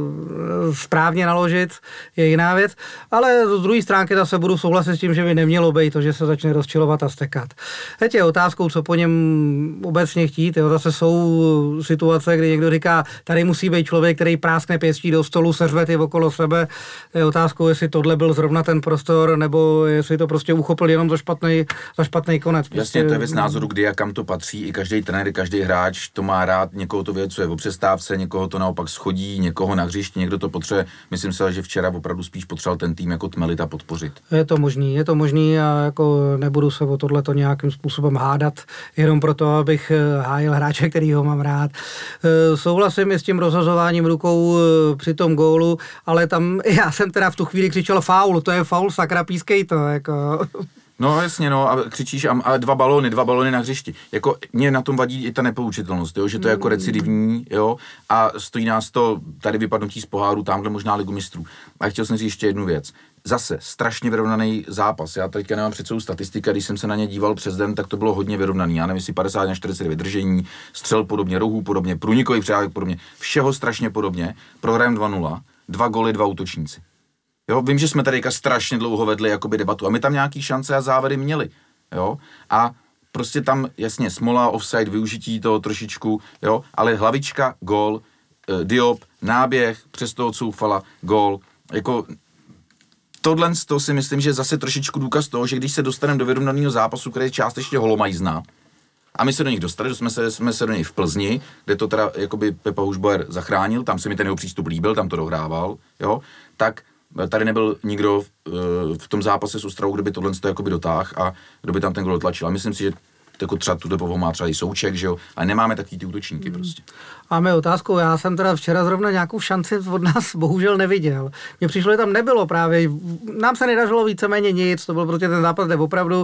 správně naložit, je jiná věc. Ale z druhé stránky zase budu souhlasit s tím, že by nemělo být to, že se začne rozčilovat a stekat. Teď je otázkou, co po něm obecně chtít. Jo, zase jsou situace, kdy někdo říká, tady musí být člověk, který práskne pěstí do stolu, seřve ty okolo sebe. Je otázkou, jestli tohle byl zrovna ten prostor, nebo jestli to prostě uchopil jenom za špatný konec. Jasně, to je věc názoru, kdy a kam to patří. I každý trenér, každý hráč to má rád, někoho to věcuje o přestávce, někoho to naopak schodí, někoho na hřišti, někdo to potřebuje. Myslím si, že včera opravdu spíš potřeboval ten tým jako tmelit a podpořit. Je to možný a jako nebudu se o tohleto nějakým způsobem hádat, jenom proto, abych hájil hráče, který ho mám rád. Souhlasím i s tím rozhazováním rukou při tom gólu, ale tam já jsem teda v tu chvíli křičel faul, to je faul, sakra, pískej to, jako. No jasně, no, a křičíš a dva balóny na hřišti. Jako mě na tom vadí i ta nepoučitelnost, jo, že to je jako recidivní, jo, a stojí nás to tady vypadnutí z poháru, tamhle možná Ligu mistrů. A chtěl jsem říct ještě jednu věc. Zase strašně vyrovnaný zápas. Já teďka nemám před sebou statistika, když jsem se na ně díval přes den, tak to bylo hodně vyrovnaný. Já nevím, jestli 50-49 držení, střel podobně, rohů podobně, průnikový přeávek podobně, všeho strašně podobně. Prohrajeme 2-0, 2 góly, 2 útočníci. Jo, vím, že jsme tady strašně dlouho vedli jakoby debatu a my tam nějaký šance a závěry měli, jo, a prostě tam jasně smola, offside, využití toho trošičku, jo, ale hlavička, gól, Diop, náběh, přes toho Coufala, gól, jako tohle to si myslím, že je zase trošičku důkaz toho, že když se dostaneme do vyrovnaného zápasu, který je částečně holomajzná, a my se do nich dostali, jsme se do něj v Plzni, kde to teda jakoby Pepa Hušbauer zachránil, tam se mi ten jeho přístup líbil, tam to dohrával, jo, tak tady nebyl nikdo v tom zápase s Ostravou, kdo by tohle jakoby dotáhl a kdo by tam ten gol tlačil. A myslím si, že jako třeba tu dobu má třeba i Souček, že jo, ale nemáme takový ty útočníky prostě. Máme otázku, já jsem teda včera zrovna nějakou šanci od nás bohužel neviděl. Mně přišlo, že tam nebylo právě, nám se nedařilo víceméně nic, to byl prostě ten zápas, kde opravdu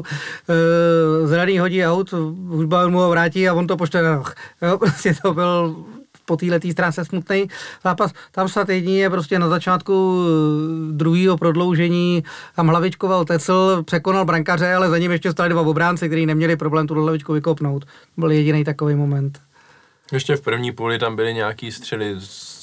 zraný hodí aut, už mu ho vrátí a on to pošle na roh. Jo, prostě to byl po této stránce smutný zápas. Tam snad jedině prostě na začátku druhého prodloužení tam hlavičkoval Tecl, překonal brankaře, ale za ním ještě stali dva obránci, kteří neměli problém tu hlavičku vykopnout. To byl jediný takový moment. Ještě v první půli tam byly nějaký střely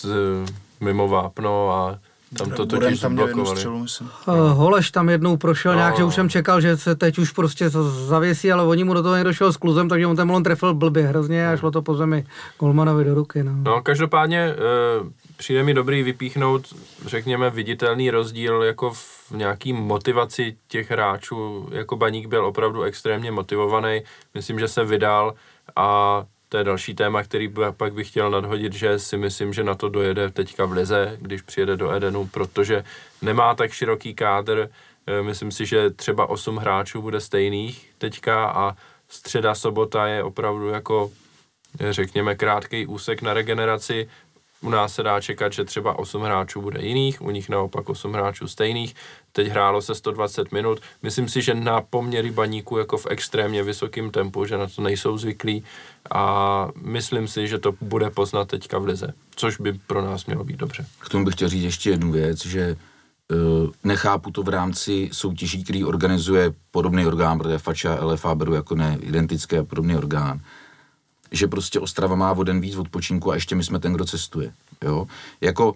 mimo vápno a tam to totiž zablokovali. Holeš tam jednou prošel nějak, že už jsem čekal, že se teď už prostě zavěsí, ale oni mu do toho někdo šel s kluzem, takže on ten balon trefil blbě hrozně a šlo to po zemi golmanovi do ruky. No každopádně přijde mi dobrý vypíchnout, řekněme, viditelný rozdíl jako v nějaký motivaci těch hráčů. Jako Baník byl opravdu extrémně motivovaný, myslím, že se vydal a to je další téma, který pak bych chtěl nadhodit, že si myslím, že na to dojede teďka v lize, když přijede do Edenu, protože nemá tak široký kádr. Myslím si, že třeba 8 hráčů bude stejných teďka a středa, sobota je opravdu jako, řekněme, krátký úsek na regeneraci. U nás se dá čekat, že třeba 8 hráčů bude jiných, u nich naopak 8 hráčů stejných. Teď hrálo se 120 minut. Myslím si, že na poměry Baníku jako v extrémně vysokém tempu, že na to nejsou zvyklí a myslím si, že to bude poznat teďka v lize, což by pro nás mělo být dobře. K tomu bych chtěl říct ještě jednu věc, že nechápu to v rámci soutěží, který organizuje podobný orgán, protože FAČA a LFA beru jako neidentické a podobný orgán, že prostě Ostrava má o den víc odpočinku a ještě my jsme ten, kdo cestuje. Jo? Jako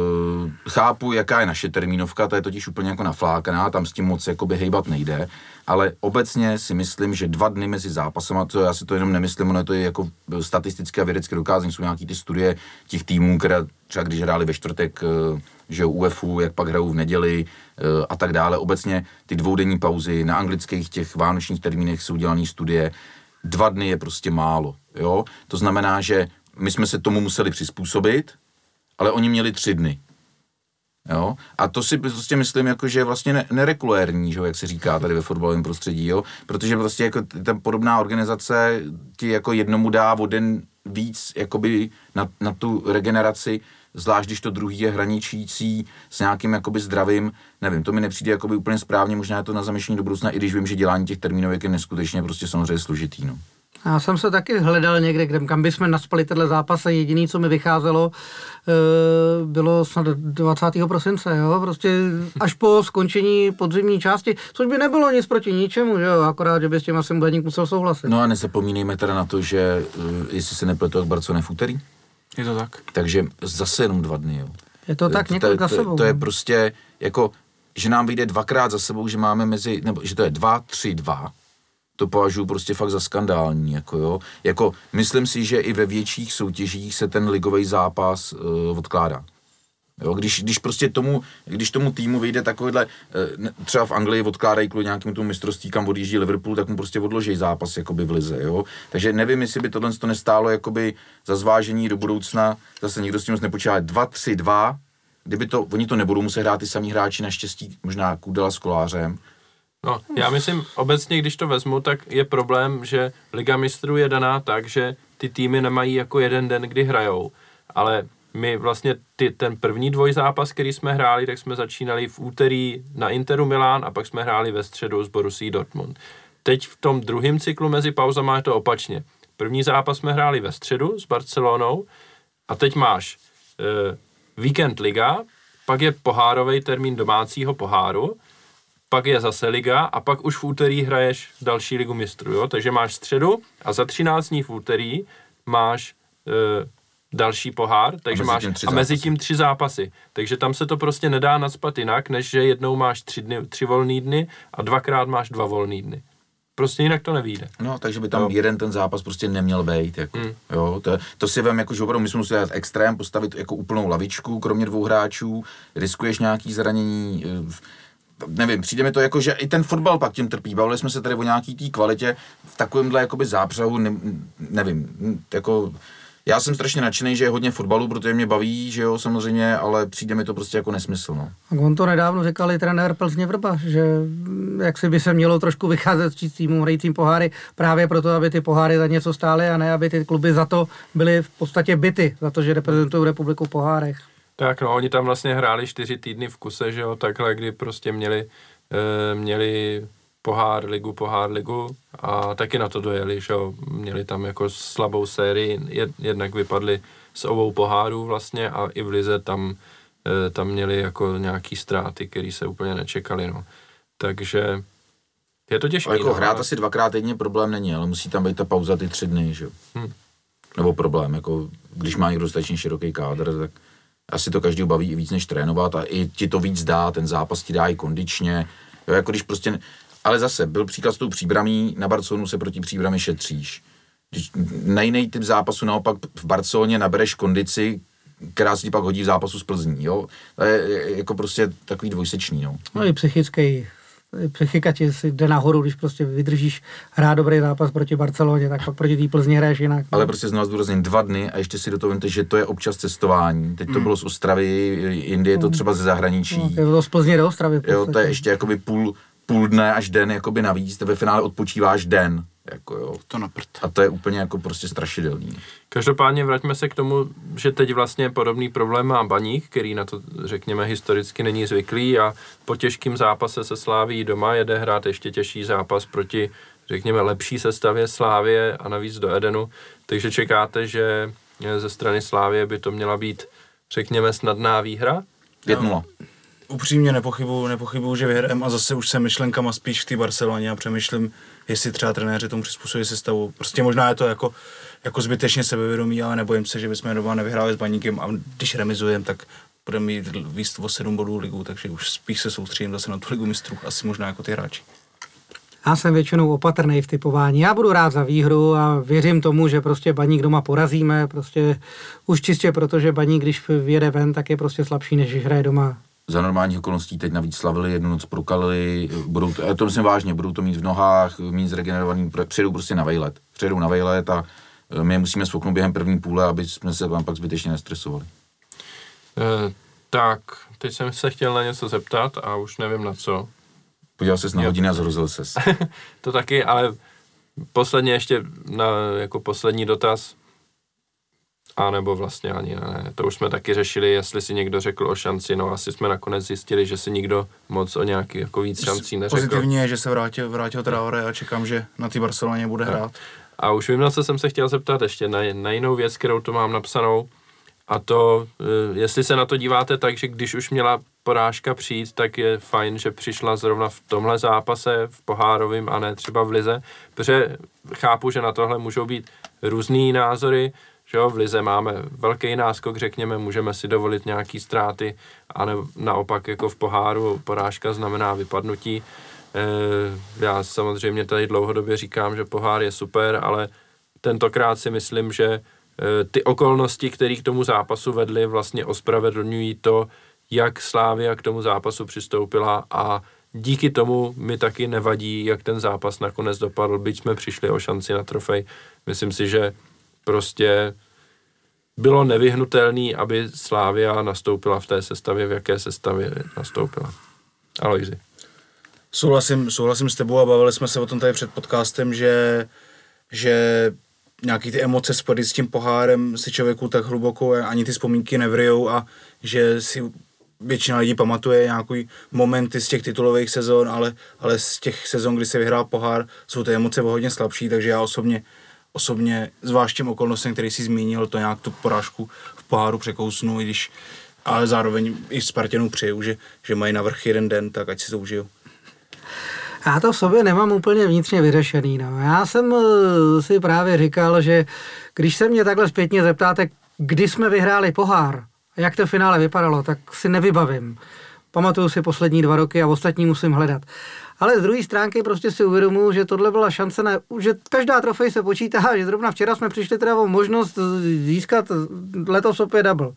chápu, jaká je naše termínovka, ta je totiž úplně jako naflákaná, tam s tím moc jakoby hejbat nejde, ale obecně si myslím, že 2 dny mezi zápasama, to já si to jenom nemyslím, ono to je jako statisticky a vědecky dokázané, jsou nějaký ty studie těch týmů, které třeba když hráli ve čtvrtek, že UEFu, jak pak hrajou v neděli a tak dále. Obecně ty 2denní pauzy na anglických těch vánočních termínech jsou dělané studie, 2 dny je prostě málo, jo. To znamená, že my jsme se tomu museli přizpůsobit, ale oni měli 3 dny, jo. A to si prostě myslím, jako, že je vlastně neregulérní, že, jak se říká tady ve fotbalovém prostředí, jo. Protože prostě jako ta podobná organizace ti jako jednomu dá o den víc jakoby na tu regeneraci, zvlášť když to druhý je hraničící s nějakým jakoby zdravým, nevím, to mi nepřijde jakoby úplně správně, možná je to na zamýšlení do budoucna, i když vím, že dělání těch termínovek je neskutečně prostě samozřejmě složitý, no. Já jsem se taky hledal někde, kam bychom naspali tenhle zápas a jediný, co mi vycházelo, bylo snad 20. prosince, jo, prostě až po skončení podzimní části, což by nebylo nic proti ničemu, že jo, akorát, že by s tím asi Blaník musel souhlasit. No a nezapomínejme teda na to, že jestli se nepletu, jak Barcelona v úterý. Je to tak. Takže zase jenom 2 dny, jo. Je to tak několik za sebou. To je prostě jako, že nám vyjde 2krát za sebou, že máme nebo že to je 2-3-2. To považuji prostě fakt za skandální, jako jo. Jako, myslím si, že i ve větších soutěžích se ten ligový zápas odkládá. Jo, když prostě tomu týmu vyjde takovýhle, třeba v Anglii odkládají kvůli nějakému tomu mistrovství, kam odjíždí Liverpool, tak mu prostě odloží zápas jakoby v lize, jo. Takže nevím, jestli by tohle to nestálo jakoby za zvážení do budoucna, zase nikdo s tím nepočítá 2-3-2, kdyby to, oni to nebudou muset hrát ty samý hráči, naštěstí možná Kudela s Kolářem. No, já myslím, obecně, když to vezmu, tak je problém, že Liga mistrů je daná tak, že ty týmy nemají jako jeden den, kdy hrajou, ale my vlastně ten první dvojzápas, který jsme hráli, tak jsme začínali v úterý na Interu Milán a pak jsme hráli ve středu s Borussií Dortmund. Teď v tom druhém cyklu mezi pauzama je to opačně. První zápas jsme hráli ve středu s Barcelonou a teď máš víkend liga, pak je pohárový termín domácího poháru, pak je zase liga a pak už v úterý hraješ další ligu mistrů, jo? Takže máš středu a za 13 dní v úterý máš další pohár, takže máš a mezi tím 3 zápasy. Takže tam se to prostě nedá nacpat jinak, než že jednou máš 3 volný dny a 2krát máš 2 volný dny. Prostě jinak to nevyjde. No, takže by tam jeden ten zápas prostě neměl být. Jako, jo, to si vem, jako, že opravdu my jsme museli dát extrém, postavit jako úplnou lavičku, kromě 2 hráčů, riskuješ nějaký zranění, nevím, přijde mi to jako, že i ten fotbal pak tím trpí. Bavili jsme se tady o nějaký té kvalitě v takovémhle jakoby zápřehu, nevím, jako já jsem strašně nadšený, že je hodně fotbalu, protože mě baví, že jo, samozřejmě, ale přijde mi to prostě jako nesmysl, no. A on to nedávno říkal i trenér Plzně Vrba, že jak si by se mělo trošku vycházet s týmům hrajícím poháry, právě proto, aby ty poháry za něco stály a ne, aby ty kluby za to byly v podstatě bity, za to, že reprezentují republiku v pohárech. Tak no, oni tam vlastně hráli 4 týdny v kuse, že jo, takhle, kdy prostě měli pohár ligu a taky na to dojeli, že jo, měli tam jako slabou sérii, jednak vypadli z obou pohárů vlastně a i v lize tam měli jako nějaký ztráty, které se úplně nečekali, no. Takže je to těžké. Jako hrát asi 2krát týdně problém není, ale musí tam být ta pauza ty 3 dny, že jo. Nebo problém, jako když má někdo dostatečně široký kádr, tak asi to každý baví i víc než trénovat a i ti to víc dá, ten zápas ti dá i kondičně, jo, jako když prostě, ale zase byl příklad s tou Příbramí, na Barcelonu se proti Příbrami šetříš. Když na jiný typ zápasu naopak v Barceloně nabereš kondici, která se ti pak hodí v zápasu s Plzní, jo. To je jako prostě takový dvojsečný, no. No i psychika ti si jde nahoru, když prostě vydržíš hrát dobrý zápas proti Barceloně, tak pak proti té Plzni hraješ jinak. Ale prostě znovu zdůrazním 2 dny a ještě si do toho vemte, že to je občas cestování. Teď to bylo z Ostravy, jindy je to třeba ze zahraničí. No, je to z Plzně do Ostravy. Jo, to je ještě jakoby půl dne až den jakoby navíc, ve finále odpočíváš den. Jako jo. To na prd. A to je úplně jako prostě strašidelný. Každopádně vraťme se k tomu, že teď vlastně podobný problém má Baník, který na to, řekněme, historicky není zvyklý a po těžkém zápase se Slávií doma jede hrát ještě těžší zápas proti, řekněme, lepší sestavě Slávie a navíc do Edenu. Takže čekáte, že ze strany Slávie by to měla být, řekněme, snadná výhra? 5-0. Upřímně nepochybuju, že vyhrajeme a zase už jsem myšlenkama spíš v té Barceloně a přemýšlím, jestli třeba trenéři tomu přizpůsobí sestavu. Prostě možná je to jako zbytečně sebevědomí, ale nebojím se, že bychom doma nevyhráli s Baníkem a když remizujeme, tak budeme mít víc o 7 bodů ligu, takže už spíš se soustředím zase na tu ligu mistrů, asi možná jako ty hráči. Já jsem většinou opatrný v typování. Já budu rád za výhru a věřím tomu, že prostě Baník doma porazíme, prostě už čistě proto, že Baník, když vyjede ven, tak je prostě slabší, než když hraje doma. Za normálních okolností teď navíc slavili, jednu noc prokalili, to myslím vážně, budou to mít v nohách, mít zregenerovaný, přijedou prostě na vejlet a my je musíme svouknout během první půle, aby jsme se vám pak zbytečně nestresovali. Tak, teď jsem se chtěl na něco zeptat a už nevím na co. Podíval ses na hodiny a zhrozil ses. To taky, ale posledně ještě jako poslední dotaz. A nebo vlastně ani ne. To už jsme taky řešili, jestli si někdo řekl o šanci, no asi jsme nakonec zjistili, že si nikdo moc o nějaký jako víc šancí neřekl. Pozitivně je, že se vrátil Traoré a čekám, že na té Barceloně bude hrát. A už vím, na co jsem se chtěl zeptat ještě, na jinou věc, kterou tu mám napsanou. A to, jestli se na to díváte tak, že když už měla porážka přijít, tak je fajn, že přišla zrovna v tomhle zápase, v pohárovém a ne třeba v lize, protože chápu, že na tohle můžou být různý názory, že jo, v lize máme velký náskok, řekněme, můžeme si dovolit nějaký ztráty, a naopak jako v poháru porážka znamená vypadnutí. Já samozřejmě tady dlouhodobě říkám, že pohár je super, ale tentokrát si myslím, že ty okolnosti, které k tomu zápasu vedly, vlastně ospravedlňují to, jak Slavia k tomu zápasu přistoupila a díky tomu mi taky nevadí, jak ten zápas nakonec dopadl, byť jsme přišli o šanci na trofej. Myslím si, že prostě bylo nevyhnutelné, aby Slavia nastoupila v té sestavě, v jaké sestavě nastoupila. Alojzi. Souhlasím s tebou a bavili jsme se o tom tady před podcastem, že nějaký ty emoce spojené s tím pohárem si člověku tak hluboko ani ty vzpomínky nevryjou a že si většina lidí pamatuje nějaký momenty z těch titulových sezon, ale z těch sezon, kdy se vyhrál pohár, jsou ty emoce hodně slabší, takže já osobně zvlášť těm okolnostem, který jsi zmínil, to nějak tu porážku v poháru překousnu, ale zároveň i Spartanů přeju, že mají navrch jeden den, tak ať si to užijou. Já to v sobě nemám úplně vnitřně vyřešený. No. Já jsem si právě říkal, že když se mě takhle zpětně zeptáte, kdy jsme vyhráli pohár, a jak to finále vypadalo, tak si nevybavím. Pamatuju si poslední 2 roky a ostatní musím hledat. Ale z druhé stránky prostě si uvědomuji, že tohle byla šance, že každá trofej se počítá, že zrovna včera jsme přišli teda o možnost získat letos opět double.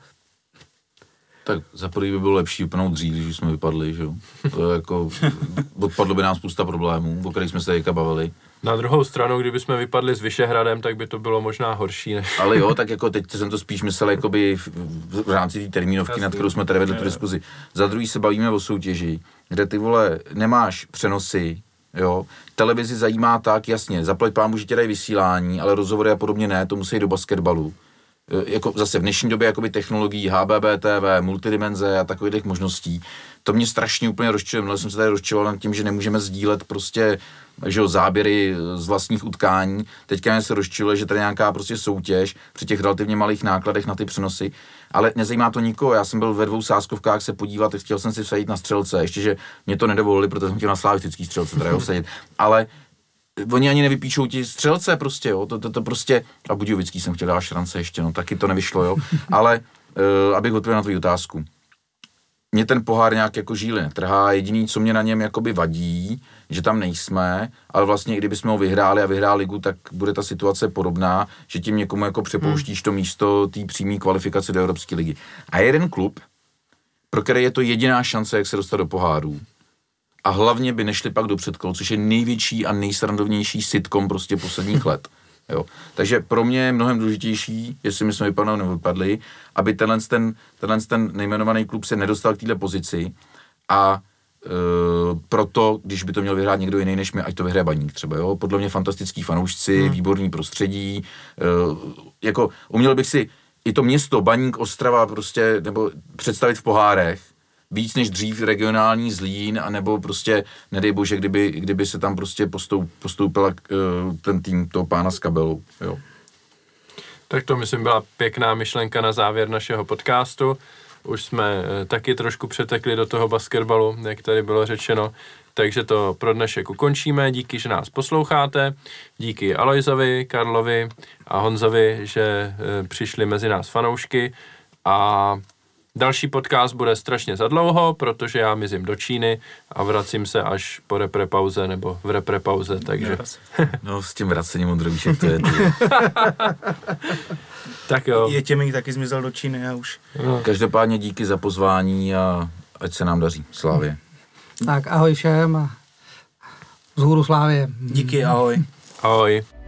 Tak za prvý by bylo lepší vypnout dřív, když jsme vypadli, že jo. To je jako, odpadlo by nám spousta problémů, o kterých jsme se teďka bavili. Na druhou stranu, kdyby jsme vypadli s Vyšehradem, tak by to bylo možná horší, než... Ale jo, tak jako teď jsem to spíš myslel jakoby v rámci té termínovky, nad kterou jsme tady vedli tu diskuzi. Za druhý se bavíme o soutěži, kde ty vole nemáš přenosy, jo. Televizi zajímá tak, jasně, zaplať pámu, že tě dají vysílání, ale rozhovory a podobně ne, to musí do basketbalu. Jako zase v dnešní době jakoby technologií, HBB TV, multidimenze a takových možností, to mě strašně úplně rozčiluje. Měl jsem se tady rozčiloval nad tím, že nemůžeme sdílet prostě, že jo, záběry z vlastních utkání. Teďka mě se rozčiluje, že tady nějaká prostě soutěž při těch relativně malých nákladech na ty přenosy, ale nezajímá to nikoho. Já jsem byl ve 2 sázkovkách se podívat, chtěl jsem si vsadit na střelce, ještě že mě to nedovolili, protože jsem chtěl na slavistický střelce teda vsadit, ale oni ani nevypíšou ti střelce prostě, jo, to prostě, a Budějovický jsem chtěl dát šance ještě, no, taky to nevyšlo, jo, ale abych odpověděl na tvou otázku. Mě ten pohár nějak jako žíly netrhá, jediný, co mě na něm jakoby vadí, že tam nejsme, ale vlastně kdybychom ho vyhráli a vyhráli ligu, tak bude ta situace podobná, že tím někomu jako přepouštíš to místo té přímé kvalifikace do Evropské ligy. A jeden klub, pro který je to jediná šance, jak se dostat do pohárů, a hlavně by nešli pak do předkol, což je největší a nejsrandovnější sitcom prostě posledních let. Jo. Takže pro mě je mnohem důležitější, jestli my jsme vypadli nebo vypadli, aby tenhle nejmenovaný klub se nedostal k této pozici a proto, když by to měl vyhrát někdo jiný než my, ať to vyhraje Baník třeba, jo. Podle mě fantastický fanoušci, výborný prostředí, jako uměl bych si i to město Baník, Ostrava prostě, nebo představit v pohárech, víc než dřív regionální Zlín, anebo prostě, nedej bože, kdyby se tam prostě postoupila ten tým toho pána s kabelou, jo. Tak to, myslím, byla pěkná myšlenka na závěr našeho podcastu. Už jsme taky trošku přetekli do toho basketbalu, jak tady bylo řečeno, takže to pro dnešek ukončíme. Díky, že nás posloucháte. Díky Alojzovi, Karlovi a Honzovi, že přišli mezi nás fanoušky a další podcast bude strašně zadlouho, protože já mizím do Číny a vracím se až po reprepauze nebo v reprepauze, takže... No s tím vracením od Drovíšek to je ty. Tak jo. Jetěmík taky zmizel do Číny a už. No. Každopádně díky za pozvání a ať se nám daří. Slávě. Tak ahoj všem a vzhůru Slávě. Díky, ahoj. Ahoj.